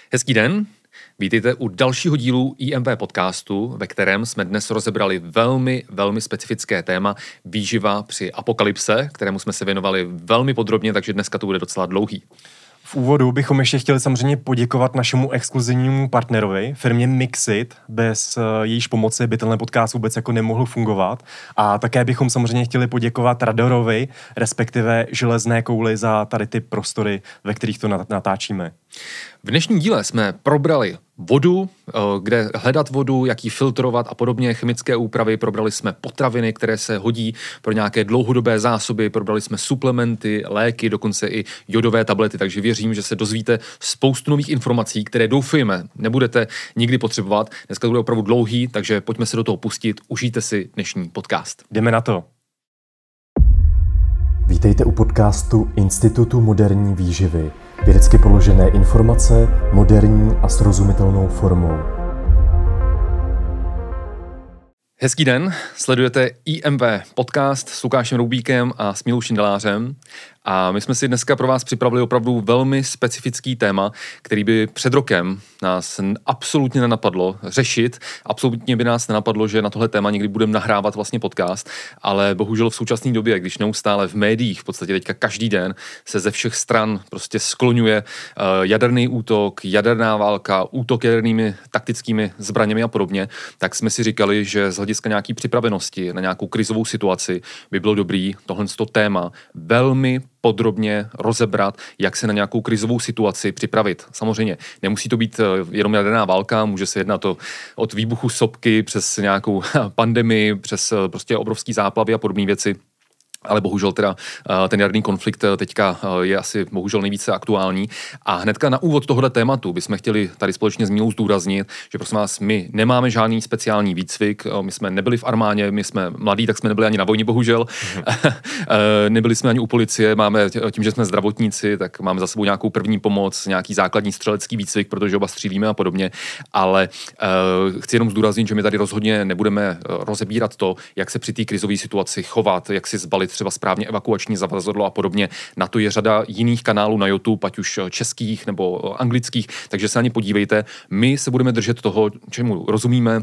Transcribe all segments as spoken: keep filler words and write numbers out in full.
Hezký den, vítejte u dalšího dílu I M P podcastu, ve kterém jsme dnes rozebrali velmi, velmi specifické téma výživa při apokalypse, kterému jsme se věnovali velmi podrobně, takže dneska to bude docela dlouhý. V úvodu bychom ještě chtěli samozřejmě poděkovat našemu exkluzivnímu partnerovi, firmě Mixit, bez jejíž pomoci by tenhle podcast vůbec jako nemohl fungovat. A také bychom samozřejmě chtěli poděkovat Radorovi, respektive Železné kouli za tady ty prostory, ve kterých to natáčíme. V dnešním díle jsme probrali vodu, kde hledat vodu, jak ji filtrovat a podobně, chemické úpravy, probrali jsme potraviny, které se hodí pro nějaké dlouhodobé zásoby, probrali jsme suplementy, léky, dokonce i jodové tablety, takže věřím, že se dozvíte spoustu nových informací, které doufujeme nebudete nikdy potřebovat. Dneska to bude opravdu dlouhý, takže pojďme se do toho pustit, užijte si dnešní podcast. Jdeme na to. Vítejte u podcastu Institutu moderní výživy. Vědecky položené informace moderní a srozumitelnou formou. Hezký den, sledujete I M V podcast s Lukášem Roubíkem a s Milou Šindelářem. A my jsme si dneska pro vás připravili opravdu velmi specifický téma, který by před rokem nás absolutně nenapadlo řešit. Absolutně by nás nenapadlo, že na tohle téma někdy budeme nahrávat vlastně podcast, ale bohužel v současné době, když neustále v médiích, v podstatě teďka každý den se ze všech stran prostě skloňuje uh, jaderný útok, jaderná válka, útok jadernými taktickými zbraněmi a podobně, tak jsme si říkali, že z hlediska nějaký připravenosti na nějakou krizovou situaci by bylo dobrý tohle téma velmi podrobně rozebrat, jak se na nějakou krizovou situaci připravit. Samozřejmě nemusí to být jenom jaderná válka, může se jednat o, od výbuchu sopky přes nějakou pandemii, přes prostě obrovský záplavy a podobné věci. Ale bohužel teda ten jaderný konflikt teďka je asi bohužel nejvíce aktuální. A hnedka na úvod tohoto tématu bychom chtěli tady společně s Milou zdůraznit, že prosím vás, my nemáme žádný speciální výcvik, my jsme nebyli v armádě, my jsme mladí, tak jsme nebyli ani na vojně, bohužel. Mm-hmm. Nebyli jsme ani u policie, máme tím, že jsme zdravotníci, tak máme za sebou nějakou první pomoc, nějaký základní střelecký výcvik, protože oba střílíme a podobně. Ale uh, chci jenom zdůraznit, že my tady rozhodně nebudeme rozebírat to, jak se při té krizové situaci chovat, jak si zbalit třeba správně evakuační zavazadlo a podobně. Na to je řada jiných kanálů na YouTube, ať už českých nebo anglických, takže se na ně podívejte. My se budeme držet toho, čemu rozumíme,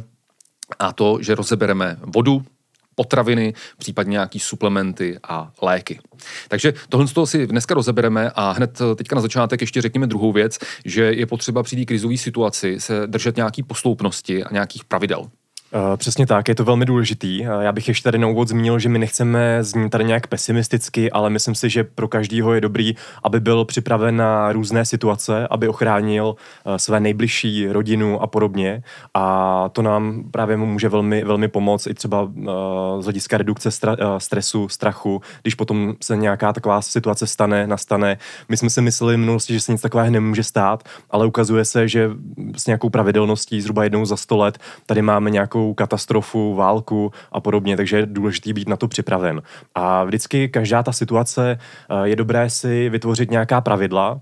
a to, že rozebereme vodu, potraviny, případně nějaký suplementy a léky. Takže tohle z toho si dneska rozebereme a hned teďka na začátek ještě řekněme druhou věc, že je potřeba při té krizové situaci se držet nějaký posloupnosti a nějakých pravidel. Uh, přesně tak, je to velmi důležitý. Uh, já bych ještě tady na úvod zmínil, že my nechceme znít tady nějak pesimisticky, ale myslím si, že pro každýho je dobrý, aby byl připraven na různé situace, aby ochránil uh, své nejbližší rodinu a podobně. A to nám právě může velmi, velmi pomoct i třeba uh, z hlediska redukce stra- uh, stresu, strachu, když potom se nějaká taková situace stane, nastane. My jsme si mysleli v minulosti, že se nic takového nemůže stát, ale ukazuje se, že s nějakou pravidelností zhruba jednou za sto let tady máme nějakou katastrofu, válku a podobně, takže je důležité být na to připraven. A vždycky každá ta situace je dobré si vytvořit nějaká pravidla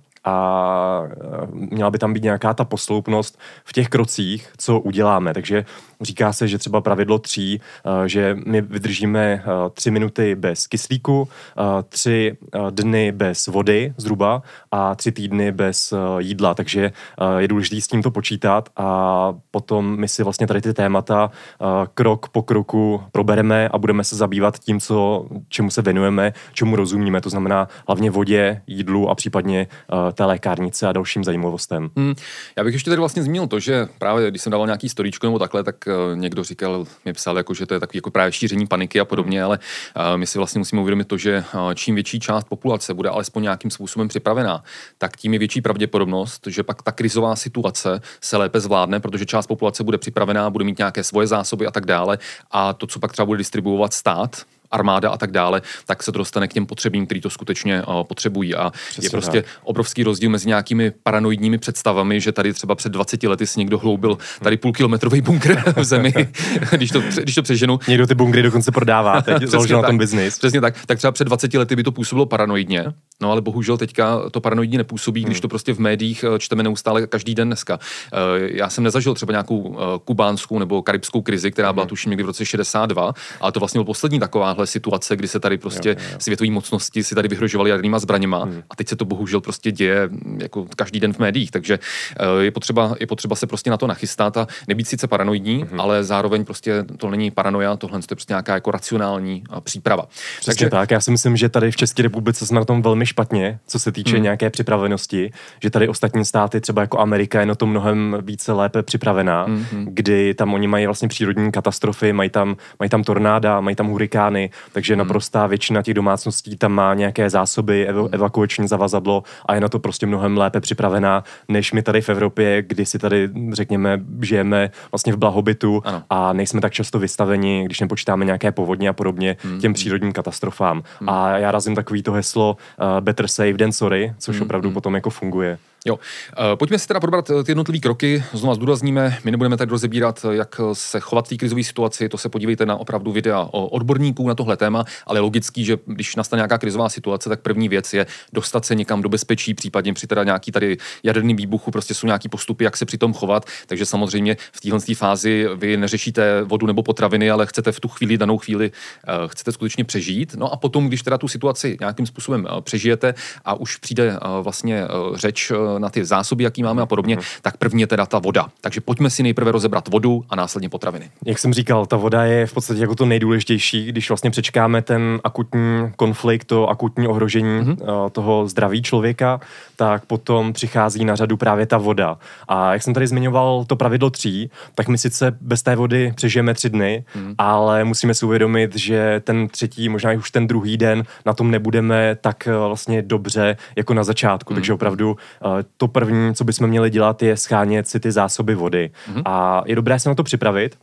a měla by tam být nějaká ta posloupnost v těch krocích, co uděláme. Takže říká se, že třeba pravidlo tří, že my vydržíme tři minuty bez kyslíku, tři dny bez vody zhruba a tři týdny bez jídla. Takže je důležité s tímto počítat a potom my si vlastně tady ty témata krok po kroku probereme a budeme se zabývat tím, co, čemu se věnujeme, čemu rozumíme. To znamená hlavně vodě, jídlu a případně té lékárnice a dalším zajímavostem. Hmm. Já bych ještě tady vlastně zmínil to, že právě když jsem dával nějaký storíčko nebo takhle, tak někdo říkal, mi psal, jako, že to je takový jako právě šíření paniky a podobně, ale uh, my si vlastně musíme uvědomit to, že uh, čím větší část populace bude alespoň nějakým způsobem připravená, tak tím je větší pravděpodobnost, že pak ta krizová situace se lépe zvládne, protože část populace bude připravená, bude mít nějaké svoje zásoby a tak dále a to, co pak třeba bude distribuovat stát, armáda a tak dále, tak se to dostane k těm potřebným, kteří to skutečně uh, potřebují. A přesně je prostě tak. Obrovský rozdíl mezi nějakými paranoidními představami, že tady třeba před dvaceti lety si někdo hloubil tady půlkilometrový bunkr v zemi, když, to, když to přeženu. Někdo ty bunkry dokonce prodává, teď založil na tom biznis. Přesně tak. Tak třeba před dvaceti lety by to působilo paranoidně, no ale bohužel teďka to paranoidně nepůsobí, když to prostě v médiích čteme neustále každý den dneska. Já jsem nezažil třeba nějakou kubánskou nebo karibskou krizi, která byla tuším někdy v roce šedesát dva, ale to vlastně byl poslední taková takovéhle situace, kdy se tady prostě jo, jo. světové mocnosti si tady vyhrožovaly jadernýma zbraněma hmm. a teď se to bohužel prostě děje jako každý den v médiích, takže je potřeba, je potřeba se prostě na to nachystat a nebýt sice paranoidní, hmm. ale zároveň prostě to není paranoia, tohle je prostě nějaká jako racionální příprava. Přesně takže tak, já si myslím, že tady v České republice jsme na tom velmi špatně, co se týče hmm. nějaké připravenosti, že tady ostatní státy, třeba jako Amerika, je na to mnohem více lépe připravená, hmm. kdy tam oni mají vlastně přírodní katastrofy, mají tam, mají tam tornáda, mají tam hurikány, takže hmm. naprostá většina těch domácností tam má nějaké zásoby, ev- evakuační zavazadlo a je na to prostě mnohem lépe připravená, než my tady v Evropě, kdy si tady, řekněme, žijeme vlastně v blahobytu ano. a nejsme tak často vystaveni, když nepočítáme nějaké povodně a podobně, hmm. těm přírodním katastrofám. Hmm. A já razím takový to heslo uh, better safe than sorry, což hmm. opravdu hmm. potom jako funguje. Jo, pojďme si teda probrat ty jednotlivé kroky, znova zdůrazníme, my nebudeme tady rozebírat, jak se chovat v té krizové situaci, to se podívejte na opravdu videa o odborníků na tohle téma, ale je logický, že když nastane nějaká krizová situace, tak první věc je dostat se někam do bezpečí, případně při teda nějaký tady jaderný výbuchu, prostě jsou nějaký postupy, jak se při tom chovat, takže samozřejmě v téhle fázi vy neřešíte vodu nebo potraviny, ale chcete v tu chvíli, danou chvíli, chcete skutečně přežít. No a potom, když teda tu situaci nějakým způsobem přežijete a už přijde vlastně řeč na ty zásoby, jaký máme a podobně, mm. tak první je teda ta voda. Takže pojďme si nejprve rozebrat vodu a následně potraviny. Jak jsem říkal, ta voda je v podstatě jako to nejdůležitější, když vlastně přečkáme ten akutní konflikt, to akutní ohrožení mm. toho zdraví člověka, tak potom přichází na řadu právě ta voda. A jak jsem tady zmiňoval to pravidlo tří, tak my sice bez té vody přežijeme tři dny, mm. ale musíme si uvědomit, že ten třetí, možná už ten druhý den na tom nebudeme tak vlastně dobře jako na začátku. Mm. Takže opravdu to první, co bychom měli dělat, je schánět si ty zásoby vody. Mm-hmm. A je dobré se na to připravit.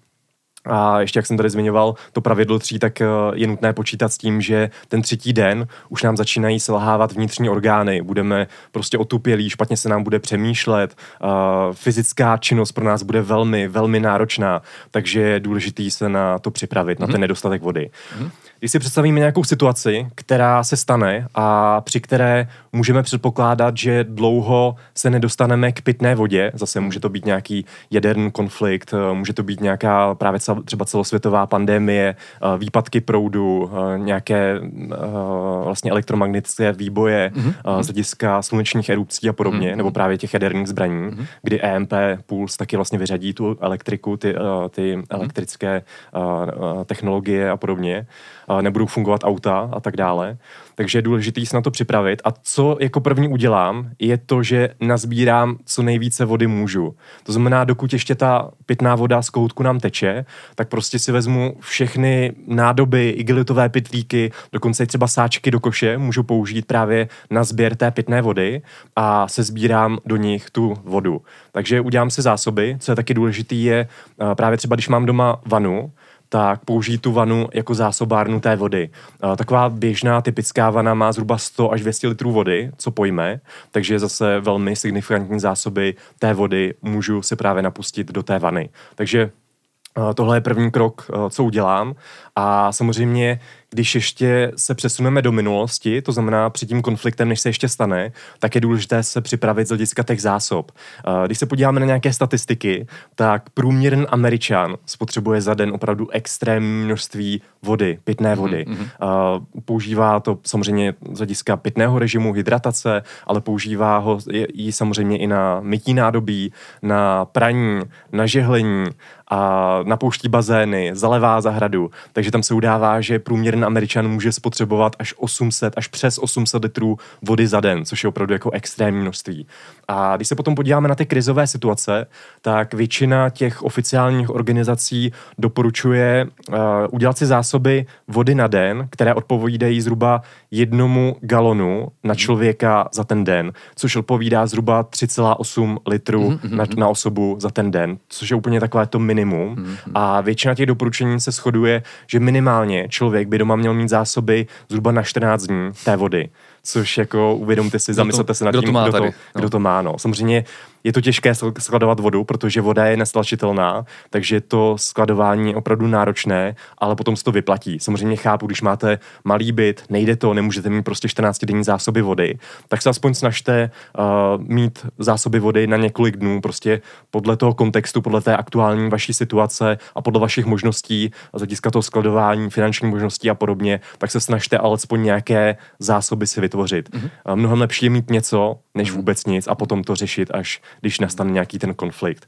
A ještě, jak jsem tady zmiňoval, to pravidlo tří, tak je nutné počítat s tím, že ten třetí den už nám začínají selhávat vnitřní orgány. Budeme prostě otupělí, špatně se nám bude přemýšlet, uh, fyzická činnost pro nás bude velmi, velmi náročná, takže je důležitý se na to připravit, mm-hmm. na ten nedostatek vody. Mm-hmm. Když si představíme nějakou situaci, která se stane a při které můžeme předpokládat, že dlouho se nedostaneme k pitné vodě, zase může to být nějaký jaderný konflikt, může to být nějaká právě třeba celosvětová pandemie, výpadky proudu, nějaké vlastně elektromagnetické výboje mm-hmm. z hlediska slunečních erupcí a podobně, mm-hmm. nebo právě těch jaderných zbraní, mm-hmm. kdy E M P Puls taky vlastně vyřadí tu elektriku, ty, ty mm-hmm. elektrické technologie a podobně. Nebudou fungovat auta a tak dále. Takže je důležité se na to připravit. A co jako první udělám, je to, že nazbírám co nejvíce vody můžu. To znamená, dokud ještě ta pitná voda z kohoutku nám teče, tak prostě si vezmu všechny nádoby, igelitové pytlíky, dokonce i třeba sáčky do koše můžu použít právě na sběr té pitné vody a sezbírám do nich tu vodu. Takže udělám si zásoby. Co je taky důležitý, je právě třeba, když mám doma vanu, tak použít tu vanu jako zásobárnu té vody. Taková běžná typická vana má zhruba sto až dvě stě litrů vody, co pojme, takže zase velmi signifikantní zásoby té vody můžu si právě napustit do té vany. Takže tohle je první krok, co udělám. A samozřejmě, když ještě se přesuneme do minulosti, to znamená před tím konfliktem, než se ještě stane, tak je důležité se připravit z hlediska těch zásob. Když se podíváme na nějaké statistiky, tak průměrný Američan spotřebuje za den opravdu extrémní množství vody, pitné vody. Mm-hmm. Používá to samozřejmě z hlediska pitného režimu, hydratace, ale používá ho i samozřejmě i na mytí nádobí, na praní, na žehlení, a napouští bazény, zalevá zahradu, takže tam se udává, že průměrný Američan může spotřebovat až osm set, až přes osm set litrů vody za den, což je opravdu jako extrémní množství. A když se potom podíváme na ty krizové situace, tak většina těch oficiálních organizací doporučuje uh, udělat si zásoby vody na den, které odpovídají zhruba jednomu galonu na člověka za ten den, což odpovídá zhruba tři celá osm litrů mm-hmm. na, na osobu za ten den, což je úplně takové to minimum. Mm-hmm. A většina těch doporučení se shoduje, že minimálně člověk by doma měl mít zásoby zhruba na čtrnáct dní té vody. Což jako uvědomte si, zamyslete se nad tím, kdo to, kdo to má. No. Samozřejmě je to těžké skladovat vodu, protože voda je nestlačitelná, takže to skladování je opravdu náročné, ale potom se to vyplatí. Samozřejmě chápu, když máte malý byt, nejde to, nemůžete mít prostě čtrnáctidenní zásoby vody, tak se aspoň snažte uh, mít zásoby vody na několik dnů, prostě podle toho kontextu, podle té aktuální vaší situace a podle vašich možností, z hlediska toho skladování, finančních možností a podobně, tak se snažte alespoň nějaké zásoby si vytvořit. Mm-hmm. Uh, mnohem lepší je mít něco, než vůbec nic a potom to řešit, až když nastane nějaký ten konflikt.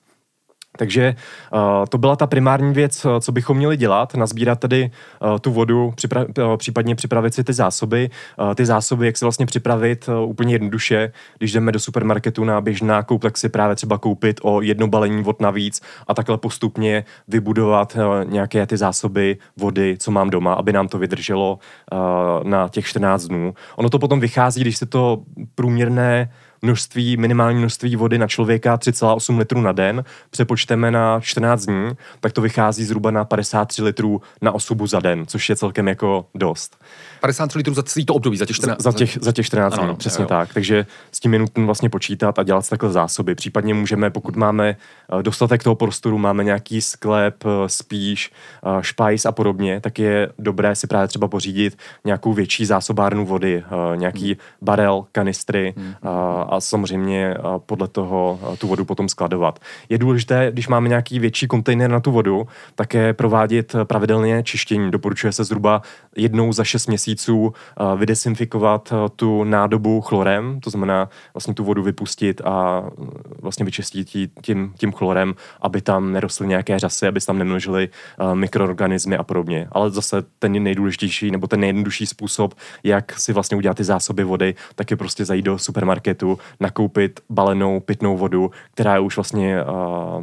Takže uh, to byla ta primární věc, co bychom měli dělat, nazbírat tedy uh, tu vodu, připra- uh, případně připravit si ty zásoby. Uh, ty zásoby, jak se vlastně připravit uh, úplně jednoduše, když jdeme do supermarketu na běžný nákup, tak si právě třeba koupit o jedno balení vod navíc a takhle postupně vybudovat uh, nějaké ty zásoby vody, co mám doma, aby nám to vydrželo uh, na těch čtrnáct dnů. Ono to potom vychází, když se to průměrné množství, minimální množství vody na člověka tři celá osm litrů na den přepočteme na čtrnáct dní, tak to vychází zhruba na padesát tři litrů na osobu za den, což je celkem jako dost. padesát tři litrů za celý to období, za těch čtrnáct, za těch, za těch čtrnáct dní, přesně jo. tak. Takže s tím je nutno vlastně počítat a dělat takhle zásoby. Případně můžeme, pokud máme dostatek toho prostoru, máme nějaký sklep, spíš, špajs a podobně, tak je dobré si právě třeba pořídit nějakou větší zásobárnu vody, nějaký hmm. barel, kanistry, hmm. a samozřejmě podle toho tu vodu potom skladovat. Je důležité, když máme nějaký větší kontejner na tu vodu, také provádět pravidelně čištění. Doporučuje se zhruba jednou za šest měsíců vydesinfikovat tu nádobu chlorem, to znamená vlastně tu vodu vypustit a vlastně vyčistit tím, tím chlorem, aby tam nerostly nějaké řasy, aby se tam nemnožily mikroorganismy a podobně. Ale zase ten nejdůležitější nebo ten nejjednodušší způsob, jak si vlastně udělat ty zásoby vody, tak je prostě zajít do supermarketu, nakoupit balenou pitnou vodu, která je už vlastně uh,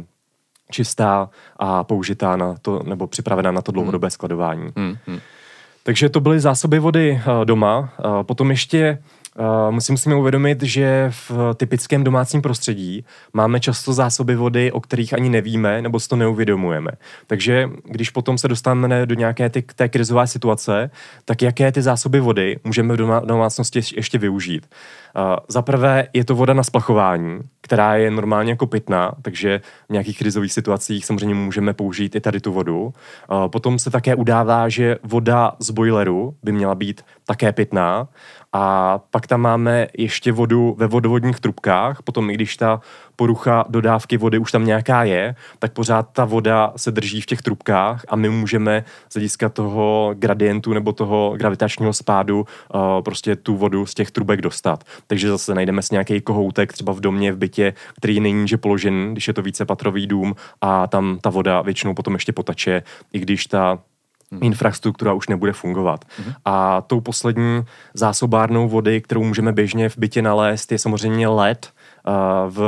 čistá a použitá na to, nebo připravená na to dlouhodobé skladování. Hmm. Hmm. Takže to byly zásoby vody uh, doma. Uh, potom ještě Uh, musím si uvědomit, že v typickém domácím prostředí máme často zásoby vody, o kterých ani nevíme, nebo si to neuvědomujeme. Takže když potom se dostaneme do nějaké ty, té krizové situace, tak jaké ty zásoby vody můžeme v doma, domácnosti ještě využít? Uh, za prvé je to voda na splachování, která je normálně jako pitná, takže v nějakých krizových situacích samozřejmě můžeme použít i tady tu vodu. Uh, potom se také udává, že voda z bojleru by měla být také pitná. A pak tam máme ještě vodu ve vodovodních trubkách, potom i když ta porucha dodávky vody už tam nějaká je, tak pořád ta voda se drží v těch trubkách a my můžeme z hlediska toho gradientu nebo toho gravitačního spádu uh, prostě tu vodu z těch trubek dostat. Takže zase najdeme si nějaký kohoutek třeba v domě, v bytě, který není níže položený, když je to vícepatrový dům a tam ta voda většinou potom ještě potače, i když ta infrastruktura už nebude fungovat. Mm-hmm. A tou poslední zásobárnou vody, kterou můžeme běžně v bytě nalézt, je samozřejmě led uh, v,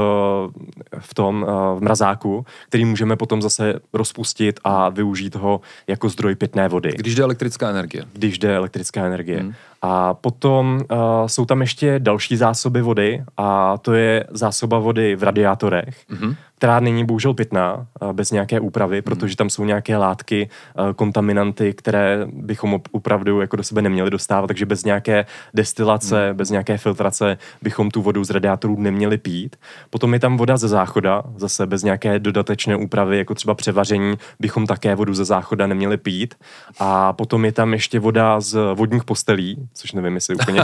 v tom uh, v mrazáku, který můžeme potom zase rozpustit a využít ho jako zdroj pitné vody. Když jde elektrická energie. Když jde elektrická energie. Mm. A potom uh, jsou tam ještě další zásoby vody a to je zásoba vody v radiátorech, mm-hmm. která není bohužel pitná, bez nějaké úpravy, protože tam jsou nějaké látky, kontaminanty, které bychom opravdu jako do sebe neměli dostávat, takže bez nějaké destilace, hmm. bez nějaké filtrace bychom tu vodu z radiátorů neměli pít. Potom je tam voda ze záchoda, zase bez nějaké dodatečné úpravy, jako třeba převaření, bychom také vodu ze záchoda neměli pít. A potom je tam ještě voda z vodních postelí, což nevím, jestli úplně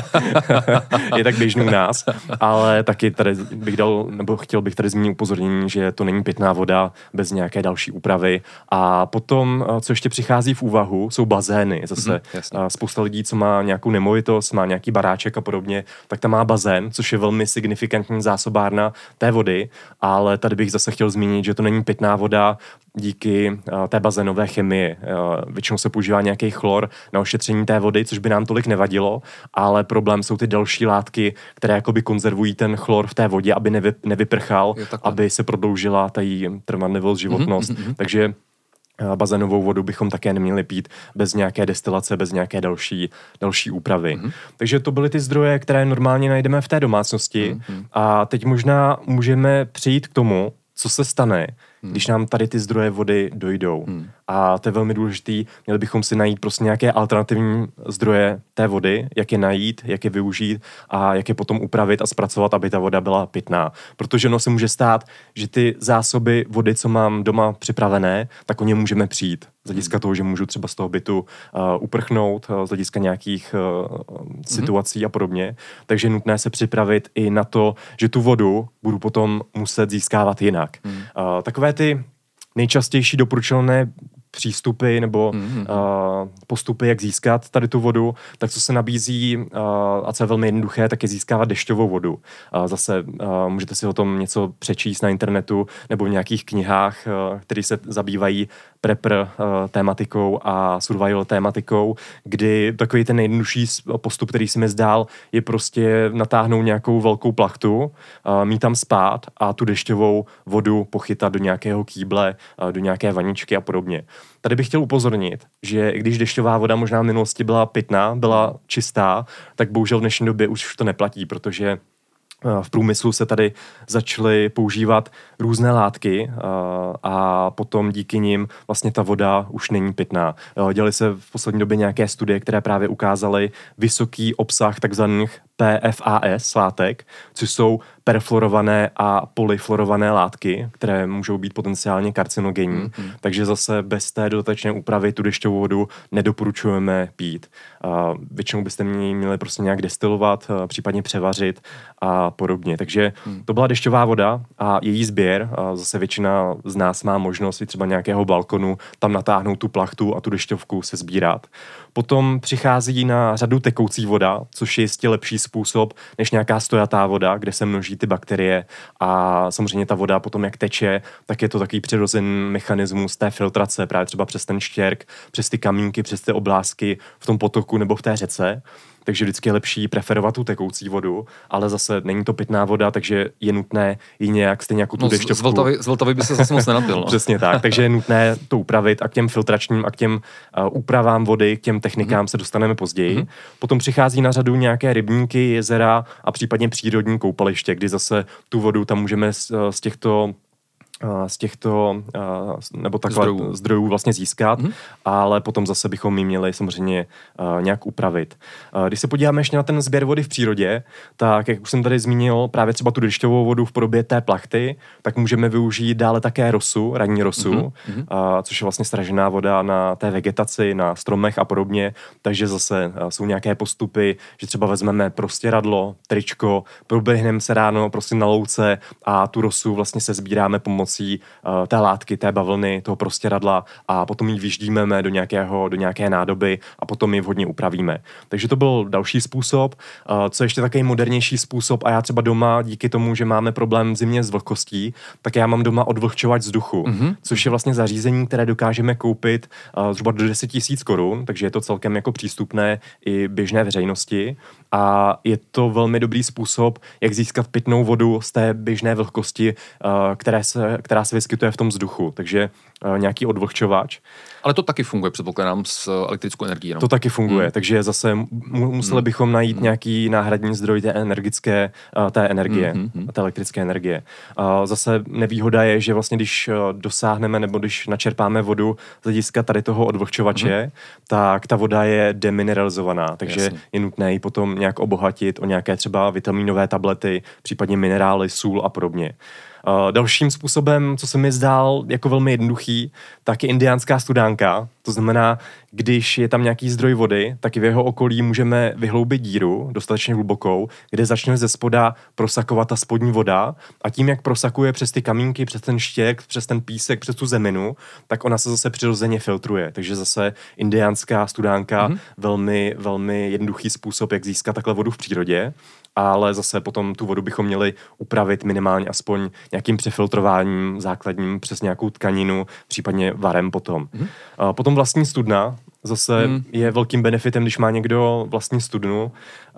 je tak běžný u nás, ale taky tady bych dal, nebo chtěl bych tady zmínit upozornění, že to není pitná voda bez nějaké další úpravy. A potom, co ještě přichází v úvahu, jsou bazény. Zase mm-hmm, spousta lidí, co má nějakou nemovitost, má nějaký baráček a podobně, tak tam má bazén, což je velmi signifikantní zásobárna té vody, ale tady bych zase chtěl zmínit, že to není pitná voda díky té bazénové chemii. Většinou se používá nějaký chlor na ošetření té vody, což by nám tolik nevadilo, ale problém jsou ty další látky, které jakoby konzervují ten chlor v té vodě, aby nevy, nevyprchal, aby se prodloužila ta její trvanlivost, životnost. Mm-hmm. Takže bazénovou vodu bychom také neměli pít bez nějaké destilace, bez nějaké další, další úpravy. Mm-hmm. Takže to byly ty zdroje, které normálně najdeme v té domácnosti. Mm-hmm. A teď možná můžeme přijít k tomu, co se stane, hmm. když nám tady ty zdroje vody dojdou. Hmm. A to je velmi důležitý, měli bychom si najít prostě nějaké alternativní zdroje té vody, jak je najít, jak je využít a jak je potom upravit a zpracovat, aby ta voda byla pitná. Protože ono se může stát, že ty zásoby vody, co mám doma připravené, tak o ně můžeme přijít. Z hlediska toho, že můžu třeba z toho bytu uh, uprchnout, uh, z hlediska nějakých uh, situací a podobně. Takže je nutné se připravit i na to, že tu vodu budu potom muset získávat jinak. Mm. Uh, takové ty nejčastější doporučované přístupy nebo mm-hmm. uh, postupy, jak získat tady tu vodu, tak co se nabízí uh, a co je velmi jednoduché, tak je získávat dešťovou vodu. Uh, zase uh, můžete si o tom něco přečíst na internetu nebo v nějakých knihách, uh, které se zabývají prepr uh, tématikou a survival tématikou, kdy takový ten nejjednodušší postup, který si mi zdál, je prostě natáhnout nějakou velkou plachtu, uh, mít tam spát a tu dešťovou vodu pochytat do nějakého kýble, uh, do nějaké vaničky a podobně. Tady bych chtěl upozornit, že i když dešťová voda možná v minulosti byla pitná, byla čistá, tak bohužel v dnešní době už to neplatí, protože v průmyslu se tady začaly používat různé látky a potom díky nim vlastně ta voda už není pitná. Dělaly se v poslední době nějaké studie, které právě ukázaly vysoký obsah takzvaných P F A S látek, což jsou perfluorované a polyfluorované látky, které můžou být potenciálně karcinogenní. Mm-hmm. Takže zase bez té dodatečné úpravy tu dešťovou vodu nedoporučujeme pít. A většinou byste měli prostě nějak destilovat, případně převařit a podobně. Takže mm. to byla dešťová voda a její sběr. A zase většina z nás má možnost i třeba nějakého balkonu tam natáhnout tu plachtu a tu dešťovku se sbírat. Potom přichází na řadu tekoucí voda, což je jistě lepší způsob než nějaká stojatá voda, kde se množí ty bakterie a samozřejmě ta voda potom jak teče, tak je to takový přirozený mechanismus té filtrace, právě třeba přes ten štěrk, přes ty kamínky, přes ty oblásky v tom potoku nebo v té řece. Takže vždycky je lepší preferovat tu tekoucí vodu, ale zase není to pitná voda, takže je nutné ji nějak stejně jako tu no, dešťovku. Z Vltavy, z Vltavy by se zase moc nenapil. No. Přesně tak, takže je nutné to upravit a k těm filtračním a k těm uh, úpravám vody, k těm technikám mm-hmm. se dostaneme později. Mm-hmm. Potom přichází na řadu nějaké rybníky, jezera a případně přírodní koupaliště, kdy zase tu vodu tam můžeme z, z těchto z těchto nebo takhle zdrojů, zdrojů vlastně získat, mm-hmm. ale potom zase bychom ji měli samozřejmě nějak upravit. Když se podíváme ještě na ten sběr vody v přírodě, tak jak už jsem tady zmínil právě třeba tu dešťovou vodu v podobě té plachty, tak můžeme využít dále také rosu, ranní rosu, mm-hmm. což je vlastně stražená voda na té vegetaci, na stromech a podobně, takže zase jsou nějaké postupy, že třeba vezmeme prostěradlo, tričko, proběhneme se ráno prostě na louce a tu rosu vlastně se sbíráme pomocí uh, té látky, té bavlny, toho prostěradla a potom ji vyždímeme do, nějakého, do nějaké nádoby a potom ji vhodně upravíme. Takže to byl další způsob. Uh, co ještě takový modernější způsob a já třeba doma, díky tomu, že máme problém v zimě s vlhkostí, tak já mám doma odvlhčovač vzduchu, mm-hmm. což je vlastně zařízení, které dokážeme koupit uh, zhruba do deset tisíc korun, takže je to celkem jako přístupné i běžné veřejnosti a je to velmi dobrý způsob, jak získat pitnou vodu z té běžné vlhkosti, uh, které se která se vyskytuje v tom vzduchu, takže uh, nějaký odvlhčovač. Ale to taky funguje, předpokládám, s elektrickou energií. No? To taky funguje, hmm. takže zase mu, museli bychom najít hmm. nějaký náhradní zdroj té energické, uh, té energie, hmm. Hmm. té elektrické energie. Uh, zase nevýhoda je, že vlastně když uh, dosáhneme nebo když načerpáme vodu z hlediska tady toho odvlhčovače, hmm. tak ta voda je demineralizovaná, takže Jasně. je nutné ji potom nějak obohatit o nějaké třeba vitaminové tablety, případně minerály, sůl a podobně. Uh, dalším způsobem, co se mi zdál jako velmi jednoduchý, tak je indiánská studánka. To znamená, když je tam nějaký zdroj vody, tak i v jeho okolí můžeme vyhloubit díru, dostatečně hlubokou, kde začne ze spoda prosakovat ta spodní voda a tím, jak prosakuje přes ty kamínky, přes ten štěk, přes ten písek, přes tu zeminu, tak ona se zase přirozeně filtruje. Takže zase indiánská studánka, mm-hmm. velmi, velmi jednoduchý způsob, jak získat takhle vodu v přírodě. Ale zase potom tu vodu bychom měli upravit minimálně aspoň nějakým přefiltrováním základním přes nějakou tkaninu, případně varem potom. Mm. A potom vlastní studna zase mm. je velkým benefitem, když má někdo vlastní studnu.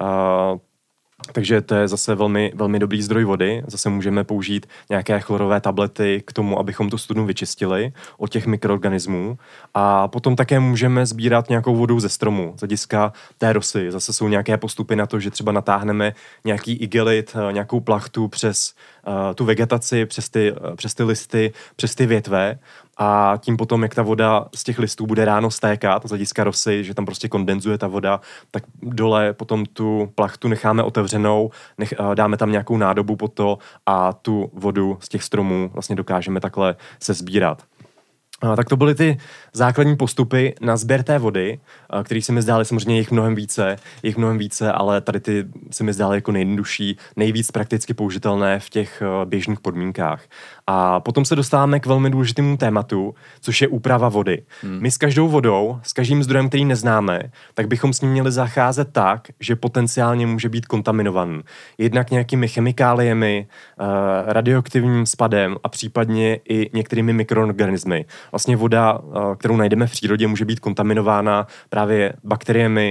A takže to je zase velmi, velmi dobrý zdroj vody. Zase můžeme použít nějaké chlorové tablety k tomu, abychom tu studnu vyčistili od těch mikroorganismů. A potom také můžeme sbírat nějakou vodu ze stromu, z hlediska té rosy. Zase jsou nějaké postupy na to, že třeba natáhneme nějaký igelit, nějakou plachtu přes tu vegetaci, přes ty, přes ty listy, přes ty větve a tím potom, jak ta voda z těch listů bude ráno stékat z hlediska rosy, že tam prostě kondenzuje ta voda, tak dole potom tu plachtu necháme otevřenou, nech, dáme tam nějakou nádobu pod to a tu vodu z těch stromů vlastně dokážeme takhle se sbírat. A tak to byly ty základní postupy na sběr té vody, které se mi zdály samozřejmě jich mnohem více, jich mnohem více, ale tady ty se mi zdály jako nejjednodušší, nejvíc prakticky použitelné v těch běžných podmínkách. A potom se dostáváme k velmi důležitému tématu, což je úprava vody. Hmm. My s každou vodou, s každým zdrojem, který neznáme, tak bychom s ním měli zacházet tak, že potenciálně může být kontaminovaný. Jednak nějakými chemikáliemi, radioaktivním spadem a případně i některými mikroorganismy. Vlastně voda, kterou najdeme v přírodě, může být kontaminována právě bakteriemi,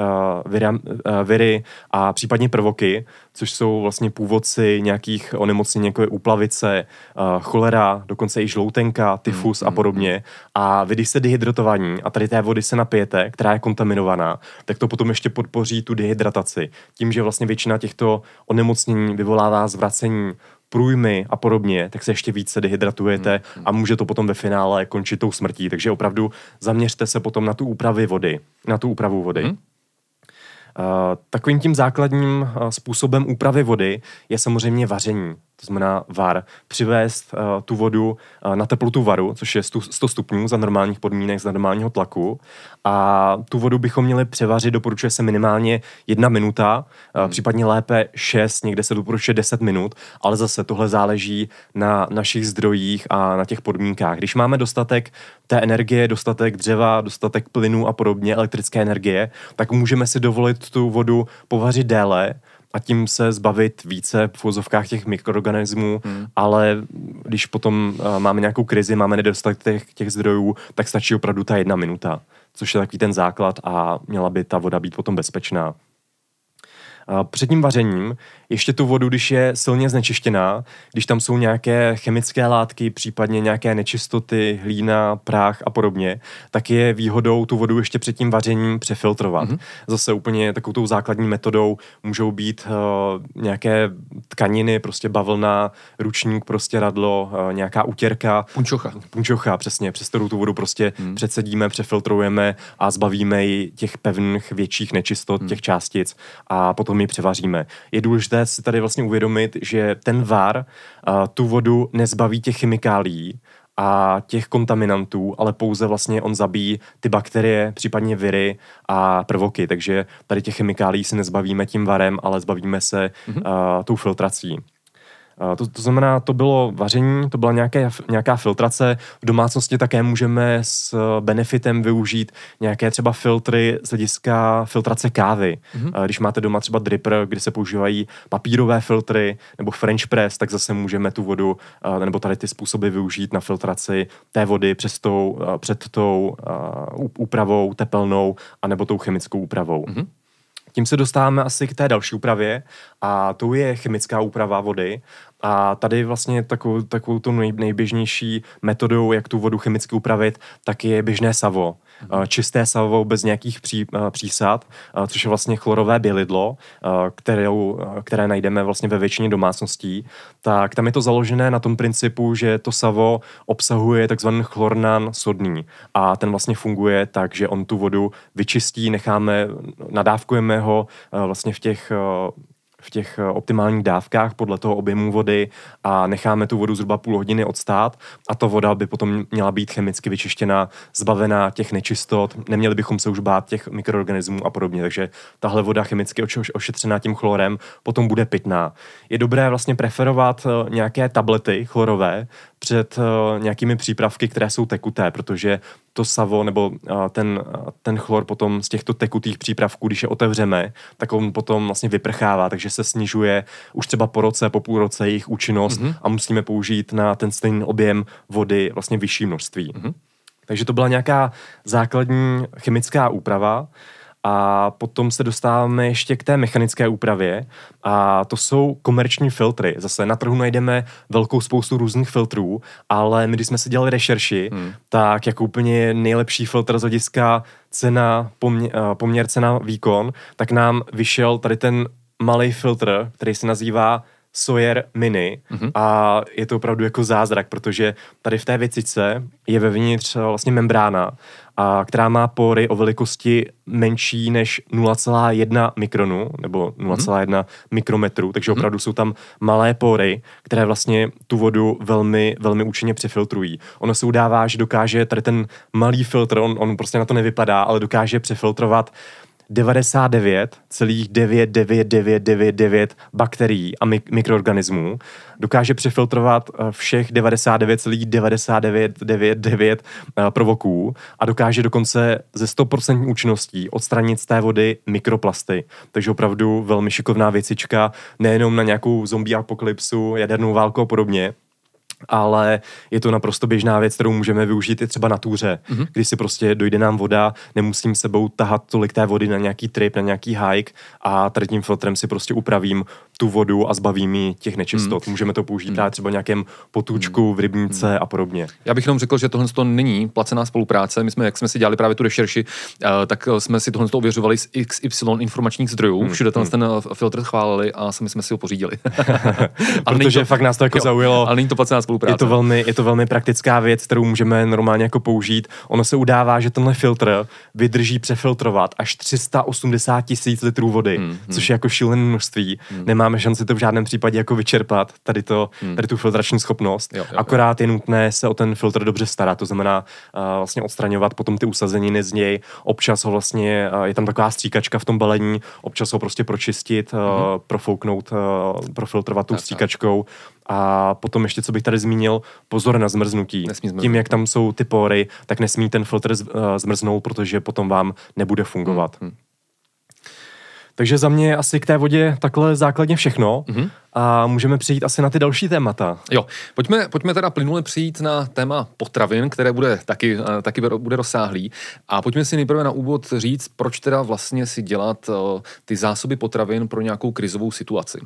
viry a případně prvoky, což jsou vlastně původci nějakých onemocnění, jako je úplavice, cholera, dokonce i žloutenka, tyfus a podobně. A vy, když jste dehydratovaní a tady té vody se napijete, která je kontaminovaná, tak to potom ještě podpoří tu dehydrataci. Tím, že vlastně většina těchto onemocnění vyvolává zvracení průjmy a podobně, tak se ještě více dehydratujete a může to potom ve finále končit tou smrtí. Takže opravdu zaměřte se potom na tu úpravu vody, na tu úpravu vody. Hmm. Uh, takovým tím základním uh, způsobem úpravy vody je samozřejmě vaření. To znamená var. Přivést uh, tu vodu uh, na teplotu varu, což je sto stupňů za normálních podmínek, za normálního tlaku. A tu vodu bychom měli převařit, doporučuje se minimálně jedna minuta, uh, hmm. případně lépe šest, někde se doporučuje deset minut, ale zase tohle záleží na našich zdrojích a na těch podmínkách. Když máme dostatek té energie, dostatek dřeva, dostatek plynu a podobně, elektrické energie, tak můžeme si dovolit tu vodu povařit déle a tím se zbavit více v uvozovkách těch mikroorganismů, hmm. ale když potom uh, máme nějakou krizi, máme nedostatek těch, těch zdrojů, tak stačí opravdu ta jedna minuta, což je takový ten základ a měla by ta voda být potom bezpečná. Před tím vařením ještě tu vodu, když je silně znečištěná, když tam jsou nějaké chemické látky, případně nějaké nečistoty, hlína, prach a podobně, tak je výhodou tu vodu ještě před tím vařením přefiltrovat. Mm-hmm. Zase úplně takovou tou základní metodou můžou být uh, nějaké tkaniny, prostě bavlna, ručník, prostě radlo, uh, nějaká utěrka. Punčocha. Punčocha, přesně, přes kterou tu vodu prostě mm. přecedíme, přefiltrujeme a zbavíme ji těch pevných větších nečistot, mm. těch částic a potom ji převaříme. Je důležité si tady vlastně uvědomit, že ten var uh, tu vodu nezbaví těch chemikálií a těch kontaminantů, ale pouze vlastně on zabíjí ty bakterie, případně viry a prvoky. Takže tady těch chemikálií se nezbavíme tím varem, ale zbavíme se mm-hmm. uh, tou filtrací. To, to znamená, to bylo vaření, to byla nějaké, nějaká filtrace. V domácnosti také můžeme s benefitem využít nějaké třeba filtry z hlediska filtrace kávy. Mm-hmm. Když máte doma třeba dripper, kde se používají papírové filtry nebo French press, tak zase můžeme tu vodu nebo tady ty způsoby využít na filtraci té vody přes tou, před tou úpravou tepelnou anebo tou chemickou úpravou. Mm-hmm. Tím se dostáváme asi k té další úpravě a to je chemická úprava vody. A tady vlastně takovou, takovou tu nejběžnější metodou, jak tu vodu chemicky upravit, tak je běžné savo. Mm. Čisté savo bez nějakých pří, přísad, což je vlastně chlorové bělidlo, kterou, které najdeme vlastně ve většině domácností. Tak tam je to založené na tom principu, že to savo obsahuje takzvaný chlornan sodný a ten vlastně funguje tak, že on tu vodu vyčistí, necháme, nadávkujeme ho vlastně v těch v těch optimálních dávkách podle toho objemu vody a necháme tu vodu zhruba půl hodiny odstát a ta voda by potom měla být chemicky vyčištěna, zbavená těch nečistot, neměli bychom se už bát těch mikroorganismů a podobně, takže tahle voda chemicky ošetřená tím chlorem potom bude pitná. Je dobré vlastně preferovat nějaké tablety chlorové před uh, nějakými přípravky, které jsou tekuté, protože to savo nebo uh, ten, uh, ten chlor potom z těchto tekutých přípravků, když je otevřeme, tak on potom vlastně vyprchává, takže se snižuje už třeba po roce, po půl roce jejich účinnost mm-hmm. a musíme použít na ten stejný objem vody vlastně vyšší množství. Mm-hmm. Takže to byla nějaká základní chemická úprava. A potom se dostáváme ještě k té mechanické úpravě a to jsou komerční filtry. Zase na trhu najdeme velkou spoustu různých filtrů, ale my, když jsme si dělali rešerši, hmm. tak jako úplně nejlepší filtr z hlediska cena, poměr, poměr cena výkon, tak nám vyšel tady ten malý filtr, který se nazývá Sawyer Mini mm-hmm. a je to opravdu jako zázrak, protože tady v té věcičce je vevnitř vlastně membrána, a která má pory o velikosti menší než nula celá jedna mikronu, nebo nula celá jedna mm-hmm. mikrometru, takže opravdu mm-hmm. jsou tam malé pory, které vlastně tu vodu velmi, velmi účinně přefiltrují. Ono se udává, že dokáže tady ten malý filtr, on, on prostě na to nevypadá, ale dokáže přefiltrovat devadesát devět celá devět devět devět devět devět bakterií a mik- mikroorganismů. Dokáže přefiltrovat všech devadesát devět celá devadesát devět devět devět provoků a dokáže dokonce ze sto procent účinností odstranit z té vody mikroplasty. Takže opravdu velmi šikovná věcička, nejenom na nějakou zombie apokalypsu, jadernou válku a podobně, ale je to naprosto běžná věc, kterou můžeme využít i třeba na túře, mm-hmm. když si prostě dojde nám voda, nemusím sebou tahat tolik té vody na nějaký trip, na nějaký hike a tady tím filtrem si prostě upravím tu vodu a zbavím ji těch nečistot. Mm. Můžeme to použít mm. třeba v nějakém potůčku, v rybníce mm. a podobně. Já bych jenom řekl, že tohle to není placená spolupráce. My jsme, jak jsme si dělali právě tu rešerši, tak jsme si tohle ověřovali z X Y informačních zdrojů. Mm. Všude ten, mm. ten filtr chválili a sami jsme si ho pořídili. Protože to, fakt nás to jako jo, zaujalo. Ale není to placená spolupráce. Je to velmi, je to velmi praktická věc, kterou můžeme normálně jako použít. Ono se udává, že tenhle filtr vydrží přefiltrovat až tři sta osmdesát tisíc litrů vody, mm. což je jako šílené množství. Mm. Nemáme šanci to v žádném případě jako vyčerpat, tady, to, hmm. tady tu filtrační schopnost. Jo, jo, Akorát jo. je nutné se o ten filtr dobře starat, to znamená uh, vlastně odstraňovat potom ty usazeniny z něj, občas ho vlastně, uh, je tam taková stříkačka v tom balení, občas ho prostě pročistit, uh, hmm. profouknout, uh, profiltrovat tou tak, stříkačkou. A potom ještě, co bych tady zmínil, pozor na zmrznutí. Tím, jak tam jsou ty pory, tak nesmí ten filtr z, uh, zmrznout, protože potom vám nebude fungovat. Hmm. Takže za mě asi k té vodě takhle základně všechno mm-hmm. a můžeme přijít asi na ty další témata. Jo, pojďme, pojďme teda plynule přijít na téma potravin, které bude taky, taky bude rozsáhlý a pojďme si nejprve na úvod říct, proč teda vlastně si dělat uh, ty zásoby potravin pro nějakou krizovou situaci. Uh,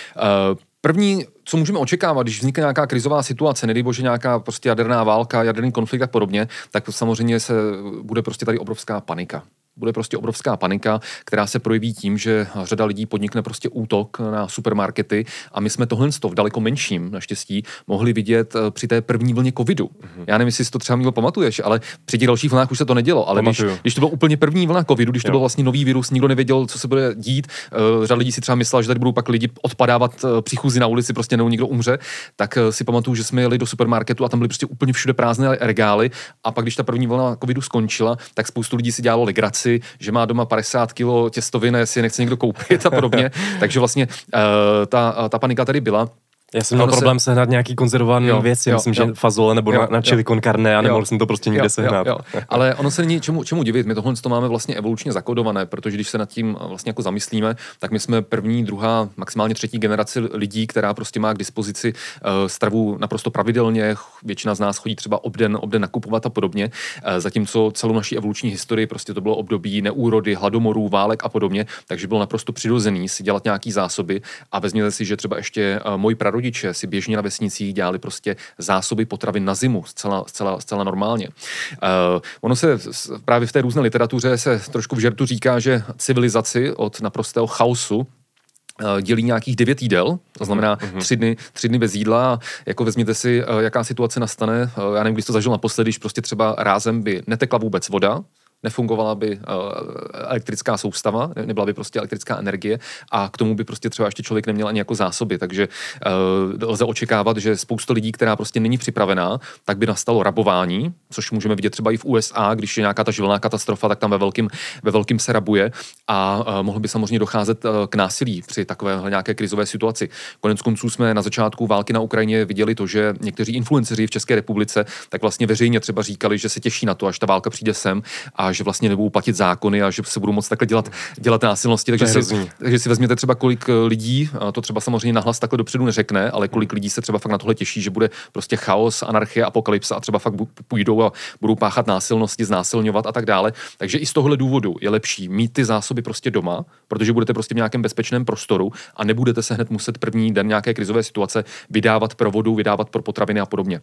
První, co můžeme očekávat, když vznikne nějaká krizová situace, nedej bože nějaká prostě jaderná válka, jaderný konflikt a podobně, tak samozřejmě se bude prostě tady obrovská panika. Bude prostě obrovská panika, která se projeví tím, že řada lidí podnikne prostě útok na supermarkety a my jsme tohle v daleko menším, naštěstí, mohli vidět při té první vlně covidu. Mm-hmm. Já nevím, jestli si to třeba Mílo pamatuješ, ale při těch dalších vlnách už se to nedělo, ale když, když to byla úplně první vlna covidu, když to jo. byl vlastně nový virus, nikdo nevěděl, co se bude dít, uh, řada lidí si třeba myslela, že tady budou pak lidi odpadávat uh, při chůzi na ulici, prostě nebo někdo umře, tak uh, si pamatuju, že jsme jeli do supermarketu a tam byly prostě úplně všude prázdné regály a pak když ta první vlna covidu skončila, tak spoustu lidí si dělalo legraci, že má doma padesát kilo těstovin, jestli nechce někdo koupit a podobně. Takže vlastně uh, ta, ta panika tady byla. Já jsem měl problém se... sehnat nějaký konzervovaný věci, myslím, jo. že fazole nebo jo. na, na chili con carne a nemohl jo. jsem to prostě nikde jo. sehnat. Jo. Jo. Ale ono se není čemu, čemu divit, my tohle to máme vlastně evolučně zakodované, protože když se nad tím vlastně jako zamyslíme, tak my jsme první, druhá, maximálně třetí generace lidí, která prostě má k dispozici uh, stravu naprosto pravidelně, většina z nás chodí třeba obden, obden nakupovat a podobně, uh, zatímco celou naší evoluční historii prostě to bylo období neúrody, hladomorů, válek a podobně, takže bylo naprosto přirozený si dělat nějaký zásoby a vezměte si, že třeba ještě uh, můj prarodič si běžně na vesnicích dělali prostě zásoby potravin na zimu, zcela, zcela, zcela normálně. Uh, ono se právě v té různé literatuře se trošku v žertu říká, že civilizaci od naprostého chaosu dělí nějakých devět jídel, to znamená uh-huh. tři dny, tři dny bez jídla. Jako vezměte si, jaká situace nastane. Já nevím, když to zažil naposledy, když prostě třeba rázem by netekla vůbec voda, nefungovala by uh, elektrická soustava, nebyla by prostě elektrická energie a k tomu by prostě třeba ještě člověk neměl ani jako zásoby, takže uh, lze očekávat, že spousta lidí, která prostě není připravená, tak by nastalo rabování, což můžeme vidět třeba i v U S A, když je nějaká ta živelná katastrofa, tak tam ve velkým, ve velkým se rabuje a uh, mohlo by samozřejmě docházet uh, k násilí při takovéhle nějaké krizové situaci. Konec konců jsme na začátku války na Ukrajině viděli to, že někteří influenceři v České republice tak vlastně veřejně třeba říkali, že se těší na to, až ta válka přijde sem a že vlastně nebudou platit zákony a že se budou moct takhle dělat, dělat násilnosti. Takže si, takže si vezměte třeba, kolik lidí, to třeba samozřejmě nahlas takhle dopředu neřekne, ale kolik lidí se třeba fakt na tohle těší, že bude prostě chaos, anarchie, apokalypsa a třeba fakt půjdou a budou páchat násilnosti, znásilňovat a tak dále. Takže i z tohohle důvodu je lepší mít ty zásoby prostě doma, protože budete prostě v nějakém bezpečném prostoru a nebudete se hned muset první den nějaké krizové situace vydávat pro vodu, vydávat pro potraviny a podobně.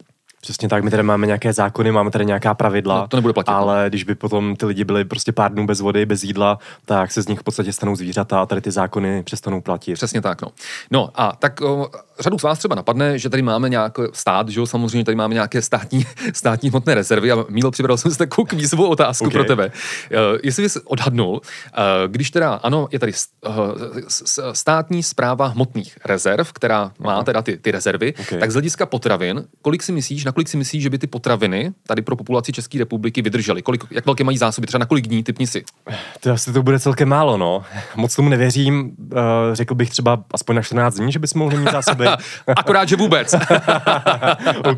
Přesně tak, my tady máme nějaké zákony, máme tady nějaká pravidla, no, to nebude platit, ale no. když by potom ty lidi byli prostě pár dnů bez vody, bez jídla, tak se z nich v podstatě stanou zvířata a tady ty zákony přestanou platit. Přesně tak, no. No a tak o, řadu z vás třeba napadne, že tady máme nějaký stát, že jo, samozřejmě tady máme nějaké státní, státní hmotné rezervy a Mílo, připravil jsem si takovou kvízovou otázku okay. pro tebe. Uh, jestli jsi odhadnul, uh, když teda, ano, je tady uh, státní správa hmotných rezerv, která má teda ty, ty rezervy, okay. tak z hlediska potravin, kolik si myslíš, na kolik si myslíš, že by ty potraviny tady pro populaci České republiky vydržely? Kolik, jak velké mají zásoby? Třeba na kolik dní, typni si? To asi to bude celkem málo, no. Moc tomu nevěřím. Uh, řekl bych třeba aspoň na čtrnáct dní, že bys mohl mít zásoby. Akorát, že vůbec. OK.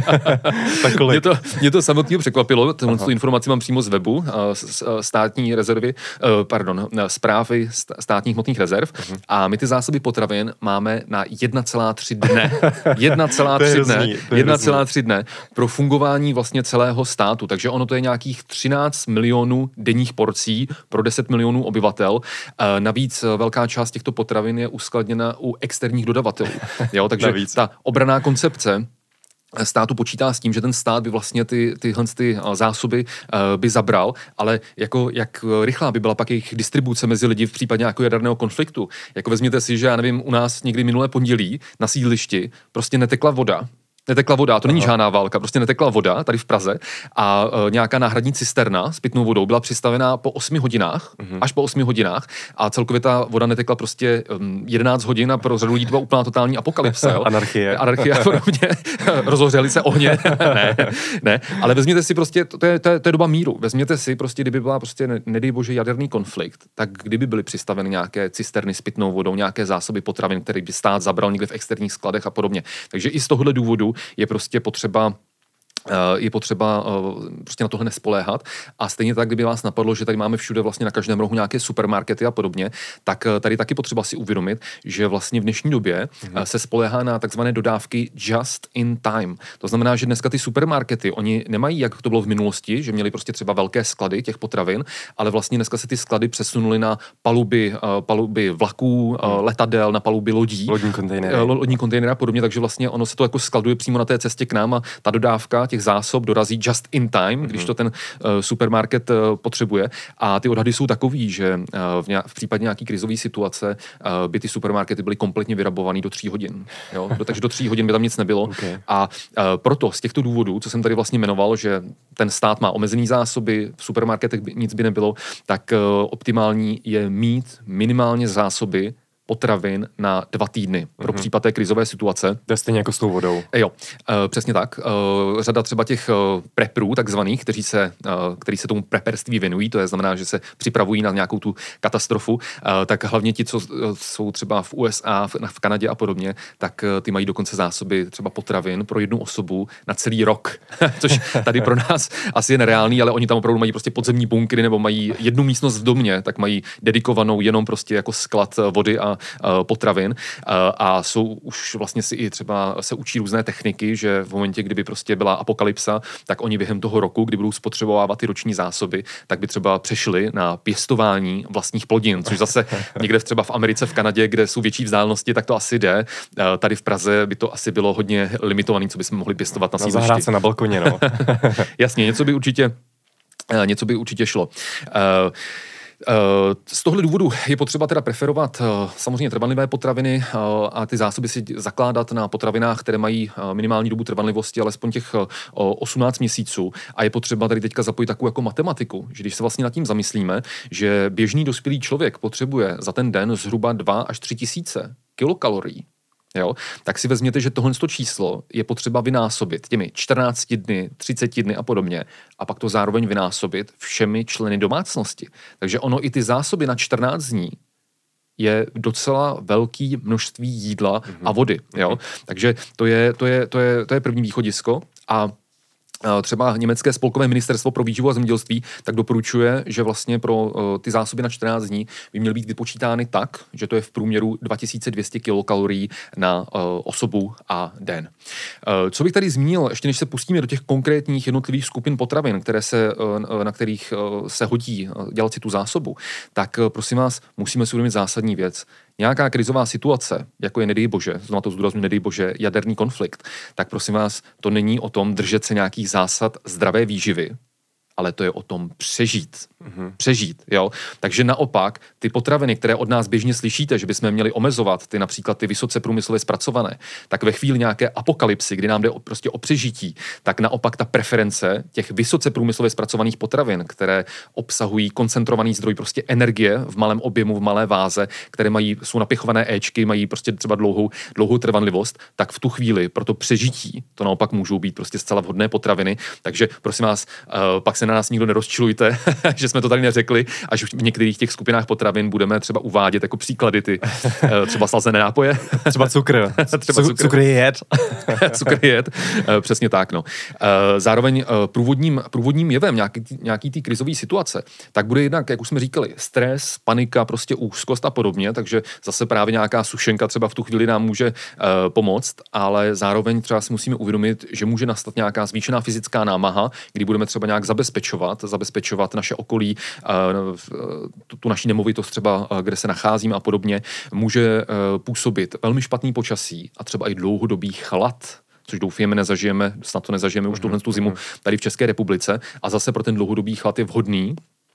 Tak kolik? Mě to, mě to samotného překvapilo. Tuhle informaci mám přímo z webu uh, státní rezervy, uh, pardon, správy státních hmotných rezerv uh-huh. a my ty zásoby potravin máme na jedna celá tři dne. jedna celá tři dne. jedna celá tři dne pro fungování vlastně celého státu. Takže ono to je nějakých třináct milionů denních porcí pro deset milionů obyvatel. E, navíc velká část těchto potravin je uskladněna u externích dodavatelů. Jo, takže ta obranná koncepce státu počítá s tím, že ten stát by vlastně ty, tyhle ty zásoby uh, by zabral, ale jako jak rychlá by byla pak jejich distribuce mezi lidi v případě nějakého jaderného konfliktu. Jako vezměte si, že já nevím, u nás někdy minulé pondělí na sídlišti prostě netekla voda. Netekla voda, to není Aha. žádná válka, prostě netekla voda tady v Praze a uh, nějaká náhradní cisterna s pitnou vodou byla přistavená po osmi hodinách, uh-huh. až po osmi hodinách a celkově ta voda netekla prostě um, jedenáct hodin a pro řadu lidí to byla úplná totální apokalypse. Anarchie. Anarchie a podobně. Rozhořeli se ohně. ne, ne, ale vezměte si prostě, to je, to, je, to je doba míru, vezměte si prostě, kdyby byla prostě, nedej bože, jaderný konflikt, tak kdyby byly přistaveny nějaké cisterny s pitnou vodou, nějaké zásoby potravin, které by stát zabral někde v externích skladech a podobně. Takže i z tohohle důvodu je prostě potřeba je potřeba prostě na tohle nespoléhat. A stejně tak, kdyby vás napadlo, že tady máme všude vlastně na každém rohu nějaké supermarkety a podobně, tak tady taky potřeba si uvědomit, že vlastně v dnešní době mm-hmm. se spoléhá na takzvané dodávky just in time. To znamená, že dneska ty supermarkety, oni nemají, jak to bylo v minulosti, že měli prostě třeba velké sklady těch potravin, ale vlastně dneska se ty sklady přesunuly na paluby, paluby vlaků, mm. letadel, na paluby lodí. Lodní kontejnery. Lodní kontejnery a podobně, takže vlastně ono se to jako skladuje přímo na té cestě k nám a ta dodávka těch zásob dorazí just in time, mm-hmm. když to ten uh, supermarket uh, potřebuje. A ty odhady jsou takový, že uh, v, ně, v případě nějaký krizové situace uh, by ty supermarkety byly kompletně vyrabovaný do tří hodin. Jo? Do, takže do tří hodin by tam nic nebylo. Okay. A uh, proto z těchto důvodů, co jsem tady vlastně jmenoval, že ten stát má omezený zásoby, v supermarketech by, nic by nebylo, tak uh, optimální je mít minimálně zásoby potravin na dva týdny pro mm-hmm. případ té krizové situace. To je stejně jako s tou vodou. Jo, e, přesně tak. E, řada třeba těch e, preprů takzvaných, kteří se, e, který se tomu preperství věnují, to je znamená, že se připravují na nějakou tu katastrofu, e, tak hlavně ti, co jsou třeba v U S A, v, v Kanadě a podobně, tak e, ty mají dokonce zásoby třeba potravin pro jednu osobu na celý rok, což tady pro nás asi je nereálný, ale oni tam opravdu mají prostě podzemní bunkry nebo mají jednu místnost v domě, tak mají dedikovanou jenom prostě jako sklad vody a potravin a jsou už vlastně si i třeba se učí různé techniky, že v momentě, kdyby prostě byla apokalypsa, tak oni během toho roku, kdy budou spotřebovávat ty roční zásoby, tak by třeba přešli na pěstování vlastních plodin, což zase někde třeba v Americe, v Kanadě, kde jsou větší vzdálenosti, tak to asi jde. Tady v Praze by to asi bylo hodně limitované, co bychom mohli pěstovat na sídlišti. Zahrát se na balkoně, no. Jasně, něco by určitě něco by určitě šlo. Z tohle důvodu je potřeba teda preferovat samozřejmě trvanlivé potraviny a ty zásoby si zakládat na potravinách, které mají minimální dobu trvanlivosti, alespoň těch osmnáct měsíců. A je potřeba tady teďka zapojit takovou jako matematiku, že když se vlastně nad tím zamyslíme, že běžný dospělý člověk potřebuje za ten den zhruba dva až tři tisíce kilokalorií, jo, tak si vezměte, že tohle číslo je potřeba vynásobit těmi čtrnácti dny, třiceti dny a podobně a pak to zároveň vynásobit všemi členy domácnosti. Takže ono i ty zásoby na čtrnáct dní je docela velký množství jídla mm-hmm. a vody. Jo? Takže to je, to, je, to, je, to je první východisko a třeba německé spolkové ministerstvo pro výživu a zemědělství tak doporučuje, že vlastně pro uh, ty zásoby na čtrnáct dní by měly být vypočítány tak, že to je v průměru dva tisíce dvě stě kilokalorií na uh, osobu a den. Uh, co bych tady zmínil, ještě než se pustíme do těch konkrétních jednotlivých skupin potravin, které se, uh, na kterých uh, se hodí uh, dělat si tu zásobu, tak uh, prosím vás, musíme si uvědomit zásadní věc. nějaká krizová situace, jako je nedej bože, znovu to zdůrazňuji, nedej bože, jaderný konflikt, tak prosím vás, to není o tom držet se nějakých zásad zdravé výživy, ale to je o tom přežít. Mm-hmm. Přežít, jo. Takže naopak, ty potraviny, které od nás běžně slyšíte, že bychom měli omezovat, ty například ty vysoce průmyslově zpracované, tak ve chvíli nějaké apokalypsy, kdy nám jde o, prostě o přežití, tak naopak ta preference těch vysoce průmyslově zpracovaných potravin, které obsahují koncentrovaný zdroj prostě energie v malém objemu, v malé váze, které mají, jsou napichované éčky, mají prostě třeba dlouhou, dlouhou trvanlivost, tak v tu chvíli pro to přežití to naopak můžou být prostě zcela vhodné potraviny. Takže prosím vás, uh, pak se na nás nikdo nerozčilujte, že jsme to tady neřekli, až v některých těch skupinách potravin budeme třeba uvádět jako příklady ty třeba slazené nápoje. Třeba cukr. třeba cukr. Cukr je jed. Cukr je jed, přesně tak, no. Zároveň průvodním, průvodním jevem nějaký, nějaký tý krizový situace, tak bude jednak, jak už jsme říkali, stres, panika, prostě úzkost a podobně, takže zase právě nějaká sušenka třeba v tu chvíli nám může uh, pomoct, ale zároveň třeba si musíme uvědomit, že může nastat nějaká zvýšená fyzická námaha, kdy budeme třeba nějak zabezpečovat, zabezpečovat naše okolí, tu, tu naši nemovitost třeba, kde se nacházíme a podobně, může působit velmi špatný počasí a třeba i dlouhodobý chlad, což doufujeme nezažijeme, snad to nezažijeme už tuhle tu zimu tady v České republice. A zase pro ten dlouhodobý chlad je vhodný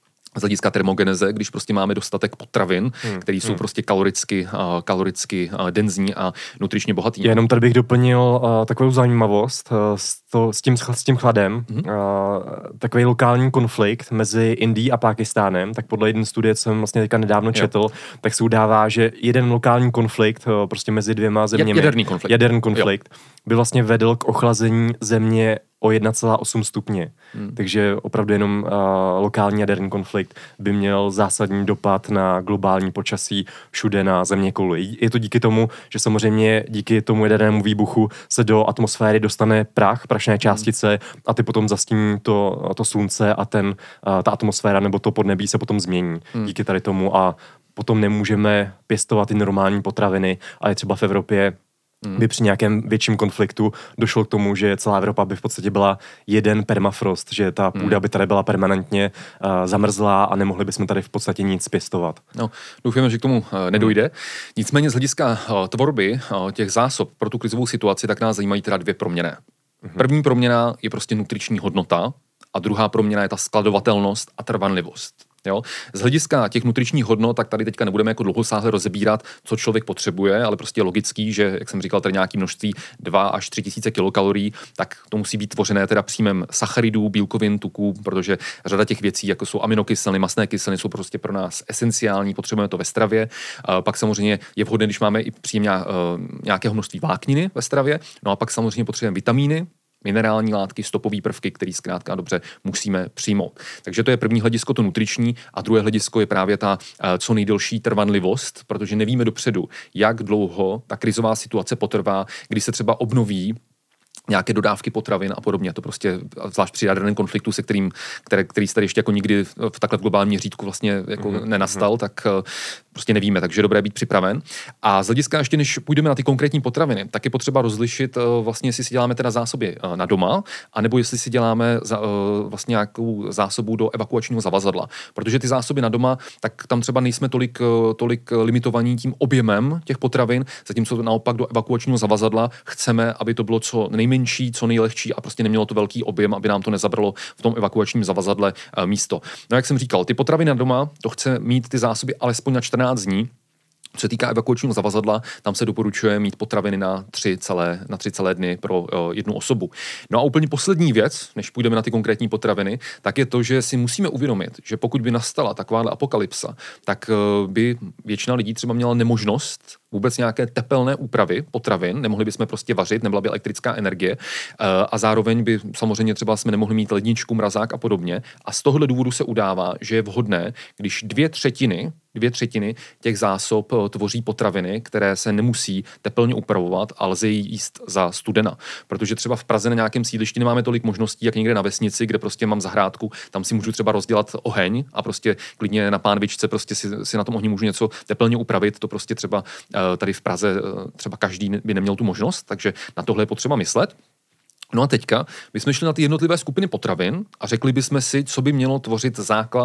z hlediska termogeneze, když prostě máme dostatek potravin, hmm. které jsou hmm. prostě kaloricky, uh, kaloricky uh, denzní a nutričně bohatý. Jenom tady bych doplnil uh, takovou zajímavost uh, s, to, s, tím, s tím chladem. Hmm. Uh, takový lokální konflikt mezi Indií a Pákistánem, tak podle jedné studie, co jsem vlastně teďka nedávno četl, jo. tak se udává, že jeden lokální konflikt uh, prostě mezi dvěma zeměmi, jaderný konflikt, jaderný konflikt by vlastně vedl k ochlazení země o jedna celá osm stupně. Hmm. Takže opravdu jenom uh, lokální jaderný konflikt by měl zásadní dopad na globální počasí všude na zeměkouli. Je to díky tomu, že samozřejmě díky tomu jadernému výbuchu se do atmosféry dostane prach, prašné částice hmm. a ty potom zastíní to, to slunce a ten, uh, ta atmosféra nebo to podnebí se potom změní hmm. díky tady tomu a potom nemůžeme pěstovat ty normální potraviny a je třeba v Evropě Hmm. by při nějakém větším konfliktu došlo k tomu, že celá Evropa by v podstatě byla jeden permafrost, že ta půda hmm. by tady byla permanentně uh, zamrzlá a nemohli bychom tady v podstatě nic pěstovat. No, doufujeme, že k tomu uh, nedojde. Hmm. Nicméně z hlediska uh, tvorby uh, těch zásob pro tu krizovou situaci, tak nás zajímají teda dvě proměny. Hmm. První proměna je prostě nutriční hodnota a druhá proměna je ta skladovatelnost a trvanlivost. Jo? Z hlediska těch nutričních hodnot, tak tady teďka nebudeme jako dlouhosáhle rozebírat, co člověk potřebuje, ale prostě je logický, že, jak jsem říkal, tady nějaké množství dva až tři tisíce kilokalorií, tak to musí být tvořené teda příjmem sacharidů, bílkovin, tuků, protože řada těch věcí, jako jsou aminokyseliny, mastné kyseliny, jsou prostě pro nás esenciální, potřebujeme to ve stravě. A pak samozřejmě je vhodné, když máme i příjem nějakého množství vlákniny ve stravě, no a pak samozřejmě potřebujeme vitamíny, minerální látky, stopové prvky, které zkrátka dobře musíme přijmout. Takže to je první hledisko, to nutriční, a druhé hledisko je právě ta co nejdelší trvanlivost, protože nevíme dopředu, jak dlouho ta krizová situace potrvá, kdy se třeba obnoví nějaké dodávky potravin a podobně. To prostě, zvlášť při jaderném konfliktu, se kterým, které, který se tady ještě jako nikdy v takhle globálním měřítku vlastně jako mm-hmm. nenastal, tak prostě nevíme, takže je dobré být připraven. A z hlediska ještě, než půjdeme na ty konkrétní potraviny, tak je potřeba rozlišit vlastně, jestli si děláme teda zásoby na doma, anebo jestli si děláme za, vlastně nějakou zásobu do evakuačního zavazadla. Protože ty zásoby na doma, tak tam třeba nejsme tolik, tolik limitovaní tím objemem těch potravin, zatímco naopak do evakuačního zavazadla chceme, aby to bylo co nejmenší, co nejlehčí a prostě nemělo to velký objem, aby nám to nezabralo v tom evakuačním zavazadle místo. No, jak jsem říkal, ty potraviny na doma, to chce mít ty zásoby alespoň na čtrnáct dní. Co se týká evakuačního zavazadla, tam se doporučuje mít potraviny na tři celé, na tři celé dny pro uh, jednu osobu. No a úplně poslední věc, než půjdeme na ty konkrétní potraviny, tak je to, že si musíme uvědomit, že pokud by nastala takováhle apokalypsa, tak uh, by většina lidí třeba měla nemožnost vůbec nějaké tepelné úpravy potravin, nemohli bychom prostě vařit, nebyla by elektrická energie uh, a zároveň by samozřejmě třeba jsme nemohli mít ledničku, mrazák a podobně. A z tohohle důvodu se udává, že je vhodné, když dvě třetiny Dvě třetiny těch zásob tvoří potraviny, které se nemusí teplně upravovat a lze jíst za studena. Protože třeba v Praze na nějakém sídlišti nemáme tolik možností, jak někde na vesnici, kde prostě mám zahrádku, tam si můžu třeba rozdělat oheň a prostě klidně na pánvičce prostě si, si na tom ohni můžu něco teplně upravit. To prostě třeba tady v Praze třeba každý by neměl tu možnost, takže na tohle je potřeba myslet. No a teďka bychom šli na ty jednotlivé skupiny potravin a řekli bychom si, co by mělo tvořit základ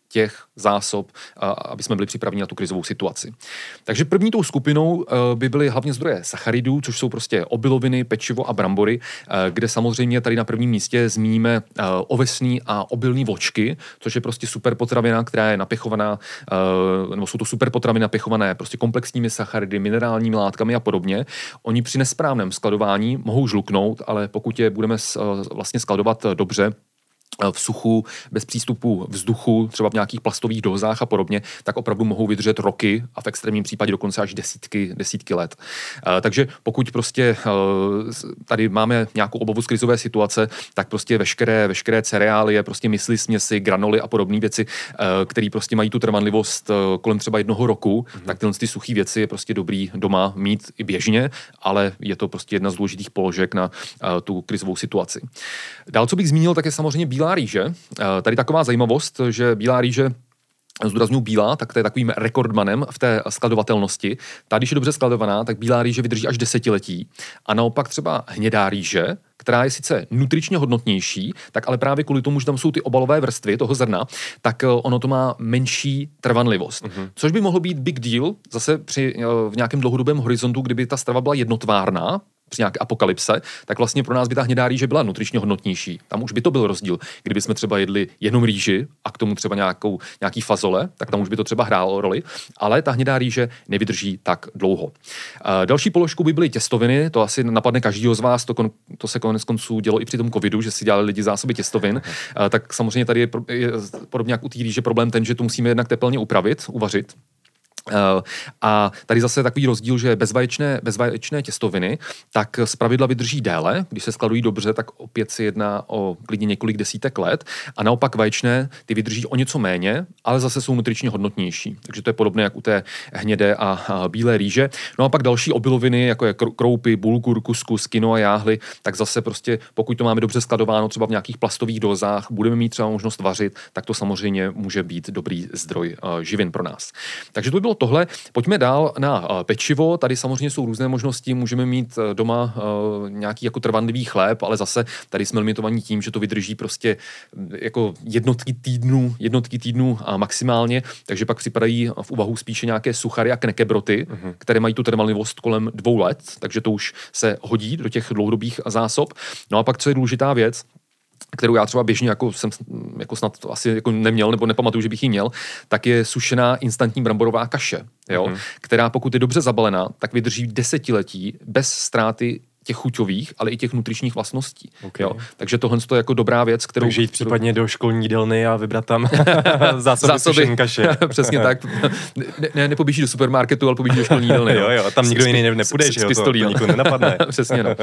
těch zásob, aby jsme byli připraveni na tu krizovou situaci. Takže první tou skupinou by byly hlavně zdroje sacharidů, což jsou prostě obiloviny, pečivo a brambory, kde samozřejmě tady na prvním místě zmíníme ovesný a obilný vočky, což je prostě super potravina, která je napěchovaná, nebo jsou to super potraviny napěchované prostě komplexními sacharidy, minerálními látkami a podobně. Oni při nesprávném skladování mohou žluknout, ale pokud je budeme vlastně skladovat dobře, v suchu, bez přístupu vzduchu, třeba v nějakých plastových dózách a podobně, tak opravdu mohou vydržet roky a v extrémním případě dokonce až desítky, desítky let. Uh, takže pokud prostě uh, tady máme nějakou obavu z krizové situace, tak prostě veškeré, veškeré cereálie, prostě mysli, směsi, granoly a podobné věci, uh, které prostě mají tu trvanlivost uh, kolem třeba jednoho roku, mm-hmm. tak tyhle ty suché věci je prostě dobrý doma mít i běžně, ale je to prostě jedna z důležitých položek na uh, tu krizovou situaci. Dál, co bych zmínil, tak je samozřejmě bílá rýže. Tady taková zajímavost, že bílá rýže, zdůrazňuji bílá, tak to je takovým rekordmanem v té skladovatelnosti. Ta, když je dobře skladovaná, tak bílá rýže vydrží až desetiletí. A naopak třeba hnědá rýže, která je sice nutričně hodnotnější, tak ale právě kvůli tomu, že tam jsou ty obalové vrstvy toho zrna, tak ono to má menší trvanlivost. Mm-hmm. Což by mohlo být big deal zase při v nějakém dlouhodobém horizontu, kdyby ta strava byla jednotvárná, při nějaké apokalypse, tak vlastně pro nás by ta hnědá rýže byla nutričně hodnotnější. Tam už by to byl rozdíl. Kdyby jsme třeba jedli jenom rýži a k tomu třeba nějakou, nějaký fazole, tak tam už by to třeba hrálo roli, ale ta hnědá rýže nevydrží tak dlouho. Uh, další položkou by byly těstoviny, to asi napadne každýho z vás, to, kon, to se konec konců dělo i při tom covidu, že si dělali lidi zásoby těstovin, uh, tak samozřejmě tady je, je podobně jak u té rýže problém ten, že to musíme jednak tepelně upravit, uvařit. Uh, a tady zase takový rozdíl, že bezvaječné, bezvaječné těstoviny tak zpravidla vydrží déle, když se skladují dobře, tak opět se jedná o klidně několik desítek let a naopak vaječné ty vydrží o něco méně, ale zase jsou nutričně hodnotnější. Takže to je podobné jak u té hnědé a, a bílé rýže. No a pak další obiloviny, jako je kroupy, bulgur, kuskus, quinoa, jáhly, tak zase prostě pokud to máme dobře skladováno třeba v nějakých plastových dózách, budeme mít třeba možnost vařit, tak to samozřejmě může být dobrý zdroj uh, živin pro nás. Takže to by bylo tohle. Pojďme dál na pečivo. Tady samozřejmě jsou různé možnosti. Můžeme mít doma uh, nějaký jako trvanlivý chléb, ale zase tady jsme limitovaní tím, že to vydrží prostě jako jednotky týdnů, jednotky týdnů a maximálně, takže pak připadají v úvahu spíše nějaké suchary a knekebroty, uh-huh. které mají tu trvanlivost kolem dvou let, takže to už se hodí do těch dlouhodobých zásob. No a pak, co je důležitá věc, kterou já třeba běžně jako jsem jako snad asi jako neměl, nebo nepamatuju, že bych ji měl, tak je sušená instantní bramborová kaše, jo? Mm. která pokud je dobře zabalená, tak vydrží desetiletí bez ztráty těch chuťových, ale i těch nutričních vlastností. Okay. Jo? Takže tohle je jako dobrá věc, kterou... Takže jít případně do školní jídelny a vybrat tam zásoby, zásoby. kaše. Přesně tak. Ne, ne, nepoběží do supermarketu, ale poběží do školní jídelny. jo, jo, tam nikdo jiný nepůjde, že jo, to, to nikdo nenapadne. Přesně, no. uh,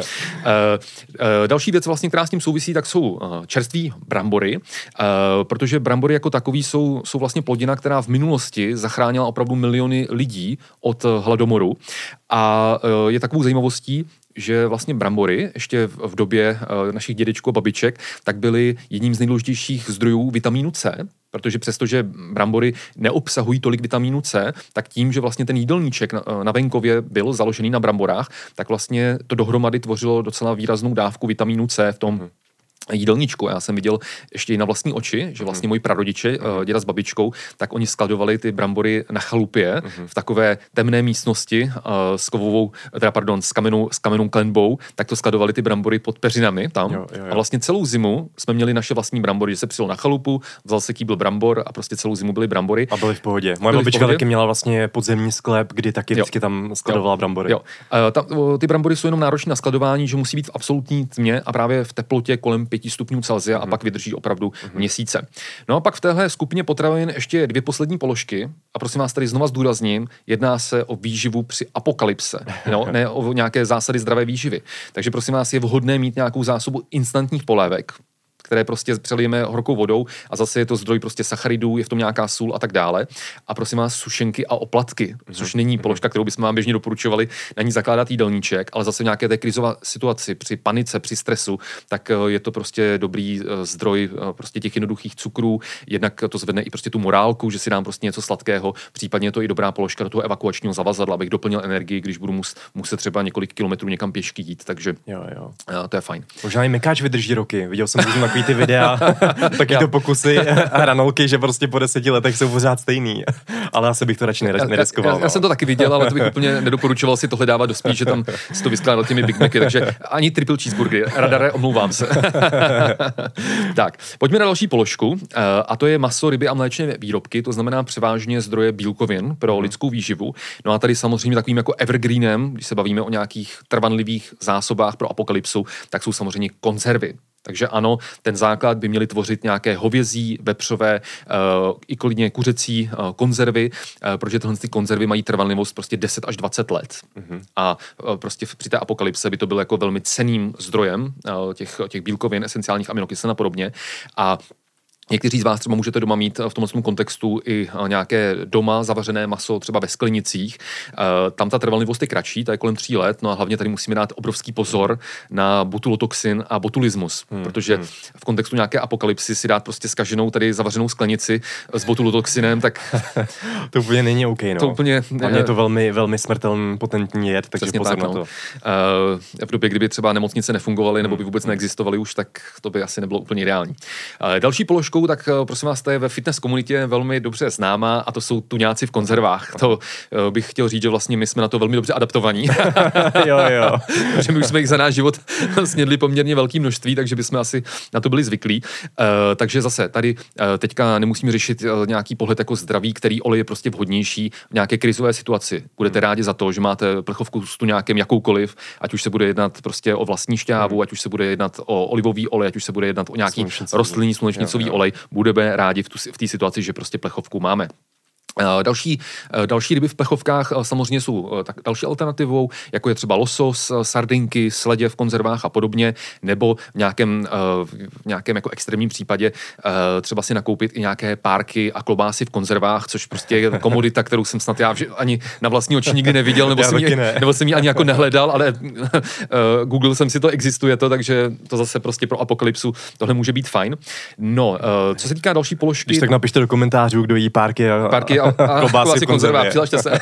uh, další věc vlastně, která s tím souvisí, tak jsou uh, čerství brambory, uh, protože brambory jako takový jsou, jsou vlastně plodina, která v minulosti zachránila opravdu miliony lidí od uh, hladomoru a uh, je takovou zajímavostí, že vlastně brambory ještě v době uh, našich dědečků a babiček tak byly jedním z nejdůležitějších zdrojů vitamínu C, protože přestože brambory neobsahují tolik vitamínu C, tak tím, že vlastně ten jídelníček na, na venkově byl založený na bramborách, tak vlastně to dohromady tvořilo docela výraznou dávku vitamínu C v tom jídelníčku. Já jsem viděl ještě i na vlastní oči, že vlastně moji prarodiče, uh, děda s babičkou, tak oni skladovali ty brambory na chalupě uh-huh. v takové temné místnosti uh, s kovovou, teda pardon, s kamenou, s kamennou klenbou, tak to skladovali ty brambory pod peřinami tam. Jo, jo, jo. A vlastně celou zimu jsme měli naše vlastní brambory, že se přijel na chalupu, vzal se kýbl brambor a prostě celou zimu byly brambory. A byly v pohodě. Moje babička taky měla vlastně podzemní sklep, kdy taky vždycky tam skladovala jo. brambory. Jo. Uh, ta, uh, ty brambory jsou jenom náročné na skladování, že musí být v absolutní tmě a právě v teplotě kolem pěti stupňů Celsia a pak vydrží opravdu mm-hmm. měsíce. No a pak v téhle skupině potravin ještě dvě poslední položky a prosím vás tady znova zdůrazním, jedná se o výživu při apokalypse, no, ne o nějaké zásady zdravé výživy. Takže prosím vás je vhodné mít nějakou zásobu instantních polévek, které prostě přelijeme horkou vodou a zase je to zdroj prostě sacharidů, je v tom nějaká sůl a tak dále. A prosím vás sušenky a oplatky, mm-hmm. což není položka, kterou bychom vám běžně doporučovali na ní zakládat jídelníček, ale zase v nějaké té krizové situaci, při panice, při stresu, tak je to prostě dobrý zdroj prostě těch jednoduchých cukrů. Jednak to zvedne i prostě tu morálku, že si dám prostě něco sladkého, případně je to i dobrá položka do toho evakuačního zavazadla, abych doplnil energii, když budu mus, muset třeba několik kilometrů někam pěšky jít, takže jo, jo. to je fajn. Možná i mekáč vydrží roky. Viděl jsem takový ty videa, taky to pokusy hranolky, že prostě po deseti letech jsou pořád stejný. Ale asi bych to radši neriskoval. Já, já, já jsem to taky viděl, ale to bych úplně nedoporučoval si tohle dávat do spíš, že tam si to vyskládal těmi Big Macy, takže ani triple cheeseburgery. Radare, omlouvám se. Tak, pojďme na další položku, a to je maso, ryby a mléčné výrobky, to znamená převážně zdroje bílkovin pro lidskou výživu. No a tady samozřejmě takovým jako evergreenem, když se bavíme o nějakých trvanlivých zásobách pro apokalypsu, tak jsou samozřejmě konzervy. Takže ano, ten základ by měly tvořit nějaké hovězí, vepřové, uh, i klidně kuřecí uh, konzervy, uh, protože tyhle ty konzervy mají trvanlivost prostě deset až dvacet let. Mm-hmm. A uh, prostě při té apokalypse by to byl jako velmi cenným zdrojem uh, těch, těch bílkovin, esenciálních aminokyselin a podobně. A někteří z vás třeba můžete doma mít v tomhle kontextu i nějaké doma zavařené maso, třeba ve sklenicích. Tam ta trvanlivost je kratší, to je kolem tří let, no a hlavně tady musíme dát obrovský pozor na botulotoxin a botulismus, hmm, protože hmm. v kontextu nějaké apokalypsy si dát prostě zkaženou tady zavařenou sklenici s botulotoxinem, tak to úplně není OK, no. To úplně je to velmi, velmi smrtelný potentní jed, takže pozor tak, na to. No. V době, kdyby třeba nemocnice nefungovaly nebo by vůbec neexistovaly už, tak to by asi nebylo úplně ideální. Další položka, tak prosím vás, to je ve fitness komunitě velmi dobře známá a to jsou tuňáci v konzervách. To bych chtěl říct, že vlastně my jsme na to velmi dobře adaptovaní. jo, jo. Protože my už jsme jich za náš život snědli poměrně velké množství, takže bychom asi na to byli zvyklí. Uh, takže zase tady uh, teďka nemusíme řešit uh, nějaký pohled jako zdravý, který olej je prostě vhodnější v nějaké krizové situaci. Budete rádi za to, že máte plechovku s tuňákem jakoukoliv, ať už se bude jednat prostě o vlastní šťávu, ať už se bude jednat o olivový olej, ať už se bude jednat o nějaký rostlinný slunečnicový olej. Budeme rádi v, tu, v té situaci, že prostě plechovku máme. Další, další ryby v plechovkách samozřejmě jsou tak další alternativou, jako je třeba losos, sardinky, sledě v konzervách a podobně, nebo v nějakém, v nějakém jako extrémním případě třeba si nakoupit i nějaké párky a klobásy v konzervách, což prostě je komodita, kterou jsem snad já ani na vlastní oči nikdy neviděl, nebo, jsem ji, nebo jsem ji ani jako nehledal, ale Google jsem si to, existuje to, takže to zase prostě pro apokalypsu tohle může být fajn. No, co se týká další položky... Když tak napište do komentářů, kdo jí párky a... Párky a a klobásy v konzervách, přihlašte se.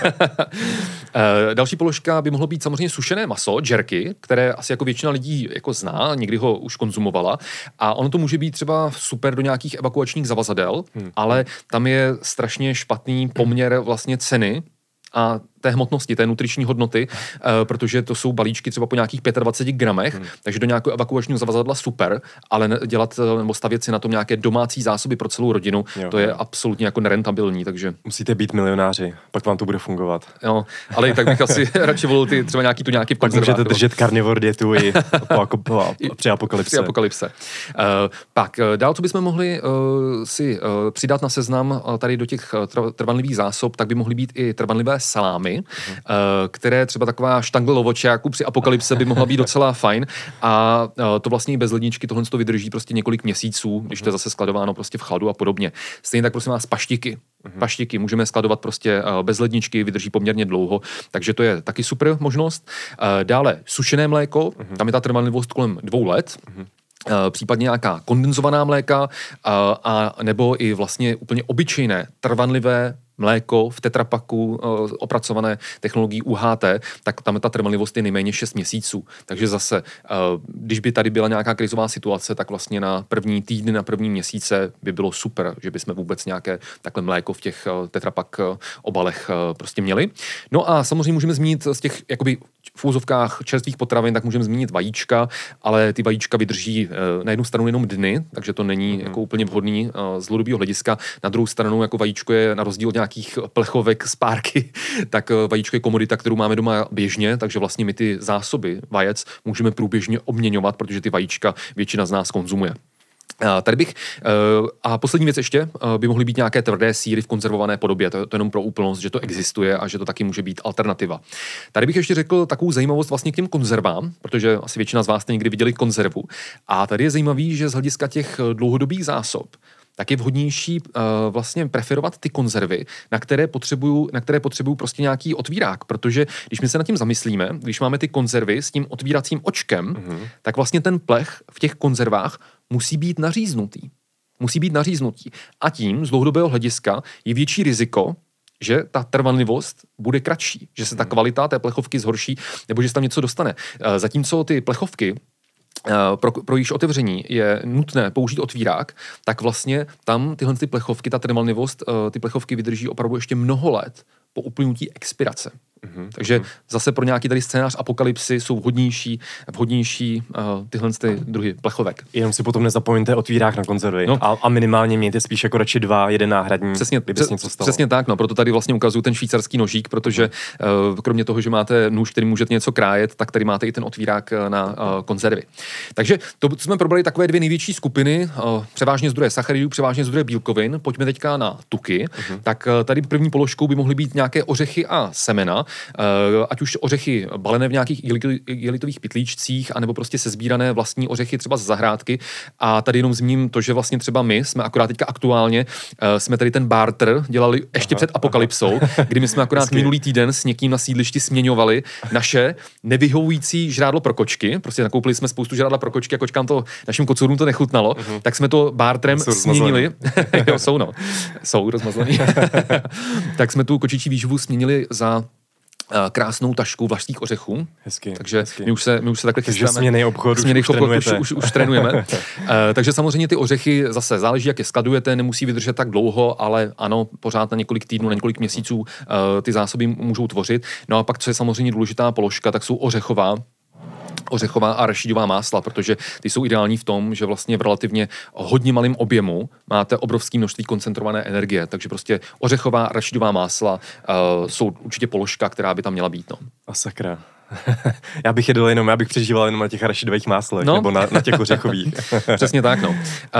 Další položka by mohlo být samozřejmě sušené maso, jerky, které asi jako většina lidí jako zná, někdy ho už konzumovala. A ono to může být třeba super do nějakých evakuačních zavazadel, hmm. ale tam je strašně špatný poměr vlastně ceny a té hmotnosti, té nutriční hodnoty, uh, protože to jsou balíčky třeba po nějakých dvaceti pěti gramech, hmm. takže do nějakého evakuačního zavazadla super, ale dělat nebo stavět si na tom nějaké domácí zásoby pro celou rodinu, jo, to je jo. absolutně jako nerentabilní, takže... Musíte být milionáři, pak vám to bude fungovat. Jo, ale i tak bych asi radši volil ty třeba nějaký tu nějaký pak můžete držet carnivore dietu i po, po, po, při apokalypse. Při apokalypse. Uh, pak dál, co bychom mohli uh, si uh, přidat na seznam uh, tady do těch uh, trvanlivých zásob, tak by mohly být i trvanlivé salámy, Uh, které třeba taková štangl lovočáku při apokalypse by mohla být docela fajn a uh, to vlastně i bez ledničky tohle to vydrží prostě několik měsíců, když to je zase skladováno prostě v chladu a podobně. Stejně tak prosím vás paštiky. Paštiky můžeme skladovat prostě uh, bez ledničky, vydrží poměrně dlouho, takže to je taky super možnost. Uh, dále sušené mléko, tam je ta trvanlivost kolem dvou let. Uh, případně nějaká kondenzovaná mléka uh, a nebo i vlastně úplně obyčejné trvanlivé mléko v tetrapaku uh, opracované technologií U H T, tak tam ta trvanlivost je nejméně šest měsíců. Takže zase, uh, když by tady byla nějaká krizová situace, tak vlastně na první týdny, na první měsíce by bylo super, že bychom vůbec nějaké takhle mléko v těch uh, tetrapak uh, obalech uh, prostě měli. No a samozřejmě můžeme zmínit z těch jakoby v úzovkách čerstvých potravin, tak můžeme zmínit vajíčka, ale ty vajíčka vydrží uh, na jednu stranu jenom dny, takže to není mm. jako úplně vhodný uh, z dlouhodobého hlediska. Na druhou stranu jako vajíčko je na rozdíl od nějakých plechovek z párky, tak vajíčko je komodita, kterou máme doma běžně, takže vlastně my ty zásoby vajec můžeme průběžně obměňovat, protože ty vajíčka většina z nás konzumuje. Tady bych, a poslední věc ještě, by mohly být nějaké tvrdé sýry v konzervované podobě, to je to jenom pro úplnost, že to existuje a že to taky může být alternativa. Tady bych ještě řekl takovou zajímavost vlastně k těm konzervám, protože asi většina z vás jste někdy viděli konzervu. A tady je zajímavý, že z hlediska těch dlouhodobých zásob tak je vhodnější uh, vlastně preferovat ty konzervy, na které potřebuju, na které potřebuju prostě nějaký otvírák, protože když my se nad tím zamyslíme, když máme ty konzervy s tím otvíracím očkem, mm-hmm. tak vlastně ten plech v těch konzervách musí být naříznutý. Musí být naříznutý. A tím z dlouhodobého hlediska je větší riziko, že ta trvanlivost bude kratší, že se ta kvalita té plechovky zhorší, nebo že se tam něco dostane. Uh, zatímco ty plechovky pro, pro již otevření je nutné použít otvírák, tak vlastně tam tyhle ty plechovky, ta trvanlivost, ty plechovky vydrží opravdu ještě mnoho let po uplynutí expirace. Mm-hmm. Takže zase pro nějaký tady scénář apokalypsy jsou vhodnější, vhodnější uh, tyhle ty druhy plechovek. Jenom si potom nezapomeňte otvírák na konzervy. No. A, a minimálně mějte spíš jako radši dva, jeden náhradní, přesně, kdyby se něco stalo. Přesně tak, no, proto tady vlastně ukazuju ten švýcarský nožík, protože uh, kromě toho, že máte nůž, který můžete něco krájet, tak tady máte i ten otvírák na uh, konzervy. Takže to jsme probrali takové dvě největší skupiny, uh, převážně zdroje sacharidů, převážně zdroje bílkovin. Pojďme teďka na tuky. Uh-huh. Tak uh, tady první položkou by mohly být nějaké ořechy a semena. Uh, ať už ořechy balené v nějakých igelitových pytlíčcích, anebo prostě sezbírané vlastní ořechy třeba z zahrádky. A tady jenom zmíním to, že vlastně třeba my jsme akorát teďka aktuálně, uh, jsme tady ten barter dělali ještě aha, před apokalypsou, aha. kdy my jsme akorát Hezky. minulý týden s někým na sídlišti směňovali naše nevyhovující žrádlo pro kočky. Prostě nakoupili jsme spoustu žrádla pro kočky a kočkám to, našim kocourům to nechutnalo, uh-huh. tak jsme to barterem směnili. Jo, jsou no. Jsou rozmazlený. Tak jsme tu kočičí výživu směnili za krásnou tašku vlašských ořechů. Hezky, takže hezky. My, už se, my už se takhle chystáme. Takže směnej obchod, směnej už, obchod už, už, už, už trénujeme. uh, takže samozřejmě ty ořechy zase záleží, jak je skladujete, nemusí vydržet tak dlouho, ale ano, pořád na několik týdnů, na několik měsíců uh, ty zásoby můžou tvořit. No a pak, co je samozřejmě důležitá položka, tak jsou ořechová ořechová a arašidová másla, protože ty jsou ideální v tom, že vlastně v relativně hodně malém objemu máte obrovské množství koncentrované energie, takže prostě ořechová a arašidová másla uh, jsou určitě položka, která by tam měla být. No. A sakra. Já bych jedl jenom, já bych přežíval jenom na těch arašidových máslech, no. nebo na, na těch ořechových. Přesně tak, no. Uh,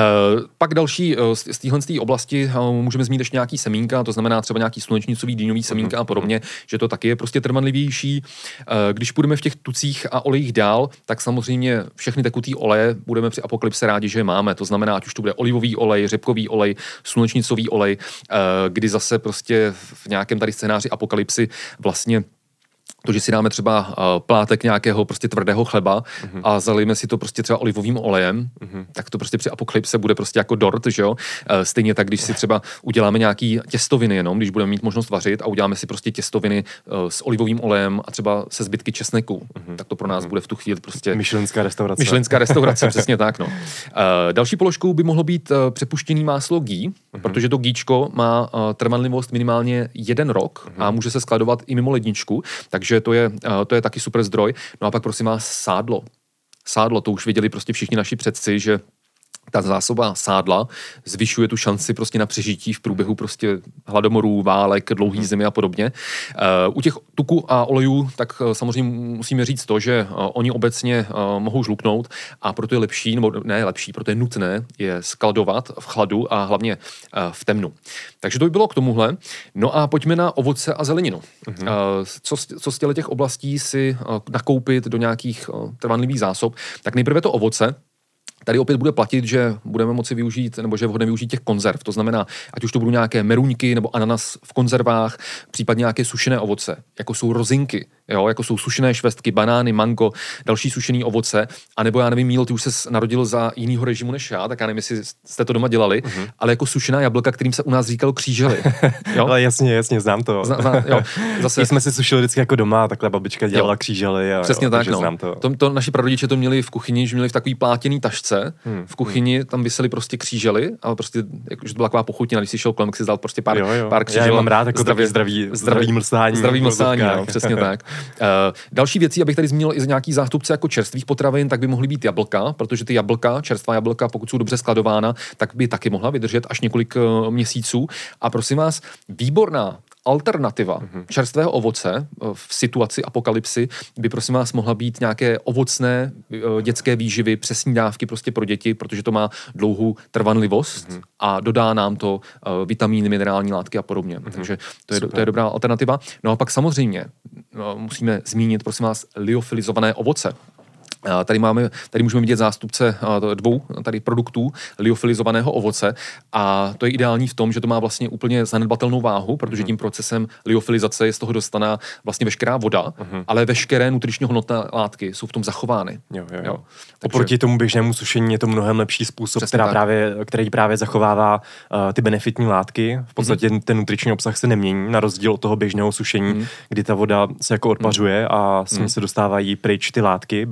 pak další uh, z téhle oblasti uh, můžeme zmínit ještě nějaký semínka, to znamená třeba nějaký slunečnicový, dýňový semínka mm-hmm. a podobně, že to taky je prostě trvanlivější. Uh, když půjdeme v těch tucích a olejích dál, tak samozřejmě všechny tekutý oleje budeme při apokalypse rádi, že je máme. To znamená, ať už to bude olivový olej, řepkový olej, slunečnicový olej, uh, kdy zase prostě v nějakém tady scénáři apokalypsy vlastně to, že si dáme třeba uh, plátek nějakého prostě tvrdého chleba mm-hmm. a zalijeme si to prostě třeba olivovým olejem, mm-hmm. tak to prostě při apokalypse bude prostě jako dort, že jo? Uh, stejně tak, když si třeba uděláme nějaký těstoviny jenom, když budeme mít možnost vařit a uděláme si prostě těstoviny uh, s olivovým olejem a třeba se zbytky česneku, mm-hmm. tak to pro nás mm-hmm. bude v tu chvíli prostě... Michelinská restaurace. Michelinská restaurace, přesně tak, no. Uh, další položkou by mohlo být uh, přepuštěný máslo ghee, mm-hmm. protože to ghíčko má uh, trvanlivost minimálně jeden rok mm-hmm. a může se skladovat i mimo ledničku, takže to je, to je taky super zdroj. No a pak prosím vás sádlo. Sádlo, to už viděli prostě všichni naši předci, že ta zásoba sádla zvyšuje tu šanci prostě na přežití v průběhu prostě hladomorů, válek, dlouhý zimy a podobně. Uh, u těch tuků a olejů tak uh, samozřejmě musíme říct to, že uh, oni obecně uh, mohou žluknout a proto je lepší, nebo ne lepší, proto je nutné je skladovat v chladu a hlavně uh, v temnu. Takže to by bylo k tomuhle. No a pojďme na ovoce a zeleninu. Uh-huh. Uh, co, co z těch oblastí si uh, nakoupit do nějakých uh, trvanlivých zásob, tak nejprve to ovoce. Tady opět bude platit, že budeme moci využít, nebo že je vhodné využít těch konzerv. To znamená, ať už to budou nějaké meruňky nebo ananas v konzervách, případně nějaké sušené ovoce, jako jsou rozinky, jo, jako jsou sušené švestky, banány, mango, další sušené ovoce, anebo já nevím, Mílo, ty už ses narodil za jinýho režimu než já, tak já nevím, jestli jste to doma dělali, uh-huh. ale jako sušená jablka, kterým se u nás říkalo křížely. Jo? Ale jasně, jasně, znám to. Zna, zna, jo. Zase... My jsme si sušili vždycky jako doma, takhle babička dělala křížely. A, přesně jo, tak, no. Znám to. To, to naši prarodiče to měli v kuchyni, že měli v takový plátěný tašce. Hmm. V kuchyni tam visely prostě křížely, ale prostě, jakože to byla taková pochutina, když si šel kolem, tak si dal prostě pár, jo, jo. pár křížel. Já mám rád jako zdravý, zdravý, zdravý mlsání. Zdravý mlsání, no, přesně tak. Uh, další věcí, abych tady zmínil i z nějaký zástupce jako čerstvých potravin, tak by mohly být jablka, protože ty jablka, čerstvá jablka, pokud jsou dobře skladována, tak by taky mohla vydržet až několik uh, měsíců. A prosím vás, výborná alternativa mm-hmm. čerstvého ovoce v situaci apokalypsy by prosím vás mohla být nějaké ovocné dětské výživy, přesní dávky prostě pro děti, protože to má dlouhou trvanlivost mm-hmm. a dodá nám to uh, vitamíny, minerální látky a podobně. Mm-hmm. Takže to je, to je dobrá alternativa. No a pak samozřejmě no, musíme zmínit, prosím vás, liofilizované ovoce. Tady máme, tady můžeme vidět zástupce dvou tady produktů liofilizovaného ovoce a to je ideální v tom, že to má vlastně úplně zanedbatelnou váhu, protože tím procesem liofilizace je z toho dostaná vlastně veškerá voda, uh-huh. ale veškeré nutričně hodnotné látky jsou v tom zachovány. Jo, jo, jo. Takže... Oproti tomu běžnému sušení je to mnohem lepší způsob, která právě, který právě zachovává uh, ty benefitní látky. V podstatě uh-huh. ten nutriční obsah se nemění, na rozdíl od toho běžného sušení, uh-huh. kdy ta voda se jako odpařuje uh-huh. a s ní uh-huh. se dostávají pryč ty látky benefitní.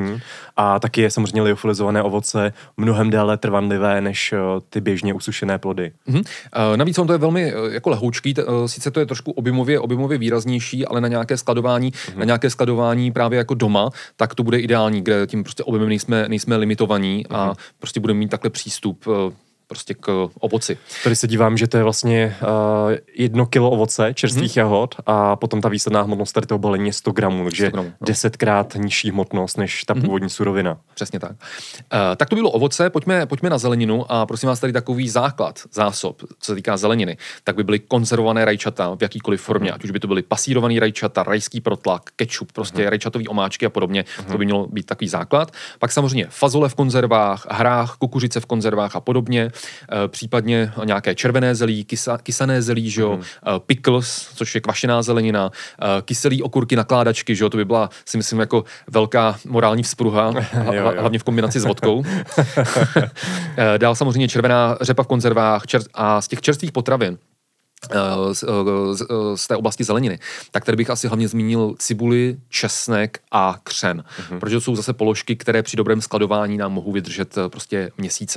kvalitní a taky je samozřejmě liofilizované ovoce mnohem déle trvanlivé než ty běžně usušené plody. Mm-hmm. Uh, navíc on to je velmi uh, jako lehoučký, t- uh, sice to je trošku objemově, objemově výraznější, ale na nějaké skladování, mm-hmm. na nějaké skladování právě jako doma, tak to bude ideální, kde tím prostě objemem nejsme, nejsme limitovaní mm-hmm. a prostě budeme mít takhle přístup uh, prostě k ovoci. Tady se dívám, že to je vlastně uh, jedno kilo ovoce, čerstvých hmm. jahod a potom ta výsledná hmotnost tady toho balení je sto gramů, takže sto gramů, no. desetkrát nižší hmotnost než ta původní hmm. surovina. Přesně tak. Uh, tak to bylo ovoce, pojďme, pojďme na zeleninu a prosím vás tady takový základ zásob, co se týká zeleniny, tak by byly konzervované rajčata v jakýkoliv formě, hmm. ať už by to byly pasírovaný rajčata, rajský protlak, kečup, prostě hmm. rajčatové omáčky a podobně, hmm. to by mělo být takový základ. Pak samozřejmě fazole v konzervách, hrách, kukuřice v konzervách a podobně. Uh, případně nějaké červené zelí, kysa, kysané zelí, že jo, mm. uh, pickles, což je kvašená zelenina, uh, kyselý okurky, nakládačky, že jo, to by byla, si myslím, jako velká morální vzpruha, hla, jo, jo. hlavně v kombinaci s vodkou. uh, dál samozřejmě červená řepa v konzervách čer, a z těch čerstvých potravin, Z, z, z té oblasti zeleniny, tak tady bych asi hlavně zmínil cibuli, česnek a křen, mm-hmm. protože to jsou zase položky, které při dobrém skladování nám mohou vydržet prostě měsíce.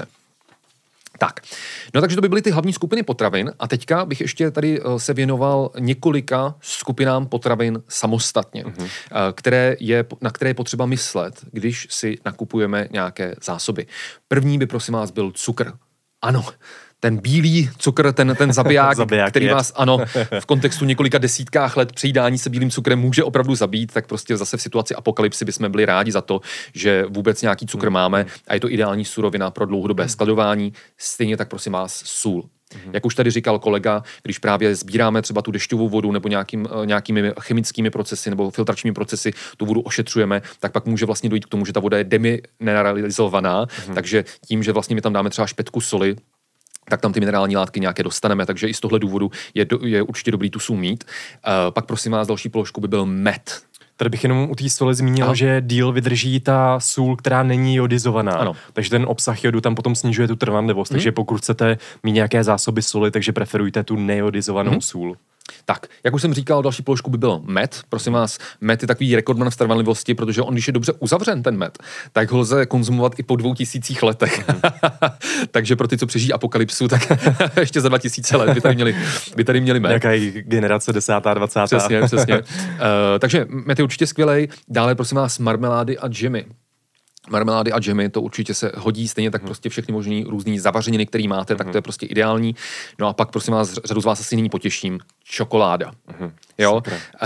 Tak, no takže to by byly ty hlavní skupiny potravin a teďka bych ještě tady se věnoval několika skupinám potravin samostatně, mm-hmm. které je, na které je potřeba myslet, když si nakupujeme nějaké zásoby. První by prosím vás byl cukr. Ano, ten bílý cukr, ten, ten zabiják, zabiják který je. vás, ano, v kontextu několika desítkách let přejídání se bílým cukrem může opravdu zabít, tak prostě zase v situaci apokalypsy bychom byli rádi za to, že vůbec nějaký cukr máme a je to ideální surovina pro dlouhodobé skladování. Stejně tak prosím vás sůl. Mm-hmm. Jak už tady říkal kolega, když právě sbíráme třeba tu dešťovou vodu nebo nějakým, nějakými chemickými procesy nebo filtračními procesy, tu vodu ošetřujeme, tak pak může vlastně dojít k tomu, že ta voda je demineralizovaná, mm-hmm. takže tím, že vlastně my tam dáme třeba špetku soli, tak tam ty minerální látky nějaké dostaneme, takže i z tohle důvodu je, do, je určitě dobrý tu sůl mít. Uh, pak prosím vás, další položku by byl med. Tady bych jenom u té soli zmínil, Aha. že díl vydrží ta sůl, která není jodizovaná. Ano. Takže ten obsah jodu tam potom snižuje tu trvanlivost. Hmm. Takže pokud chcete mít nějaké zásoby soli, takže preferujte tu nejodizovanou hmm. sůl. Tak, jak už jsem říkal, další položku by byl med. Prosím vás, med je takový rekordman v trvanlivosti, protože on, když je dobře uzavřen ten med, tak ho lze konzumovat i po dvou tisících letech. Mm. Takže pro ty, co přežijí apokalypsu, tak ještě za dva tisíce let by tady měli, by tady měli med. Nějaká generace desátá, dvacátá. Přesně, přesně. Uh, takže med je určitě skvělej. Dále, prosím vás, marmelády a džemy. Marmelády a džemy, to určitě se hodí, stejně tak prostě všechny možný různý zavařeniny, který máte, tak to je prostě ideální. No a pak prosím vás, řadu z vás asi nyní potěším, čokoláda. Mm-hmm. Jo?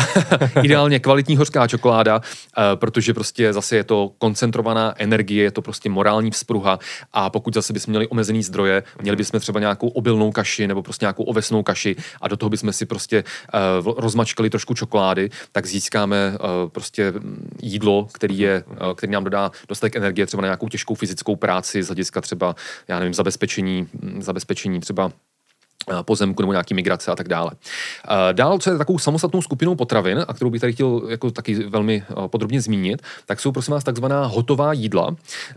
Ideálně kvalitní hořká čokoláda, uh, protože prostě zase je to koncentrovaná energie, je to prostě morální vzpruha a pokud zase bychom měli omezený zdroje, měli bychom třeba nějakou obilnou kaši nebo prostě nějakou ovesnou kaši a do toho bychom si prostě uh, rozmačkali trošku čokolády, tak získáme uh, prostě jídlo, který, je, uh, který nám dodá dostatek energie třeba na nějakou těžkou fyzickou práci z hlediska třeba, já nevím, zabezpečení, zabezpečení třeba pozemku nebo nějaký migrace a tak dále. Dál, co je takovou samostatnou skupinou potravin, a kterou bych tady chtěl jako taky velmi podrobně zmínit, tak jsou prosím vás takzvaná hotová jídla,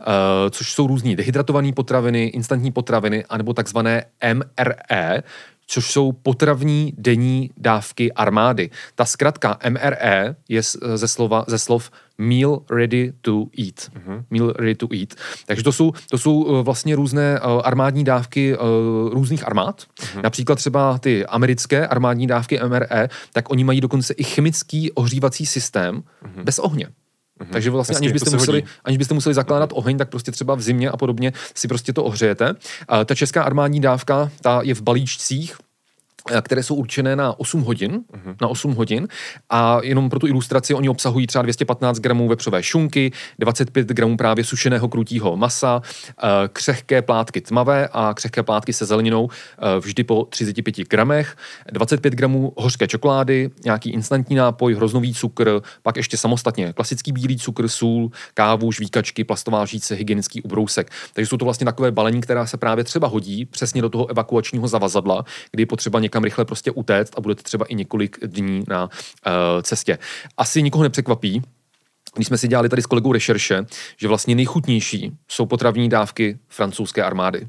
což jsou různý dehydratované potraviny, instantní potraviny, anebo takzvané M R E, což jsou potravní denní dávky armády. Ta zkratka M R E je ze, slova, ze slov Meal Ready to Eat. Mm-hmm. Meal Ready to Eat. Takže to jsou, to jsou vlastně různé uh, armádní dávky uh, různých armád. Mm-hmm. Například třeba ty americké armádní dávky M R E, tak oni mají dokonce i chemický ohřívací systém mm-hmm. bez ohně. Mm-hmm. Takže vlastně aniž byste, museli, aniž byste museli zakládat mm-hmm. oheň, tak prostě třeba v zimě a podobně si prostě to ohřejete. Uh, ta česká armádní dávka, ta je v balíčcích, které jsou určené na osm hodin, uh-huh. na osm hodin a jenom pro tu ilustraci oni obsahují třeba dvě stě patnáct gramů vepřové šunky, dvacet pět gramů právě sušeného krutího masa, křehké plátky tmavé a křehké plátky se zeleninou vždy po třicet pět gramech, dvacet pět gramů hořké čokolády, nějaký instantní nápoj, hroznový cukr, pak ještě samostatně klasický bílý cukr, sůl, kávu, žvíkačky, plastová lžíce, hygienický ubrousek. Takže jsou to vlastně takové balení, která se právě třeba hodí přesně do toho evakuačního zavazadla, kdy potřeba někam rychle prostě utéct a budete třeba i několik dní na uh, cestě. Asi nikoho nepřekvapí, když jsme si dělali tady s kolegou rešerše, že vlastně nejchutnější jsou potravní dávky francouzské armády.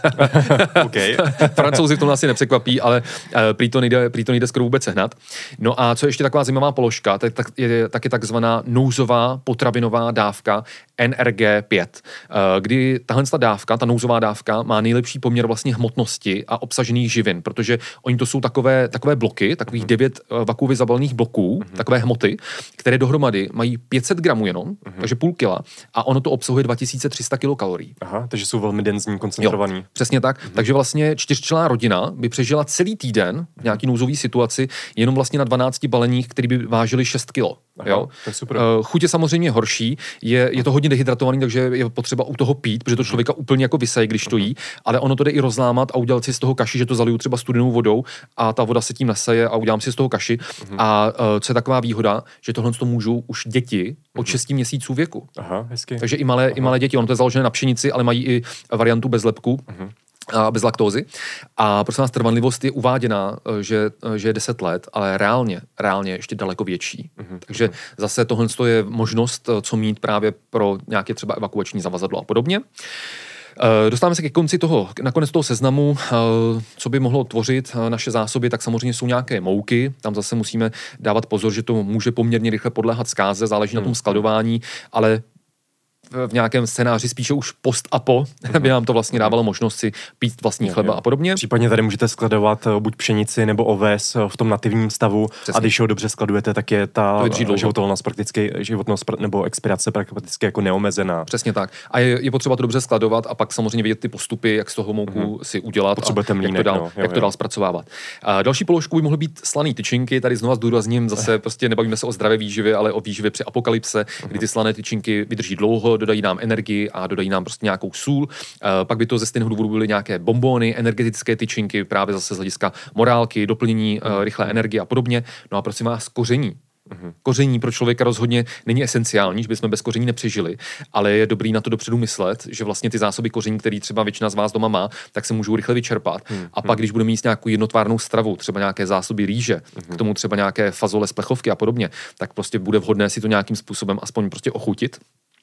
Okay. Francouzi to asi nepřekvapí, ale uh, prý to nejde, prý to nejde skoro vůbec sehnat. No a co je ještě taková zajímavá položka, tak, tak, je, tak je takzvaná nouzová potravinová dávka N R G pět, uh, kdy tahle dávka, ta nouzová dávka má nejlepší poměr vlastně hmotnosti a obsažených živin, protože oni to jsou takové, takové bloky, takových devět uh, vakuově zabalených bloků, mm-hmm. takové hmoty, které dohromady mají pět set gramů jenom, mm-hmm. takže půl kila, a ono to obsahuje dva tisíce tři sta kilokalorií. Aha, takže jsou velmi denzní, koncentrovaný. Jo, přesně tak. Mm-hmm. Takže vlastně čtyřčlenná rodina by přežila celý týden v nějaký nouzový situaci jenom vlastně na dvanácti baleních, které by vážily šest kilo. Aha, jo? To je super. Uh, chuť je samozřejmě horší, je, je to hodně dehydratovaný, takže je potřeba u toho pít, protože to člověka úplně jako vysaje, když to jí, ale ono to jde i rozlámat a udělat si z toho kaši, že to zaliju třeba studenou vodou a ta voda se tím nasaje a udělám si z toho kaši. Mm-hmm. A uh, co je taková výhoda, že tohle to můžou už děti od šesti měsíců věku. Aha, hezky. Takže i malé, i malé děti, ono to je založené na pšenici, ale mají i variantu bez lepku. Mm-hmm. A bez laktózy. A prosím vás, trvanlivost je uváděná, že, že je deset let, ale reálně, reálně ještě daleko větší. Mm-hmm. Takže zase tohle je možnost, co mít právě pro nějaké třeba evakuační zavazadlo a podobně. Dostáváme se ke konci toho, nakonec toho seznamu, co by mohlo tvořit naše zásoby, tak samozřejmě jsou nějaké mouky. Tam zase musíme dávat pozor, že to může poměrně rychle podléhat zkáze, záleží mm-hmm. na tom skladování, ale v nějakém scénáři spíše už post a po, mm-hmm. by nám to vlastně dávalo možnost si pít vlastní chleba a podobně. Případně tady můžete skladovat buď pšenici nebo oves v tom nativním stavu. Přesně. A když ho dobře skladujete, tak je ta životnost prakticky, životnost nebo expirace prakticky jako neomezená. Přesně tak. A je, je potřeba to dobře skladovat a pak samozřejmě vidět ty postupy, jak z toho mouku mm-hmm. si udělat potřebujete a mlínek, jak to dál, no. jo, jak to dál zpracovávat. A další položkou by mohly být slané tyčinky, tady znova zdůrazním, zase prostě nebavíme se o zdravé výživě, ale o výživě při apokalypse, mm-hmm. kdy ty slané tyčinky vydrží dlouho, dodají nám energii a dodají nám prostě nějakou sůl. Uh, pak by to ze stejného důvodu byly nějaké bonbony, energetické tyčinky, právě zase z hlediska morálky, doplnění uh, rychlé energie a podobně. No a prosím vás, koření. Mm-hmm. Koření pro člověka rozhodně není esenciální, že bychom bez koření nepřežili, ale je dobrý na to dopředu myslet, že vlastně ty zásoby koření, které třeba většina z vás doma má, tak se můžou rychle vyčerpat. Mm-hmm. A pak, když budeme mít nějakou jednotvárnou stravu, třeba nějaké zásoby rýže, mm-hmm. k tomu třeba nějaké fazole z plechovky a podobně, tak prostě bude vhodné si to nějakým způsobem aspoň prostě ochutit.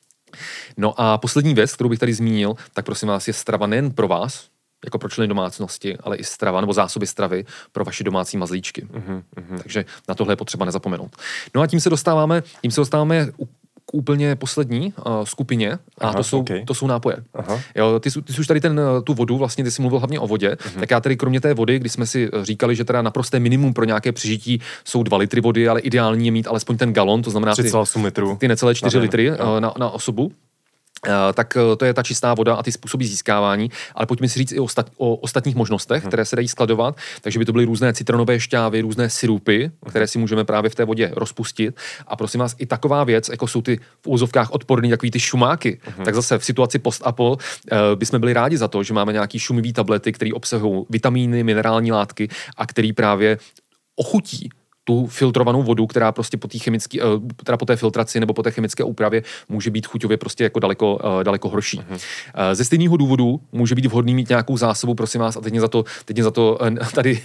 No a poslední věc, kterou bych tady zmínil, tak prosím vás, je strava nejen pro vás, jako pro členy domácnosti, ale i strava nebo zásoby stravy pro vaše domácí mazlíčky. Uh-huh, uh-huh. Takže na tohle je potřeba nezapomenout. No a tím se dostáváme, tím se dostáváme k úplně poslední uh, skupině a Aha, to, jsou, okay. to jsou nápoje. Aha. Jo, ty, ty jsi už tady ten, tu vodu, vlastně ty jsi mluvil hlavně o vodě, uh-huh. tak já tady kromě té vody, když jsme si říkali, že teda naprosté minimum pro nějaké přežití jsou dva litry vody, ale ideální je mít alespoň ten galon, to znamená ty, ty necelé čtyři litry uh, na, na osobu. Uh, tak uh, to je ta čistá voda a ty způsoby získávání, ale pojďme si říct i o, stat, o ostatních možnostech, hmm. které se dají skladovat, takže by to byly různé citronové šťávy, různé sirupy, hmm. které si můžeme právě v té vodě rozpustit a prosím vás, i taková věc, jako jsou ty v úzovkách odporný, takový ty šumáky, hmm. tak zase v situaci post-apo uh, bychom byli rádi za to, že máme nějaký šumivý tablety, které obsahují vitamíny, minerální látky a který právě ochutí tu filtrovanou vodu, která prostě po té chemické, teda po té filtraci nebo po té chemické úpravě může být chuťově prostě jako daleko, daleko horší. Uh-huh. Ze stejného důvodu může být vhodný mít nějakou zásobu, prosím vás, a teď mě za to, teď mě za to tady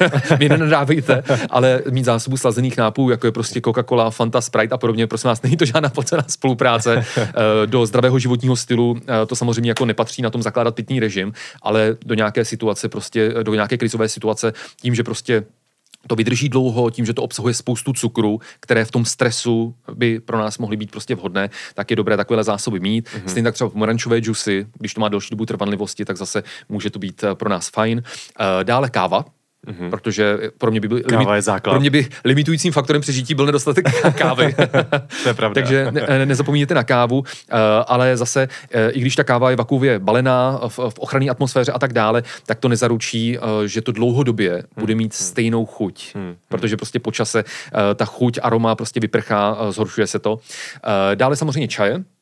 mě nenadávejte, ale mít zásobu slazených nápojů, jako je prostě Coca-Cola, Fanta, Sprite a podobně, prosím vás, není to žádná placená spolupráce do zdravého životního stylu, to samozřejmě jako nepatří na tom zakládat pitný režim, ale do nějaké situace prostě, do nějaké krizové situace, tím, že prostě to vydrží dlouho, tím, že to obsahuje spoustu cukru, které v tom stresu by pro nás mohly být prostě vhodné, tak je dobré takové zásoby mít. Mm-hmm. Stejně tak třeba pomarančové džusy, když to má delší dobu trvanlivosti, tak zase může to být pro nás fajn. Dále káva. Mm-hmm. Protože pro mě by byl limit, pro mě by limitujícím faktorem přežití byl nedostatek kávy. To je pravda. Takže ne, nezapomínejte na kávu, ale zase, i když ta káva je vakuově balená v, v ochranné atmosféře a tak dále, tak to nezaručí, že to dlouhodobě hmm. bude mít stejnou chuť. Hmm. Protože prostě po čase ta chuť, aroma prostě vyprchá, zhoršuje se to. Dále samozřejmě čaje.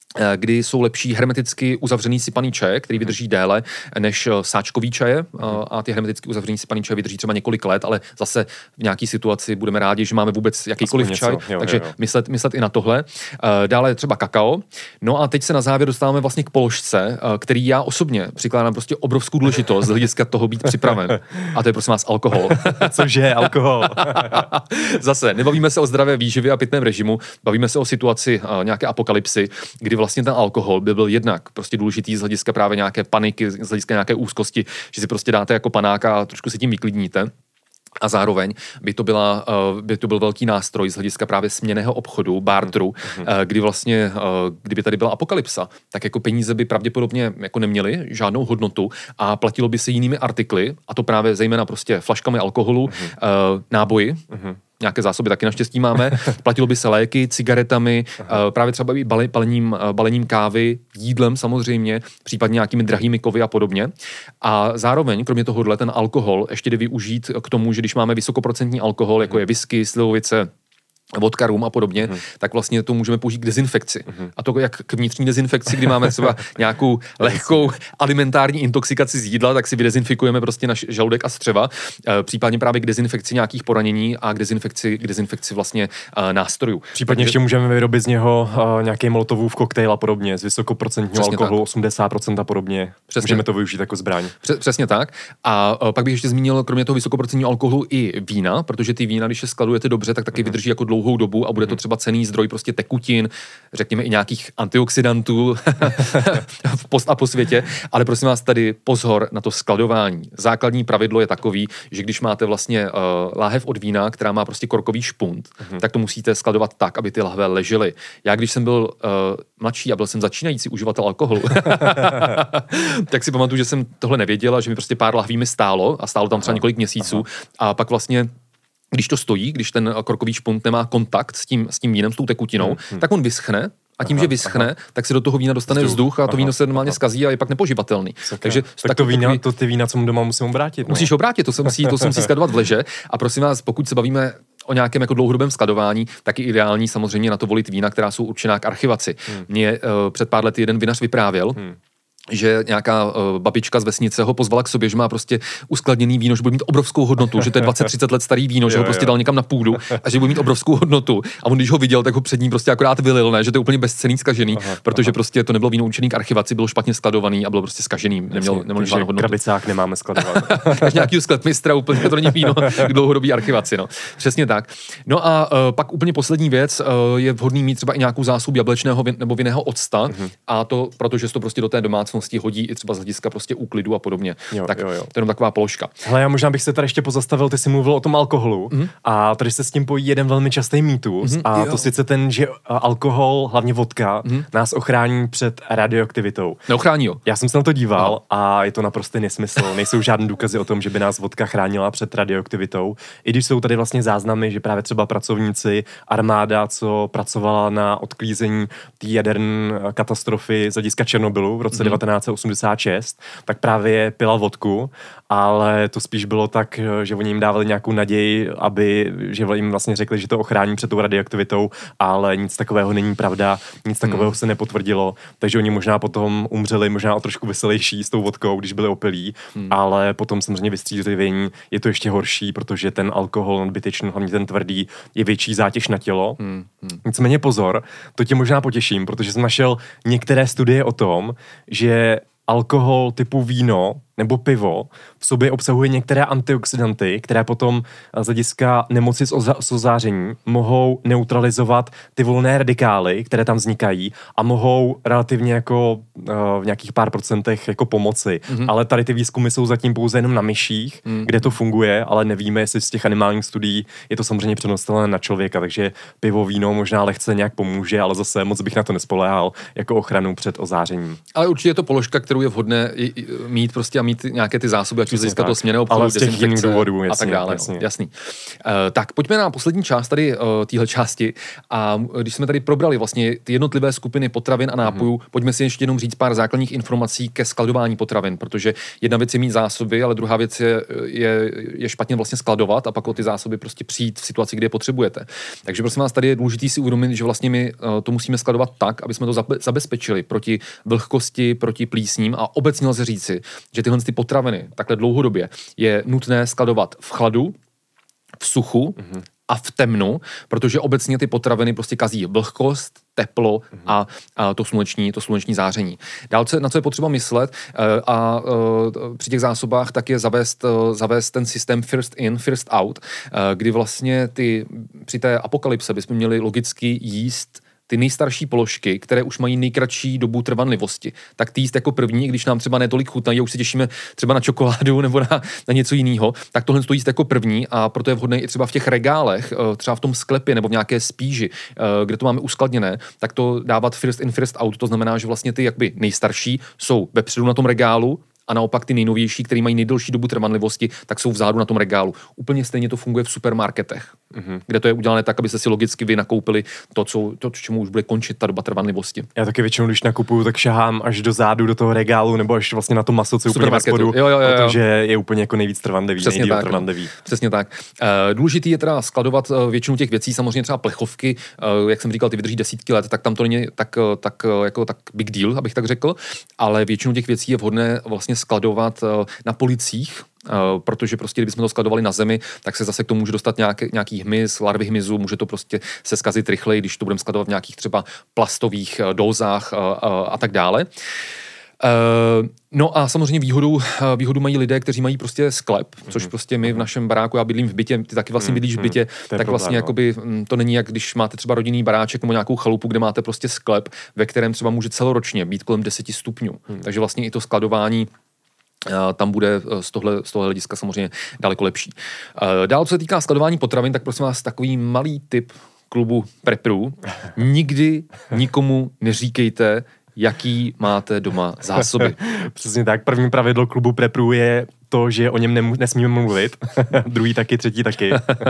kdy jsou lepší hermeticky uzavřený sypaný čaje, který vydrží déle než sáčkový čaje a ty hermeticky uzavřený sypaný čaje vydrží třeba několik let, ale zase v nějaké situaci budeme rádi, že máme vůbec jakýkoliv něco, čaj, jo, takže jo, jo. Myslet, myslet i na tohle. Dále třeba kakao. No a teď se na závěr dostáváme vlastně k položce, který já osobně přikládám prostě obrovskou důležitost z hlediska toho být připraven. A to je prosím vás alkohol. Cože alkohol? Zase, nebavíme se o zdravé výživě a pitném režimu, bavíme se o situaci uh, nějaké apokalypsy, kdy vlastně ten alkohol by byl jednak prostě důležitý z hlediska právě nějaké paniky, z hlediska nějaké úzkosti, že si prostě dáte jako panáka a trošku si tím vyklidníte. A zároveň by to, byla, by to byl velký nástroj z hlediska právě směnného obchodu, barteru, kdy vlastně, kdyby tady byla apokalypsa, tak jako peníze by pravděpodobně jako neměly žádnou hodnotu a platilo by se jinými artikly, a to právě zejména prostě flaškami alkoholu, náboji, nějaké zásoby taky naštěstí máme, platilo by se léky, cigaretami, Aha. právě třeba i balením, balením kávy, jídlem samozřejmě, případně nějakými drahými kovy a podobně. A zároveň, kromě tohohle, ten alkohol ještě jde využít k tomu, že když máme vysokoprocentní alkohol, jako je whisky, slivovice, vodka, rum a podobně, hmm. tak vlastně to můžeme použít k dezinfekci. Hmm. A to jak k vnitřní dezinfekci, kdy máme třeba nějakou lehkou alimentární intoxikaci z jídla, tak si vydezinfikujeme prostě náš žaludek a střeva, případně právě k dezinfekci nějakých poranění a k dezinfekci, k dezinfekci vlastně uh, nástrojů. Případně Takže... ještě můžeme vyrobit z něho uh, nějaký molotovův koktejl a podobně, z vysokoprocentního alkoholu, tak. osmdesát procent a podobně. Přesně. Můžeme to využít jako zbraň. Přesně tak. A uh, pak bych ještě zmínil kromě toho vysokoprocentního alkoholu i vína, protože ty vína, když je skladujete dobře, tak taky hmm. vydrží jako dlouhou dobu a bude to třeba cenný zdroj prostě tekutin, řekněme i nějakých antioxidantů v post a po světě, ale prosím vás tady pozor na to skladování. Základní pravidlo je takový, že když máte vlastně uh, láhev od vína, která má prostě korkový špunt, uh-huh. tak to musíte skladovat tak, aby ty lahve ležely. Já když jsem byl uh, mladší a byl jsem začínající uživatel alkoholu, tak si pamatuju, že jsem tohle nevěděla, že mi prostě pár lahví mi stálo a stálo tam třeba několik měsíců a pak vlastně když to stojí, když ten korkový špunt nemá kontakt s tím, s tím vínem, s tou tekutinou, hmm, hmm. tak on vyschne a tím, aha, že vyschne, aha. tak se do toho vína dostane vzduch a to aha, víno se normálně aha. zkazí a je pak nepoživatelný. Takže tak to vína, takový... to ty vína, co mu doma musím obrátit. No. Musíš obrátit, to se musí, to se musí skladovat v leže a prosím vás, pokud se bavíme o nějakém jako dlouhodobém skladování, tak je ideální samozřejmě na to volit vína, která jsou určená k archivaci. Hmm. Mě uh, před pár lety jeden vinař vyprávěl, hmm. že nějaká uh, babička z vesnice ho pozvala k sobě, že má prostě uskladněný víno, že bude mít obrovskou hodnotu, že to je dvacet třicet let starý víno, že ho prostě dal někam na půdu a že bude mít obrovskou hodnotu. A on když ho viděl, tak ho před ním prostě akorát vylil, ne, že to je úplně bezcenný, zkažený, aha, protože aha. prostě to nebylo víno určený k archivaci, bylo špatně skladovaný a bylo prostě zkažený, neměl neměl žádnou hodnotu. Krabicák nemáme skladovat. Až nějaký skladmistra, úplně to není víno k dlouhodobý archivaci, no. Přesně tak. No a uh, pak úplně poslední věc, uh, je vhodný mít třeba i nějakou zásobu jablečného vin, nebo vinného octa, mm-hmm. a to protože se to prostě do té domácnosti hodí i třeba z hlediska prostě úklidu a podobně. Jo, tak jo, jo. To je jenom taková položka. Hele, já možná bych se tady ještě pozastavil, ty jsi mluvil o tom alkoholu mm-hmm. a tady se s tím pojí jeden velmi častý mýtus mm-hmm, a jo. to sice ten, že alkohol, hlavně vodka, mm-hmm. nás ochrání před radioaktivitou. Neochrání jo. Já jsem se na to díval no. a je to naprostý nesmysl. Nejsou žádné důkazy o tom, že by nás vodka chránila před radioaktivitou. I když jsou tady vlastně záznamy, že právě třeba pracovníci armáda, co pracovala na odklízení té jaderné katastrofy z hlediska Černobylu v roce mm-hmm. devatenáct osmdesát šest, tak právě pila vodku, ale to spíš bylo tak, že oni jim dávali nějakou naději, aby, že jim vlastně řekli, že to ochrání před tou radioaktivitou, ale nic takového není pravda, nic takového hmm. se nepotvrdilo, takže oni možná potom umřeli, možná o trošku veselější s tou vodkou, když byli opilí, hmm. ale potom samozřejmě vystřízlivění je to ještě horší, protože ten alkohol nadbytečný, hlavně ten tvrdý, je větší zátěž na tělo. Hmm. Hmm. Nicméně pozor, to tě možná potěším, protože jsem našel některé studie o tom, že alkohol typu víno nebo pivo v sobě obsahuje některé antioxidanty, které potom z hlediska nemoci z, oza- z ozáření mohou neutralizovat ty volné radikály, které tam vznikají a mohou relativně jako uh, v nějakých pár procentech jako pomoci. Mm-hmm. Ale tady ty výzkumy jsou zatím pouze jenom na myších, mm-hmm. kde to funguje, ale nevíme, jestli z těch animálních studií je to samozřejmě přenositelné na člověka, takže pivo, víno možná lehce nějak pomůže, ale zase moc bych na to nespoléhal jako ochranu před ozářením. Ale určitě je to položka, kterou je vhodné mít prostě a mít nějaké ty zásoby, ať už získat to směnného obchodu, ale z těch jiných důvodů, jasný, a tak dále. Jasný. jasný. Uh, tak pojďme na poslední část tady uh, téhle části a když jsme tady probrali vlastně ty jednotlivé skupiny potravin a nápojů, mm-hmm. pojďme si ještě jenom říct pár základních informací ke skladování potravin, protože jedna věc je mít zásoby, ale druhá věc je, je, je špatně vlastně skladovat a pak o ty zásoby prostě přijít v situaci, kdy je potřebujete. Takže prosím vás, tady je důležité si uvědomit, že vlastně my uh, to musíme skladovat tak, aby jsme to zabezpečili proti vlhkosti, proti plísním a obecně lze říci, že tyhle ty potraviny takhle dlouhodobě je nutné skladovat v chladu, v suchu mm-hmm. a v temnu, protože obecně ty potraviny prostě kazí vlhkost, teplo mm-hmm. a, a to sluneční, to sluneční záření. Dálce, na co je potřeba myslet a, a při těch zásobách tak je zavést, zavést ten systém first in, first out, kdy vlastně ty při té apokalypse bychom měli logicky jíst ty nejstarší položky, které už mají nejkratší dobu trvanlivosti, tak ty jíst jako první, když nám třeba netolik chutnají a už se těšíme třeba na čokoládu nebo na, na něco jiného, tak tohle to jíst jako první a proto je vhodné i třeba v těch regálech, třeba v tom sklepě nebo v nějaké spíži, kde to máme uskladněné, tak to dávat first in, first out, to znamená, že vlastně ty jakby nejstarší jsou vepředu na tom regálu, a naopak ty nejnovější, které mají nejdelší dobu trvanlivosti, tak jsou vzadu na tom regálu. Úplně stejně to funguje v supermarketech, mm-hmm. kde to je udělané tak, abyste si logicky vy nakoupili to, co, to, čemu už bude končit ta doba trvanlivosti. Já taky většinou, když nakupuju, tak šahám až do zádu do toho regálu nebo až vlastně na to maso, co je úplně ve spodu, jo, jo, jo, jo. protože je úplně jako nejvíc trvanlivý, Přesně tak, trvanlivý. No. Přesně tak. Uh, důležitý je teda skladovat uh, většinu těch věcí, samozřejmě třeba plechovky, uh, jak jsem říkal, ty vydrží desítky let, tak tam to není tak, tak, jako tak big deal, abych tak řekl, ale většinu těch věcí je vhodné vlastně skladovat uh, na policích, Uh, protože prostě, kdybychom to skladovali na zemi, tak se zase k tomu může dostat nějaký, nějaký hmyz, larvy hmyzu, může to prostě se zkazit rychleji, když to budeme skladovat v nějakých třeba plastových uh, dózách uh, uh, a tak dále. Uh, no a samozřejmě výhodu, výhodu mají lidé, kteří mají prostě sklep, mm-hmm. což prostě my v našem baráku, já bydlím v bytě, ty taky vlastně bydlíš v bytě, mm-hmm. tak vlastně problém, jakoby, to není jak když máte třeba rodinný baráček nebo nějakou chalupu, kde máte prostě sklep, ve kterém třeba může celoročně být kolem deset stupňů. Mm. Takže vlastně i to skladování tam bude z tohle, z tohle hlediska samozřejmě daleko lepší. Dál, co se týká skladování potravin, tak prosím vás takový malý tip klubu preprů. Nikdy nikomu neříkejte, jaký máte doma zásoby. Přesně tak. První pravidlo klubu preprů je to, že o něm nemů- nesmíme mluvit. Druhý taky, třetí taky.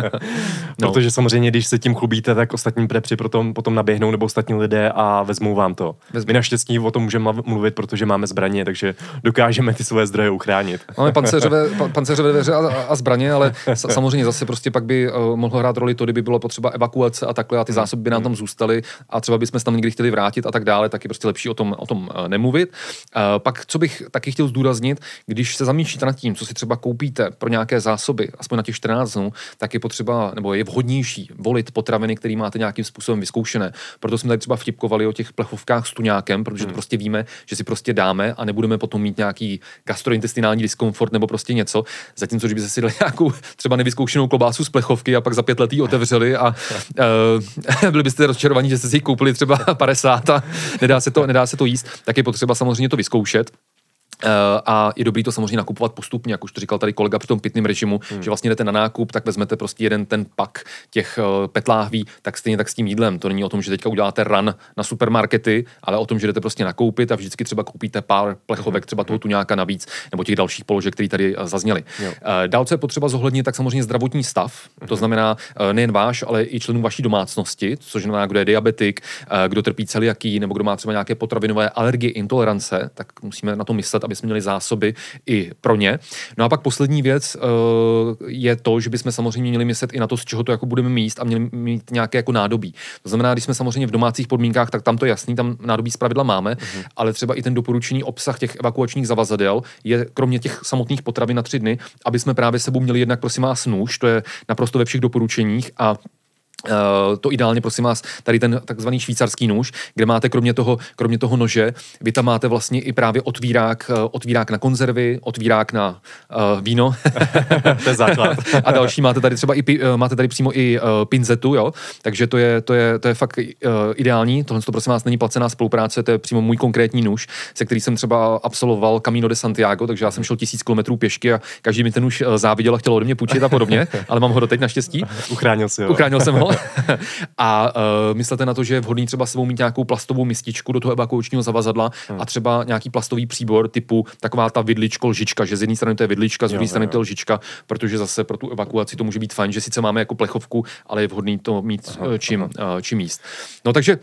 no. Protože samozřejmě, když se tím chlubíte, tak ostatní prepři potom, potom naběhnou nebo ostatní lidé a vezmou vám to. Vezmou. My naštěstí o tom můžeme mluvit, protože máme zbraně, takže dokážeme ty své zdroje uchránit. Máme panceřové, panceřové dveře a, a zbraně, ale s- samozřejmě zase prostě pak by uh, mohlo hrát roli to, kdyby bylo potřeba evakuace a takhle a ty zásoby by nám tam zůstaly a třeba bychom se tam někdy chtěli vrátit a tak dále, tak je prostě lepší o tom, o tom uh, nemluvit. Uh, pak, co bych taky chtěl zdůraznit, když se zamýšlíte nad tím, co si třeba koupíte pro nějaké zásoby, aspoň na těch čtrnáct dnů, tak je potřeba, nebo je vhodnější volit potraviny, které máte nějakým způsobem vyzkoušené. Proto jsme tady třeba vtipkovali o těch plechovkách s tuňákem, protože hmm. to prostě víme, že si prostě dáme a nebudeme potom mít nějaký gastrointestinální diskomfort nebo prostě něco. Zatímco, že by si dali nějakou třeba nevyzkoušenou klobásu z plechovky a pak za pět let ji otevřeli a uh, byli byste rozčarovaní, že jste si ji koupili třeba padesát a nedá se to, nedá se to jíst, tak je potřeba samozřejmě to vyzkoušet. Uh, a je dobrý to samozřejmě nakupovat postupně, jak už to říkal tady kolega při tom pitném režimu, hmm. že vlastně jdete na nákup, tak vezmete prostě jeden ten pak těch uh, petláhví, tak stejně tak s tím jídlem. To není o tom, že teďka uděláte run na supermarkety, ale o tom, že jdete prostě nakoupit a vždycky třeba koupíte pár plechovek, třeba toho tuňáka navíc, nebo těch dalších položek, které tady uh, zazněly. Uh, dál, co je potřeba zohlednit, tak samozřejmě zdravotní stav. Hmm. To znamená uh, nejen váš, ale i členů vaší domácnosti, což znamená, kdo je diabetik, uh, kdo trpí celiakii, nebo kdo má třeba nějaké potravinové alergie, intolerance, tak musíme na to myslet, aby jsme měli zásoby i pro ně. No a pak poslední věc uh, je to, že bychom samozřejmě měli myslet i na to, z čeho to jako budeme míst a měli mít nějaké jako nádobí. To znamená, když jsme samozřejmě v domácích podmínkách, tak tam to jasný, tam nádobí zpravidla máme, uh-huh. ale třeba i ten doporučený obsah těch evakuačních zavazadel je kromě těch samotných potravin na tři dny, aby jsme právě sebou měli jednak prosím vás nůž, to je naprosto ve všech doporučeních a Uh, to ideálně, prosím vás, tady ten takzvaný švýcarský nůž, kde máte kromě toho, kromě toho nože, vy tam máte vlastně i právě otvírák, uh, otvírák na konzervy, otvírák na uh, víno. To je základ. A další máte tady třeba i, uh, máte tady přímo i uh, pinzetu, jo, takže to je, to je, to je fakt uh, ideální. Tohle to, prosím vás, není placená spolupráce, to je přímo můj konkrétní nůž, se který jsem třeba absolvoval Camino de Santiago, takže já jsem šel tisíc kilometrů pěšky a každý mi ten nůž záviděl a chtěl ode mě půjčit a podobně, ale mám ho doteď naštěstí. Uchránil si ho. Uchránil jsem ho. A uh, myslete na to, že je vhodný třeba sebou mít nějakou plastovou mističku do toho evakuačního zavazadla hmm. a třeba nějaký plastový příbor typu taková ta vidličko, lžička, že z jedné strany to je vidlička, z druhé strany to je lžička, protože zase pro tu evakuaci to může být fajn, že sice máme jako plechovku, ale je vhodný to mít aha, čím, aha. čím jíst. No takže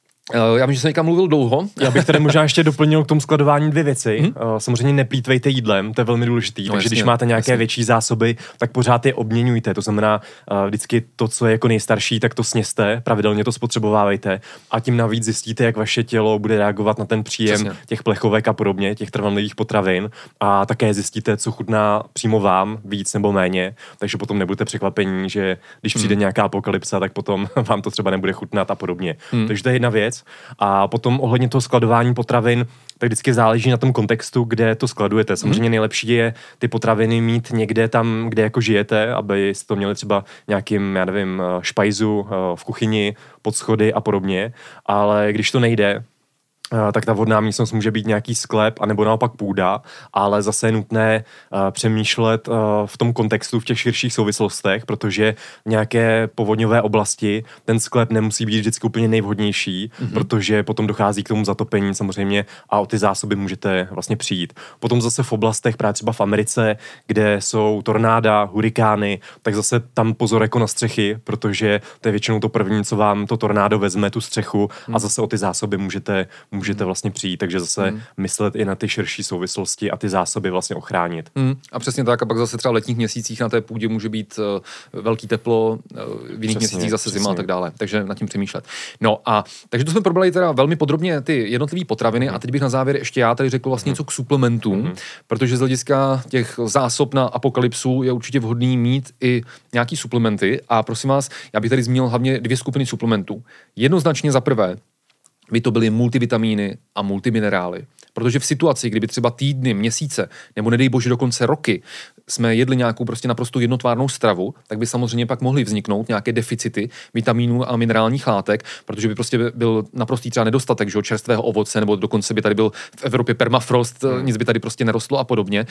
já myslím, že jsem někam mluvil dlouho. Já bych tady možná ještě doplnil k tomu skladování dvě věci. Hmm? Samozřejmě neplýtvejte jídlem, to je velmi důležitý. No, takže jasně, když máte nějaké jasně. větší zásoby, tak pořád je obměňujte. To znamená, vždycky to, co je jako nejstarší, tak to sněste, pravidelně to spotřebovávejte a tím navíc zjistíte, jak vaše tělo bude reagovat na ten příjem Přesně. těch plechovek a podobně, těch trvanlivých potravin a také zjistíte, co chutná přímo vám, víc nebo méně. Takže potom nebudete překvapení, že když přijde hmm. nějaká apokalypsa, tak potom vám to třeba nebude chutnat a podobně. Hmm. Takže to je jedna věc. A potom ohledně toho skladování potravin, tak vždycky záleží na tom kontextu, kde to skladujete. Samozřejmě nejlepší je ty potraviny mít někde tam, kde jako žijete, aby jste to měli třeba nějakým, já nevím, špajzu v kuchyni, pod schody a podobně. Ale když to nejde, tak ta vodná místnost může být nějaký sklep, anebo naopak půda, ale zase je nutné uh, přemýšlet uh, v tom kontextu, v těch širších souvislostech, protože v nějaké povodňové oblasti ten sklep nemusí být vždycky úplně nejvhodnější, mm-hmm. protože potom dochází k tomu zatopení samozřejmě a o ty zásoby můžete vlastně přijít. Potom zase v oblastech, právě třeba v Americe, kde jsou tornáda, hurikány, tak zase tam pozor jako na střechy, protože to je většinou to první, co vám to tornádo vezme, tu střechu mm. a zase o ty zásoby můžete můžete vlastně přijít, takže zase hmm. myslet i na ty širší souvislosti a ty zásoby vlastně ochránit. Hmm. A přesně tak, a pak zase třeba v letních měsících na té půdě může být uh, velký teplo, uh, v jiných přesně, měsících zase přesně. zima a tak dále, takže nad tím přemýšlet. No a takže to jsme probrali teda velmi podrobně ty jednotlivé potraviny hmm. a teď bych na závěr ještě já tady řekl vlastně hmm. něco k suplementům, hmm. protože z hlediska těch zásob na apokalypsu je určitě vhodný mít i nějaký suplementy a prosím vás, já bych tady zmínil hlavně dvě skupiny suplementů. Jednoznačně za prvé by to byly multivitamíny a multiminerály. Protože v situaci, kdyby třeba týdny, měsíce, nebo nedej bože dokonce roky, jsme jedli nějakou prostě naprosto jednotvárnou stravu, tak by samozřejmě pak mohly vzniknout nějaké deficity vitamínů a minerálních látek, protože by prostě byl naprostý třeba nedostatek, že, čerstvého ovoce, nebo dokonce by tady byl v Evropě permafrost, hmm. nic by tady prostě nerostlo a podobně.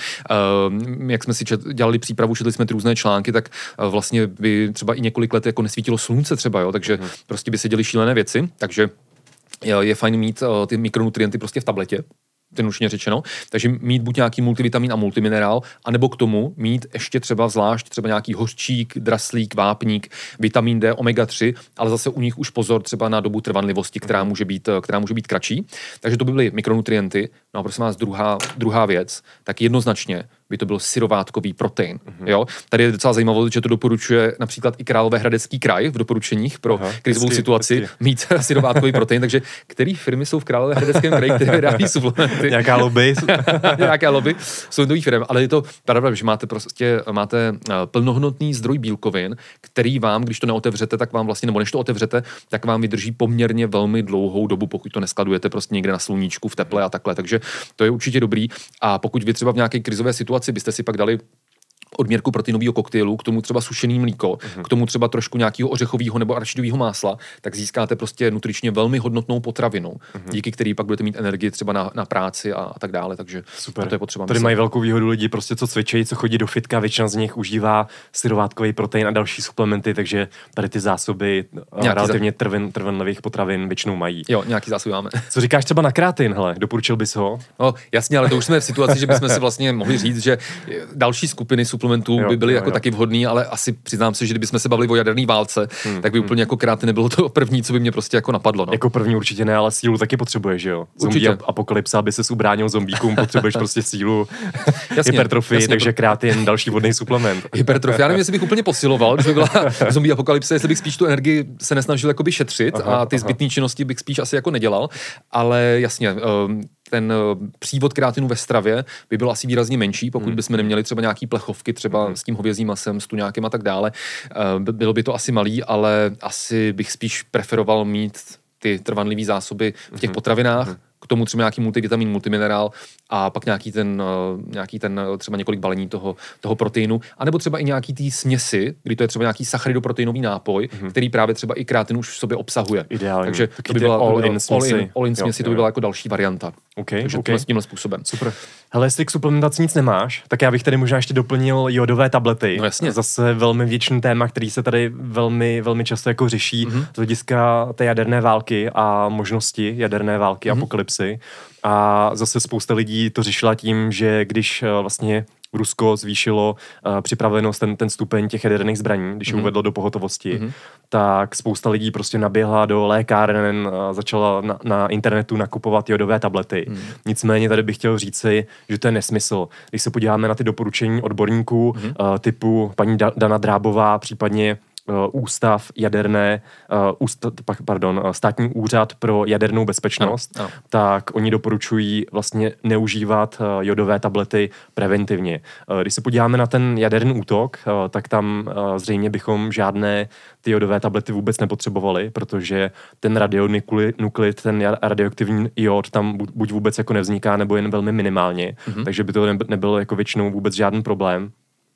Uh, jak jsme si čet, dělali přípravu, četli jsme ty různé články, tak uh, vlastně by třeba i několik let jako nesvítilo slunce třeba, jo, takže hmm. prostě by se děly šílené věci, takže je fajn mít uh, ty mikronutrienty prostě v tabletě, tenutně řečeno, takže mít buď nějaký multivitamin a multiminerál, anebo k tomu mít ještě třeba zvlášť třeba nějaký hořčík, draslík, vápník, vitamin D, omega tři, ale zase u nich už pozor třeba na dobu trvanlivosti, která může být, která může být kratší. Takže to by byly mikronutrienty. No a prosím vás, druhá, druhá věc, tak jednoznačně by to byl syrovátkový protein. Mm-hmm. Jo? Tady je docela zajímavé, že to doporučuje například i Královéhradecký kraj v doporučeních pro Aha, krizovou hezky, situaci hezky. mít syrovátkový protein. Takže které firmy jsou v Královéhradeckém kraji, které vyrábí suplementy? Nějaká lobby. Nějaká lobby suplementových firm, ale je to pravda, že máte prostě máte plnohodnotný zdroj bílkovin, který vám, když to neotevřete, tak vám vlastně, nebo než to otevřete, tak vám vydrží poměrně velmi dlouhou dobu, pokud to neskladujete prostě někde na sluníčku, v teple a takhle. Takže to je určitě dobrý. A pokud vy třeba v nějaké krizové situaci byste si pak dali odměrku proteinového koktejlu, k tomu třeba sušený mlíko, uh-huh. k tomu třeba trošku nějakého ořechového nebo arašidového másla, tak získáte prostě nutričně velmi hodnotnou potravinu, uh-huh. díky který pak budete mít energii třeba na, na práci a, a tak dále, takže super. To je potřeba. Tady mají velkou výhodu lidi, prostě co cvičí, co chodí do fitka, většina z nich užívá syrovátkový protein a další suplementy, takže tady ty zásoby nějaký relativně za... trven, trvanlivých potravin většinou mají. Jo, nějaký zásoby máme. Co říkáš třeba na kreatin, hele, doporučil bys ho? No, jasně, ale to už jsme v situaci, že bychom si vlastně mohli říct, že další skupiny suplementů jo, by byly jo, jako jo. taky vhodný, ale asi přiznám se, že kdybychom se bavili o jaderné válce, hmm, tak by hmm. úplně jako kreatin nebylo to první, co by mě prostě jako napadlo. No. Jako první určitě ne, ale sílu taky potřebuješ, že jo? Zombie apokalypsa, aby ses ubránil zombíkům, potřebuješ prostě sílu, jasně, hypertrofii, jasně, takže kreatin další vodný suplement. Hypertrofie, já nevím, jestli bych úplně posiloval, když by byla zombie apokalypse, jestli bych spíš tu energii se nesnažil jakoby šetřit aha, a ty zbytné činnosti bych spíš asi jako nedělal, ale jasně, um, ten přívod kreatinu ve stravě by byl asi výrazně menší, pokud hmm. bychom neměli třeba nějaký plechovky, třeba hmm. s tím hovězím masem, s tuňákem a tak dále. Bylo by to asi malý, ale asi bych spíš preferoval mít ty trvanlivé zásoby v těch hmm. potravinách, hmm. k tomu třeba nějaký multivitamin, multiminerál a pak nějaký ten, nějaký ten třeba několik balení toho, toho proteinu, anebo třeba i nějaký tý směsi, kdy to je třeba nějaký sacharidoproteinový nápoj, mm-hmm. který právě třeba i kreatin už v sobě obsahuje. Ideálně. Takže to by byla all in, all in, all in směsi, jo, to by byla jako další varianta. Okay, Takže okay. tímhle způsobem. Super. Hele, jestli k suplementaci nic nemáš, tak já bych tady možná ještě doplnil jodové tablety. No jasně. Zase velmi věčný téma, který se tady velmi, velmi často jako řeší mm-hmm. z hlediska té jaderné války a možnosti jaderné války, mm-hmm. apokalypsy. A zase spousta lidí to řešila tím, že když vlastně Rusko zvýšilo uh, připravenost, ten, ten stupeň těch jaderných zbraní, když je mm-hmm. uvedlo do pohotovosti, mm-hmm. tak spousta lidí prostě naběhla do lékáren, uh, začala na, na internetu nakupovat jodové tablety. Mm-hmm. Nicméně tady bych chtěl říci, že to je nesmysl. Když se podíváme na ty doporučení odborníků mm-hmm. uh, typu paní da- Dana Drábová, případně Uh, ústav jaderné, uh, úst, pardon, uh, státní úřad pro jadernou bezpečnost, ano, ano. tak oni doporučují vlastně neužívat uh, jodové tablety preventivně. Uh, když se podíváme na ten jaderný útok, uh, tak tam uh, zřejmě bychom žádné ty jodové tablety vůbec nepotřebovali, protože ten radionuklid, ten radioaktivní jod tam buď vůbec jako nevzniká, nebo jen velmi minimálně, mm-hmm. takže by to nebyl jako většinou vůbec žádný problém.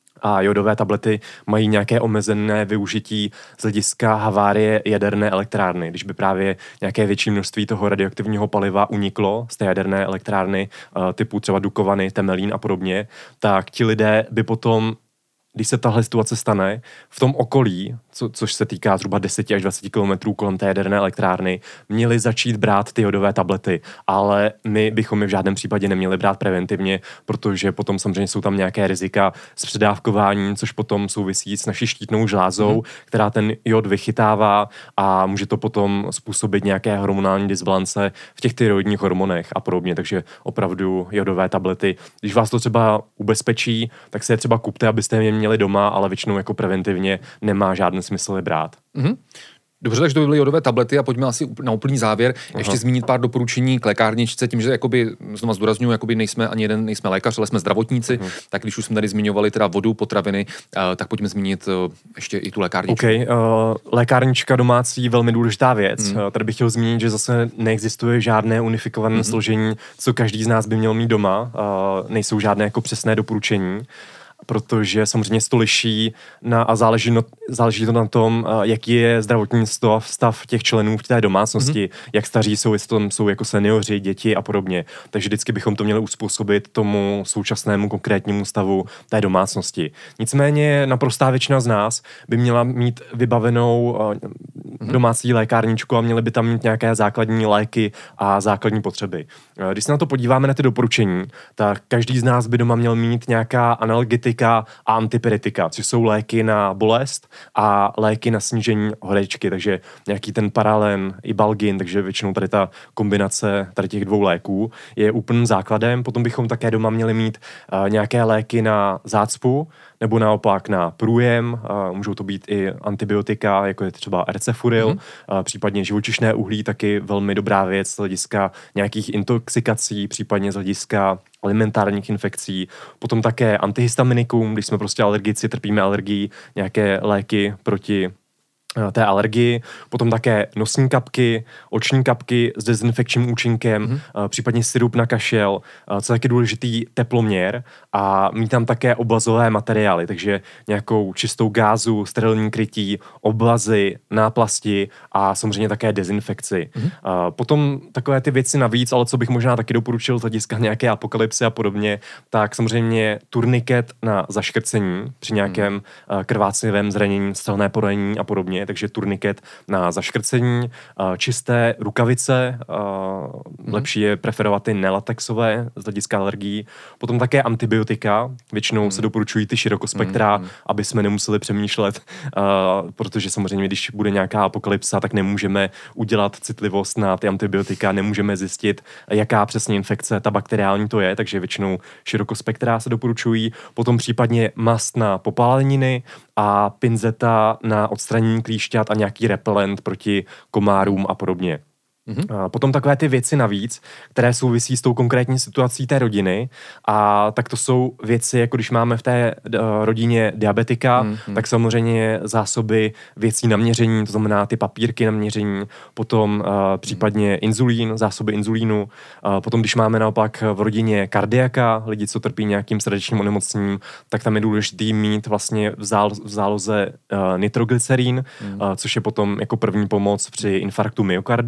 A jodové tablety mají nějaké omezené využití z hlediska havárie jaderné elektrárny. Když by právě nějaké větší množství toho radioaktivního paliva uniklo z té jaderné elektrárny typu třeba Dukovany, Temelín a podobně, tak ti lidé by potom, když se tahle situace stane, v tom okolí, co, což se týká zhruba deset až dvacet kilometrů kolem té jaderné elektrárny, měli začít brát ty jodové tablety. Ale my bychom je v žádném případě neměli brát preventivně, protože potom samozřejmě jsou tam nějaké rizika s předávkováním, což potom souvisí s naší štítnou žlázou, mm. která ten jod vychytává a může to potom způsobit nějaké hormonální disbalance v těch tyroidních hormonech a podobně. Takže opravdu jodové tablety. Když vás to třeba ubezpečí, tak se je třeba kupte, abyste je měli doma, ale většinou jako preventivně nemá žádný smysl je brát. Mm-hmm. Dobře, takže to byly jodové tablety a pojďme asi na úplný závěr. Aha. Ještě zmínit pár doporučení k lékárničce, tím, že jakoby, znovu zdůrazňuji, jakoby nejsme ani jeden, nejsme lékař, ale jsme zdravotníci, uh-huh. tak když už jsme tady zmiňovali teda vodu, potraviny, uh, tak pojďme zmínit uh, ještě i tu lékárničku. OK, uh, lékárnička domácí, velmi důležitá věc. Hmm. Uh, tady bych chtěl zmínit, že zase neexistuje žádné unifikované hmm. složení, co každý z nás by měl mít doma. Uh, nejsou žádné jako přesné doporučení, protože samozřejmě to liší na, a záleží, no, záleží to na tom, uh, jaký je zdravotní stav, stav těch členů v té domácnosti, mm-hmm. jak staří jsou, jestli tam jsou jako seniori, děti a podobně. Takže vždycky bychom to měli uspůsobit tomu současnému konkrétnímu stavu té domácnosti. Nicméně naprostá většina z nás by měla mít vybavenou uh, mm-hmm. domácí lékárničku a měly by tam mít nějaké základní léky a základní potřeby. Uh, když se na to podíváme na ty doporučení, tak každý z nás by doma měl mít nějaká analgetika a antipyretika, což jsou léky na bolest a léky na snížení horečky, takže nějaký ten Paralen i Balgin, takže většinou tady ta kombinace tady těch dvou léků je úplným základem. Potom bychom také doma měli mít uh, nějaké léky na zácpu, nebo naopak na průjem, uh, můžou to být i antibiotika, jako je třeba ercefuril, mm-hmm. uh, případně živočišné uhlí, taky velmi dobrá věc z hlediska nějakých intoxikací, případně z hlediska alimentárních infekcí, potom také antihistaminikum, když jsme prostě alergici, trpíme alergii, nějaké léky proti té alergii, potom také nosní kapky, oční kapky s dezinfekčním účinkem, mm-hmm. případně sirup na kašel, co je taky důležitý teploměr a mít tam také oblazové materiály, takže nějakou čistou gázu, sterilní krytí, oblazy, náplasti a samozřejmě také dezinfekci. Mm-hmm. Potom takové ty věci navíc, ale co bych možná taky doporučil z hlediska nějaké apokalypsy a podobně, tak samozřejmě turniket na zaškrcení při nějakém mm-hmm. krvácivém zranění, střelné poranění a podobně, takže turniket na zaškrcení, čisté rukavice, mm-hmm. lepší je preferovat ty nelatexové z hlediska alergií, potom také antibiotika, většinou mm-hmm. se doporučují ty širokospektra, mm-hmm. aby jsme nemuseli přemýšlet, protože samozřejmě, když bude nějaká apokalypsa, tak nemůžeme udělat citlivost na ty antibiotika, nemůžeme zjistit, jaká přesně infekce ta bakteriální to je, takže většinou širokospektra se doporučují, potom případně mast na popáleniny a pinzeta na odstranění klíšťat a nějaký repelent proti komárům a podobně. Mm-hmm. Potom takové ty věci navíc, které souvisí s tou konkrétní situací té rodiny a tak to jsou věci, jako když máme v té uh, rodině diabetika, mm-hmm. tak samozřejmě zásoby věcí na měření, to znamená ty papírky na měření, potom uh, případně mm-hmm. inzulín, zásoby inzulínu, uh, potom když máme naopak v rodině kardiaka, lidi, co trpí nějakým srdečním onemocněním, tak tam je důležitý mít vlastně v, zálo- v záloze uh, nitroglycerín, mm-hmm. uh, což je potom jako první pomoc při infarktu myokardu.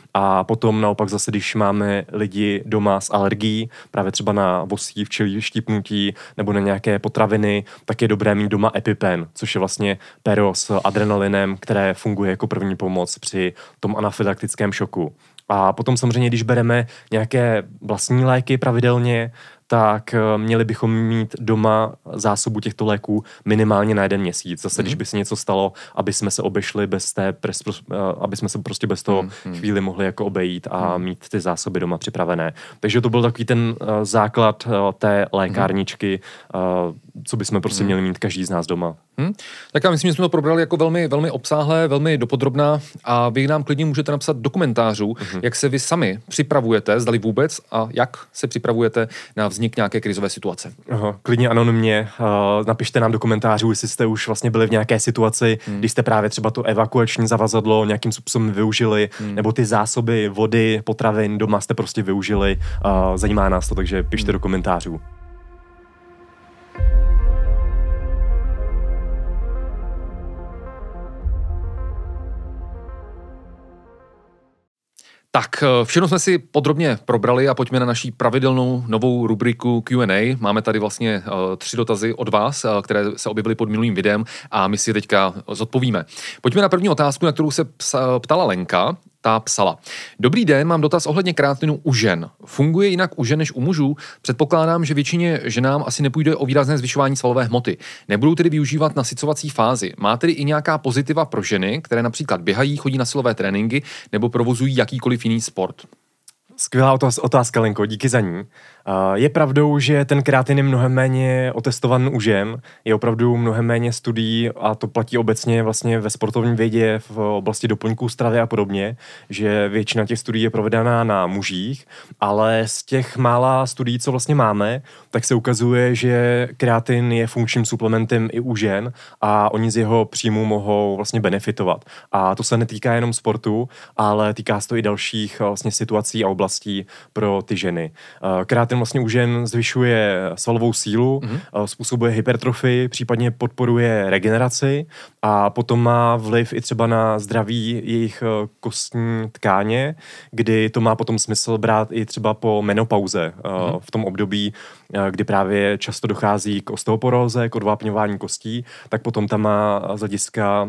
A potom naopak zase, když máme lidi doma s alergií, právě třeba na vosí, včelí štípnutí nebo na nějaké potraviny, tak je dobré mít doma EpiPen, což je vlastně pero s adrenalinem, které funguje jako první pomoc při tom anafylaktickém šoku. A potom samozřejmě, když bereme nějaké vlastní léky pravidelně, tak měli bychom mít doma zásobu těchto léků minimálně na jeden měsíc. Zase, mm. když by se něco stalo, aby jsme se obešli bez té, pres, aby jsme se prostě bez toho mm. chvíli mohli jako obejít a mm. mít ty zásoby doma připravené. Takže to byl takový ten uh, základ uh, té lékárničky, uh, co bychom prostě mm. měli mít každý z nás doma. Hmm. Tak já myslím, že jsme to probrali jako velmi, velmi obsáhlé, velmi dopodrobná a vy nám klidně můžete napsat do komentářů, mm-hmm. jak se vy sami připravujete, zdali vůbec a jak se připravujete na vznik nějaké krizové situace. Aha, klidně anonymně, uh, napište nám do komentářů, jestli jste už vlastně byli v nějaké situaci, hmm. když jste právě třeba to evakuační zavazadlo nějakým způsobem využili, hmm. nebo ty zásoby vody, potravin doma jste prostě využili. Uh, zajímá nás to, takže pište hmm. do komentářů. Tak, všechno jsme si podrobně probrali a pojďme na naší pravidelnou novou rubriku Q and A. Máme tady vlastně uh, tři dotazy od vás, uh, které se objevily pod minulým videem a my si je teďka zodpovíme. Pojďme na první otázku, na kterou se psa, ptala Lenka. Ta psala. Dobrý den, mám dotaz ohledně kreatinu u žen. Funguje jinak u žen než u mužů? Předpokládám, že většině ženám asi nepůjde o výrazné zvyšování svalové hmoty. Nebudou tedy využívat nasycovací fázi. Má tedy i nějaká pozitiva pro ženy, které například běhají, chodí na silové tréninky nebo provozují jakýkoliv jiný sport? Skvělá otázka, Lenko, díky za ní. Je pravdou, že ten kreatin je mnohem méně otestovan u žen, je opravdu mnohem méně studií a to platí obecně vlastně ve sportovní vědě, v oblasti doplňků stravy a podobně, že většina těch studií je provedená na mužích, ale z těch mála studií, co vlastně máme, tak se ukazuje, že kreatin je funkčním suplementem i u žen a oni z jeho příjmu mohou vlastně benefitovat. A to se netýká jenom sportu, ale týká se to i dalších vlastně situací a oblastí pro ty ženy. Kreatin vlastně u žen zvyšuje svalovou sílu, mm-hmm. způsobuje hypertrofii, případně podporuje regeneraci a potom má vliv i třeba na zdraví jejich kostní tkáně, kdy to má potom smysl brát i třeba po menopauze, mm-hmm. v tom období, kdy právě často dochází k osteoporóze, k odvápňování kostí, tak potom tam má z hlediska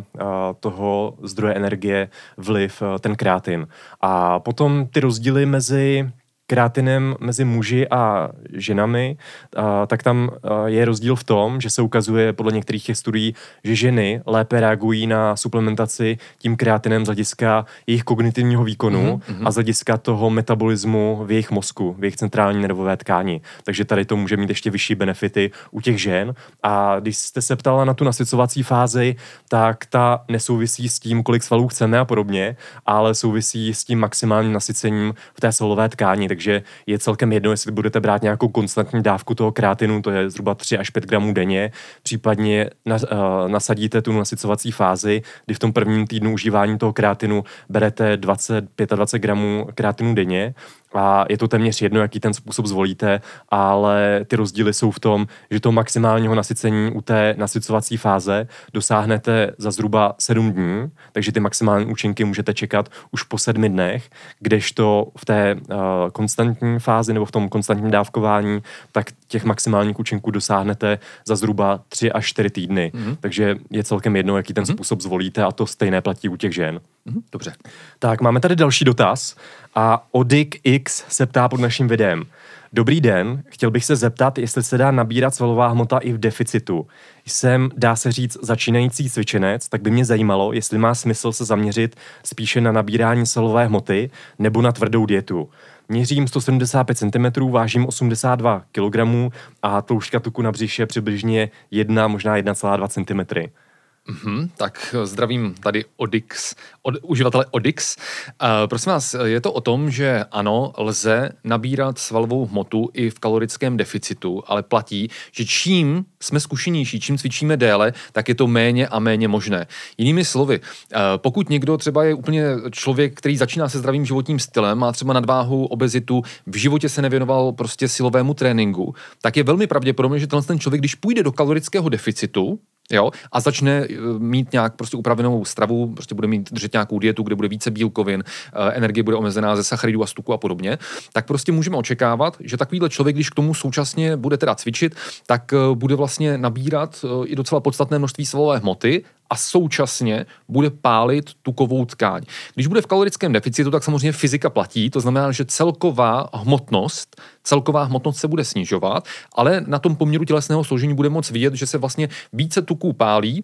toho zdroje energie vliv ten kreatin. A potom ty rozdíly mezi kreatinem mezi muži a ženami, a, tak tam a, je rozdíl v tom, že se ukazuje podle některých studií, že ženy lépe reagují na suplementaci tím kreatinem z hlediska jejich kognitivního výkonu mm-hmm. a z hlediska toho metabolismu v jejich mozku, v jejich centrální nervové tkáni. Takže tady to může mít ještě vyšší benefity u těch žen. A když jste se ptala na tu nasycovací fázi, tak ta nesouvisí s tím, kolik svalů chceme a podobně, ale souvisí s tím maximálním nasycením v té svalové tkáni. Takže je celkem jedno, jestli budete brát nějakou konstantní dávku toho kreatinu, to je zhruba tři až pět gramů denně, případně na, uh, nasadíte tu nasycovací fázi, kdy v tom prvním týdnu užívání toho kreatinu berete dvacet až dvacet pět gramů kreatinu denně. A je to téměř jedno, jaký ten způsob zvolíte, ale ty rozdíly jsou v tom, že to maximálního nasycení u té nasycovací fáze dosáhnete za zhruba sedm dní, takže ty maximální účinky můžete čekat už po sedmi dnech, kdežto v té uh, konstantní fázi nebo v tom konstantním dávkování, tak těch maximálních účinků dosáhnete za zhruba tři až čtyři týdny. Mm-hmm. Takže je celkem jedno, jaký ten mm-hmm. způsob zvolíte a to stejné platí u těch žen. Mm-hmm. Dobře. Tak, máme tady další dotaz a Odik X se ptá pod naším videem. Dobrý den, chtěl bych se zeptat, jestli se dá nabírat svalová hmota i v deficitu. Jsem, dá se říct, začínající cvičenec, tak by mě zajímalo, jestli má smysl se zaměřit spíše na nabírání svalové hmoty nebo na tvrdou dietu. Měřím sto sedmdesát pět centimetrů, vážím osmdesát dva kilogramů a tloušťka tuku na břiše je přibližně jedna, možná jedna celá dva centimetry. Mm-hmm, tak zdravím tady Odix, od, uživatele Odix. Uh, prosím vás, je to o tom, že ano, lze nabírat svalovou hmotu i v kalorickém deficitu, ale platí, že čím jsme zkušenější, čím cvičíme déle, tak je to méně a méně možné. Jinými slovy, uh, pokud někdo třeba je úplně člověk, který začíná se zdravým životním stylem, má třeba nadváhu, obezitu, v životě se nevěnoval prostě silovému tréninku, tak je velmi pravděpodobné, že ten člověk, když půjde do kalorického deficitu, Jo, a začne mít nějak prostě upravenou stravu, prostě bude mít držet nějakou dietu, kde bude více bílkovin, energie bude omezená ze sacharidů a z tuku a podobně, tak prostě můžeme očekávat, že takovýhle člověk, když k tomu současně bude teda cvičit, tak bude vlastně nabírat i docela podstatné množství svalové hmoty a současně bude pálit tukovou tkáň. Když bude v kalorickém deficitu, tak samozřejmě fyzika platí, to znamená, že celková hmotnost, celková hmotnost se bude snižovat, ale na tom poměru tělesného složení bude moc vidět, že se vlastně více tuků pálí,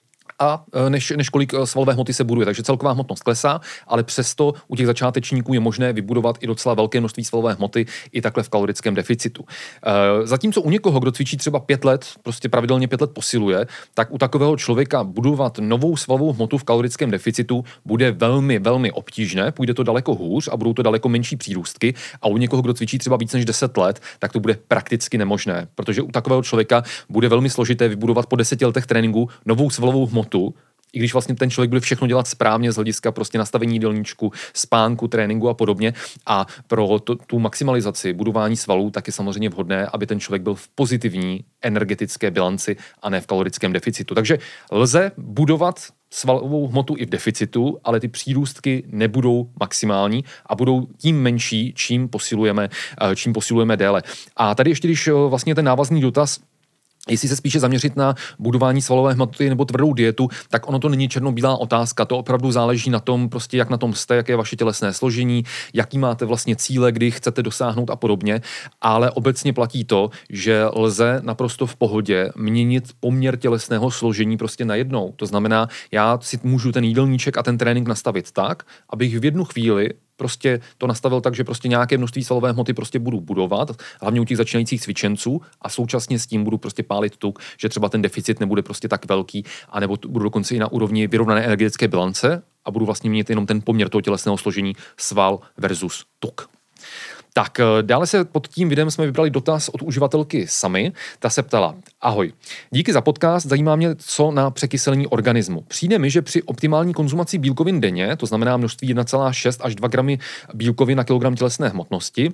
a než, než kolik svalové hmoty se buduje. Takže celková hmotnost klesá, ale přesto u těch začátečníků je možné vybudovat i docela velké množství svalové hmoty i takhle v kalorickém deficitu. E, zatímco u někoho, kdo cvičí třeba pět let, prostě pravidelně pět let posiluje, tak u takového člověka budovat novou svalovou hmotu v kalorickém deficitu bude velmi, velmi obtížné, půjde to daleko hůř a budou to daleko menší přírůstky. A u někoho, kdo cvičí třeba víc než deset let, tak to bude prakticky nemožné, protože u takového člověka bude velmi složité vybudovat po deseti letech tréninku novou svalovou hmotu, i když vlastně ten člověk bude všechno dělat správně z hlediska prostě nastavení jídelníčku, spánku, tréninku a podobně. A pro to, tu maximalizaci budování svalů tak je samozřejmě vhodné, aby ten člověk byl v pozitivní energetické bilanci a ne v kalorickém deficitu. Takže lze budovat svalovou hmotu i v deficitu, ale ty přírůstky nebudou maximální a budou tím menší, čím posilujeme, čím posilujeme déle. A tady ještě, když vlastně ten návazný dotaz, jestli se spíše zaměřit na budování svalové hmoty nebo tvrdou dietu, tak ono to není černobílá otázka. To opravdu záleží na tom, prostě jak na tom jste, jaké je vaše tělesné složení, jaký máte vlastně cíle, kdy chcete dosáhnout a podobně. Ale obecně platí to, že lze naprosto v pohodě měnit poměr tělesného složení prostě najednou. To znamená, já si můžu ten jídelníček a ten trénink nastavit tak, abych v jednu chvíli prostě to nastavil tak, že prostě nějaké množství svalové hmoty prostě budu budovat, hlavně u těch začínajících cvičenců a současně s tím budu prostě pálit tuk, že třeba ten deficit nebude prostě tak velký, anebo budu dokonce i na úrovni vyrovnané energetické bilance a budu vlastně mít jenom ten poměr toho tělesného složení sval versus tuk. Tak, dále se pod tím videem jsme vybrali dotaz od uživatelky Samy. Ta se ptala: ahoj, díky za podcast, zajímá mě, co na překyselení organismu. Přijde mi, že při optimální konzumaci bílkovin denně, to znamená množství jedna celá šest až dva gramy bílkovin na kilogram tělesné hmotnosti,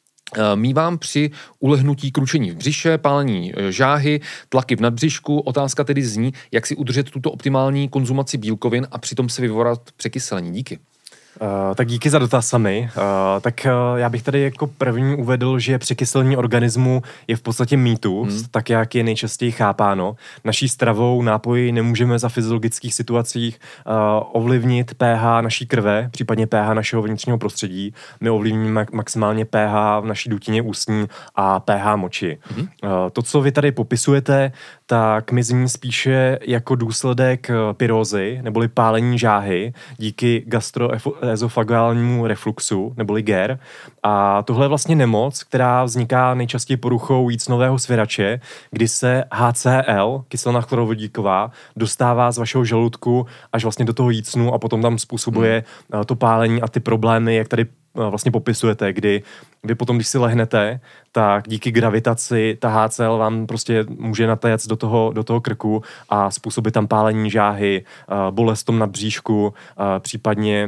mívám při ulehnutí kručení v břiše, pálení žáhy, tlaky v nadbřišku. Otázka tedy zní, jak si udržet tuto optimální konzumaci bílkovin a přitom se vyvolat překyselení. Díky. Uh, tak díky za dotaz sami. Uh, tak uh, já bych tady jako první uvedl, že překyselení organismu je v podstatě mýtus, hmm. tak jak je nejčastěji chápáno. Naší stravou, nápoji nemůžeme za fyziologických situacích uh, ovlivnit pH naší krve, případně pH našeho vnitřního prostředí. My ovlivníme maximálně pH v naší dutině ústní a pH moči. Hmm. Uh, to, co vy tady popisujete, tak mi zní spíše jako důsledek pyrózy, neboli pálení žáhy, díky gastroezofagálnímu refluxu, neboli G E R. A tohle je vlastně nemoc, která vzniká nejčastěji poruchou jícnového svěrače, kdy se H C L, kyselina chlorovodíková, dostává z vašeho žaludku až vlastně do toho jícnu a potom tam způsobuje hmm. to pálení a ty problémy, jak tady vlastně popisujete, kdy vy potom, když si lehnete, tak díky gravitaci ta H C L vám prostě může natéct do toho, do toho krku a způsobit tam pálení žáhy, bolest tom na bříšku, případně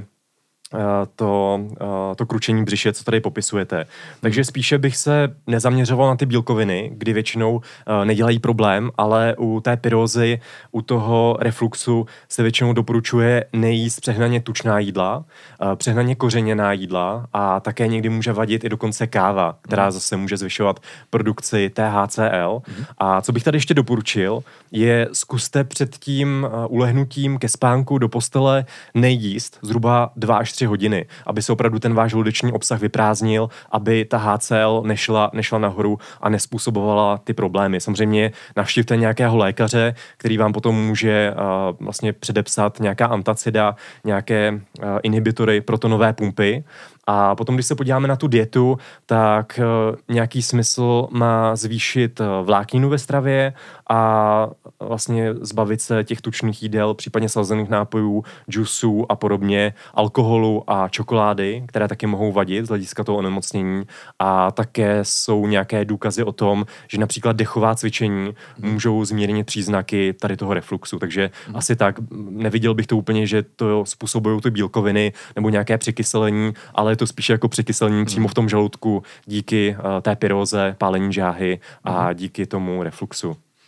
to, to kručení břiše, co tady popisujete. Takže spíše bych se nezaměřoval na ty bílkoviny, kdy většinou nedělají problém, ale u té pyrózy, u toho refluxu se většinou doporučuje nejíst přehnaně tučná jídla, přehnaně kořeněná jídla a také někdy může vadit i dokonce káva, která zase může zvyšovat produkci té H C L. A co bych tady ještě doporučil, je zkuste před tím ulehnutím ke spánku do postele nejíst zhruba dva až tři hodiny, aby se opravdu ten váš žludeční obsah vyprázdnil, aby ta H C L nešla, nešla nahoru a nespůsobovala ty problémy. Samozřejmě navštivte nějakého lékaře, který vám potom může uh, vlastně předepsat nějaká antacida, nějaké uh, inhibitory protonové pumpy. A potom, když se podíváme na tu dietu, tak uh, nějaký smysl má zvýšit uh, vlákninu ve stravě a vlastně zbavit se těch tučných jídel, případně slazených nápojů, džusů a podobně, alkoholu a čokolády, které taky mohou vadit z hlediska toho onemocnění. A také jsou nějaké důkazy o tom, že například dechová cvičení hmm. můžou zmírnit příznaky tady toho refluxu. Takže hmm. asi tak, neviděl bych to úplně, že to způsobují ty bílkoviny nebo nějaké překyselení, ale je to spíše jako překyselení hmm. přímo v tom žaludku díky uh, té pyróze, pálení žáhy a díky tomu refluxu.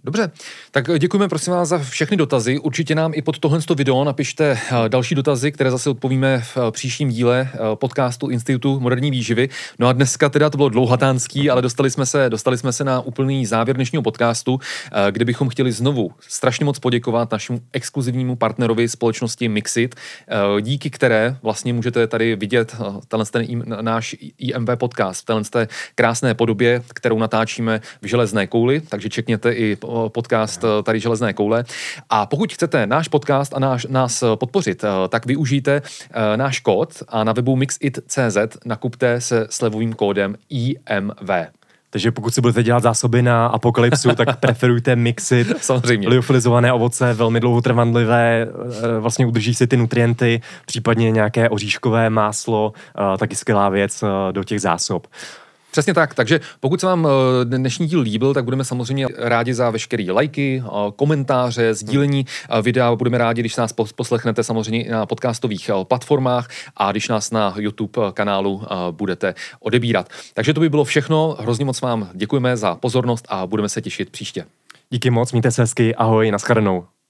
Dobře, tak děkujeme prosím vás za všechny dotazy. Určitě nám i pod tohle video napište další dotazy, které zase odpovíme v příštím díle podcastu Institutu moderní výživy. No a dneska teda to bylo dlouhatánský, ale dostali jsme se, dostali jsme se na úplný závěr dnešního podcastu, kde bychom chtěli znovu strašně moc poděkovat našemu exkluzivnímu partnerovi společnosti Mixit, díky které vlastně můžete tady vidět tenhle ten náš I M V podcast v téhle krásné podobě, kterou natáčíme v železné kouli, takže čekněte i podcast tady Železné koule. A pokud chcete náš podcast a náš, nás podpořit, tak využijte náš kód a na webu mixit tečka cé zet nakupte se slevovým kódem I M V. Takže pokud si budete dělat zásoby na apokalypsu, tak preferujte Mixit. Samozřejmě. Liofilizované ovoce, velmi dlouhotrvanlivé, vlastně udrží si ty nutrienty, případně nějaké oříškové máslo, taky skvělá věc do těch zásob. Přesně tak, takže pokud se vám dnešní díl líbil, tak budeme samozřejmě rádi za veškeré lajky, komentáře, sdílení videa, budeme rádi, když nás poslechnete samozřejmě na podcastových platformách a když nás na YouTube kanálu budete odebírat. Takže to by bylo všechno, hrozně moc vám děkujeme za pozornost a budeme se těšit příště. Díky moc, mějte se hezky, ahoj, nashledanou.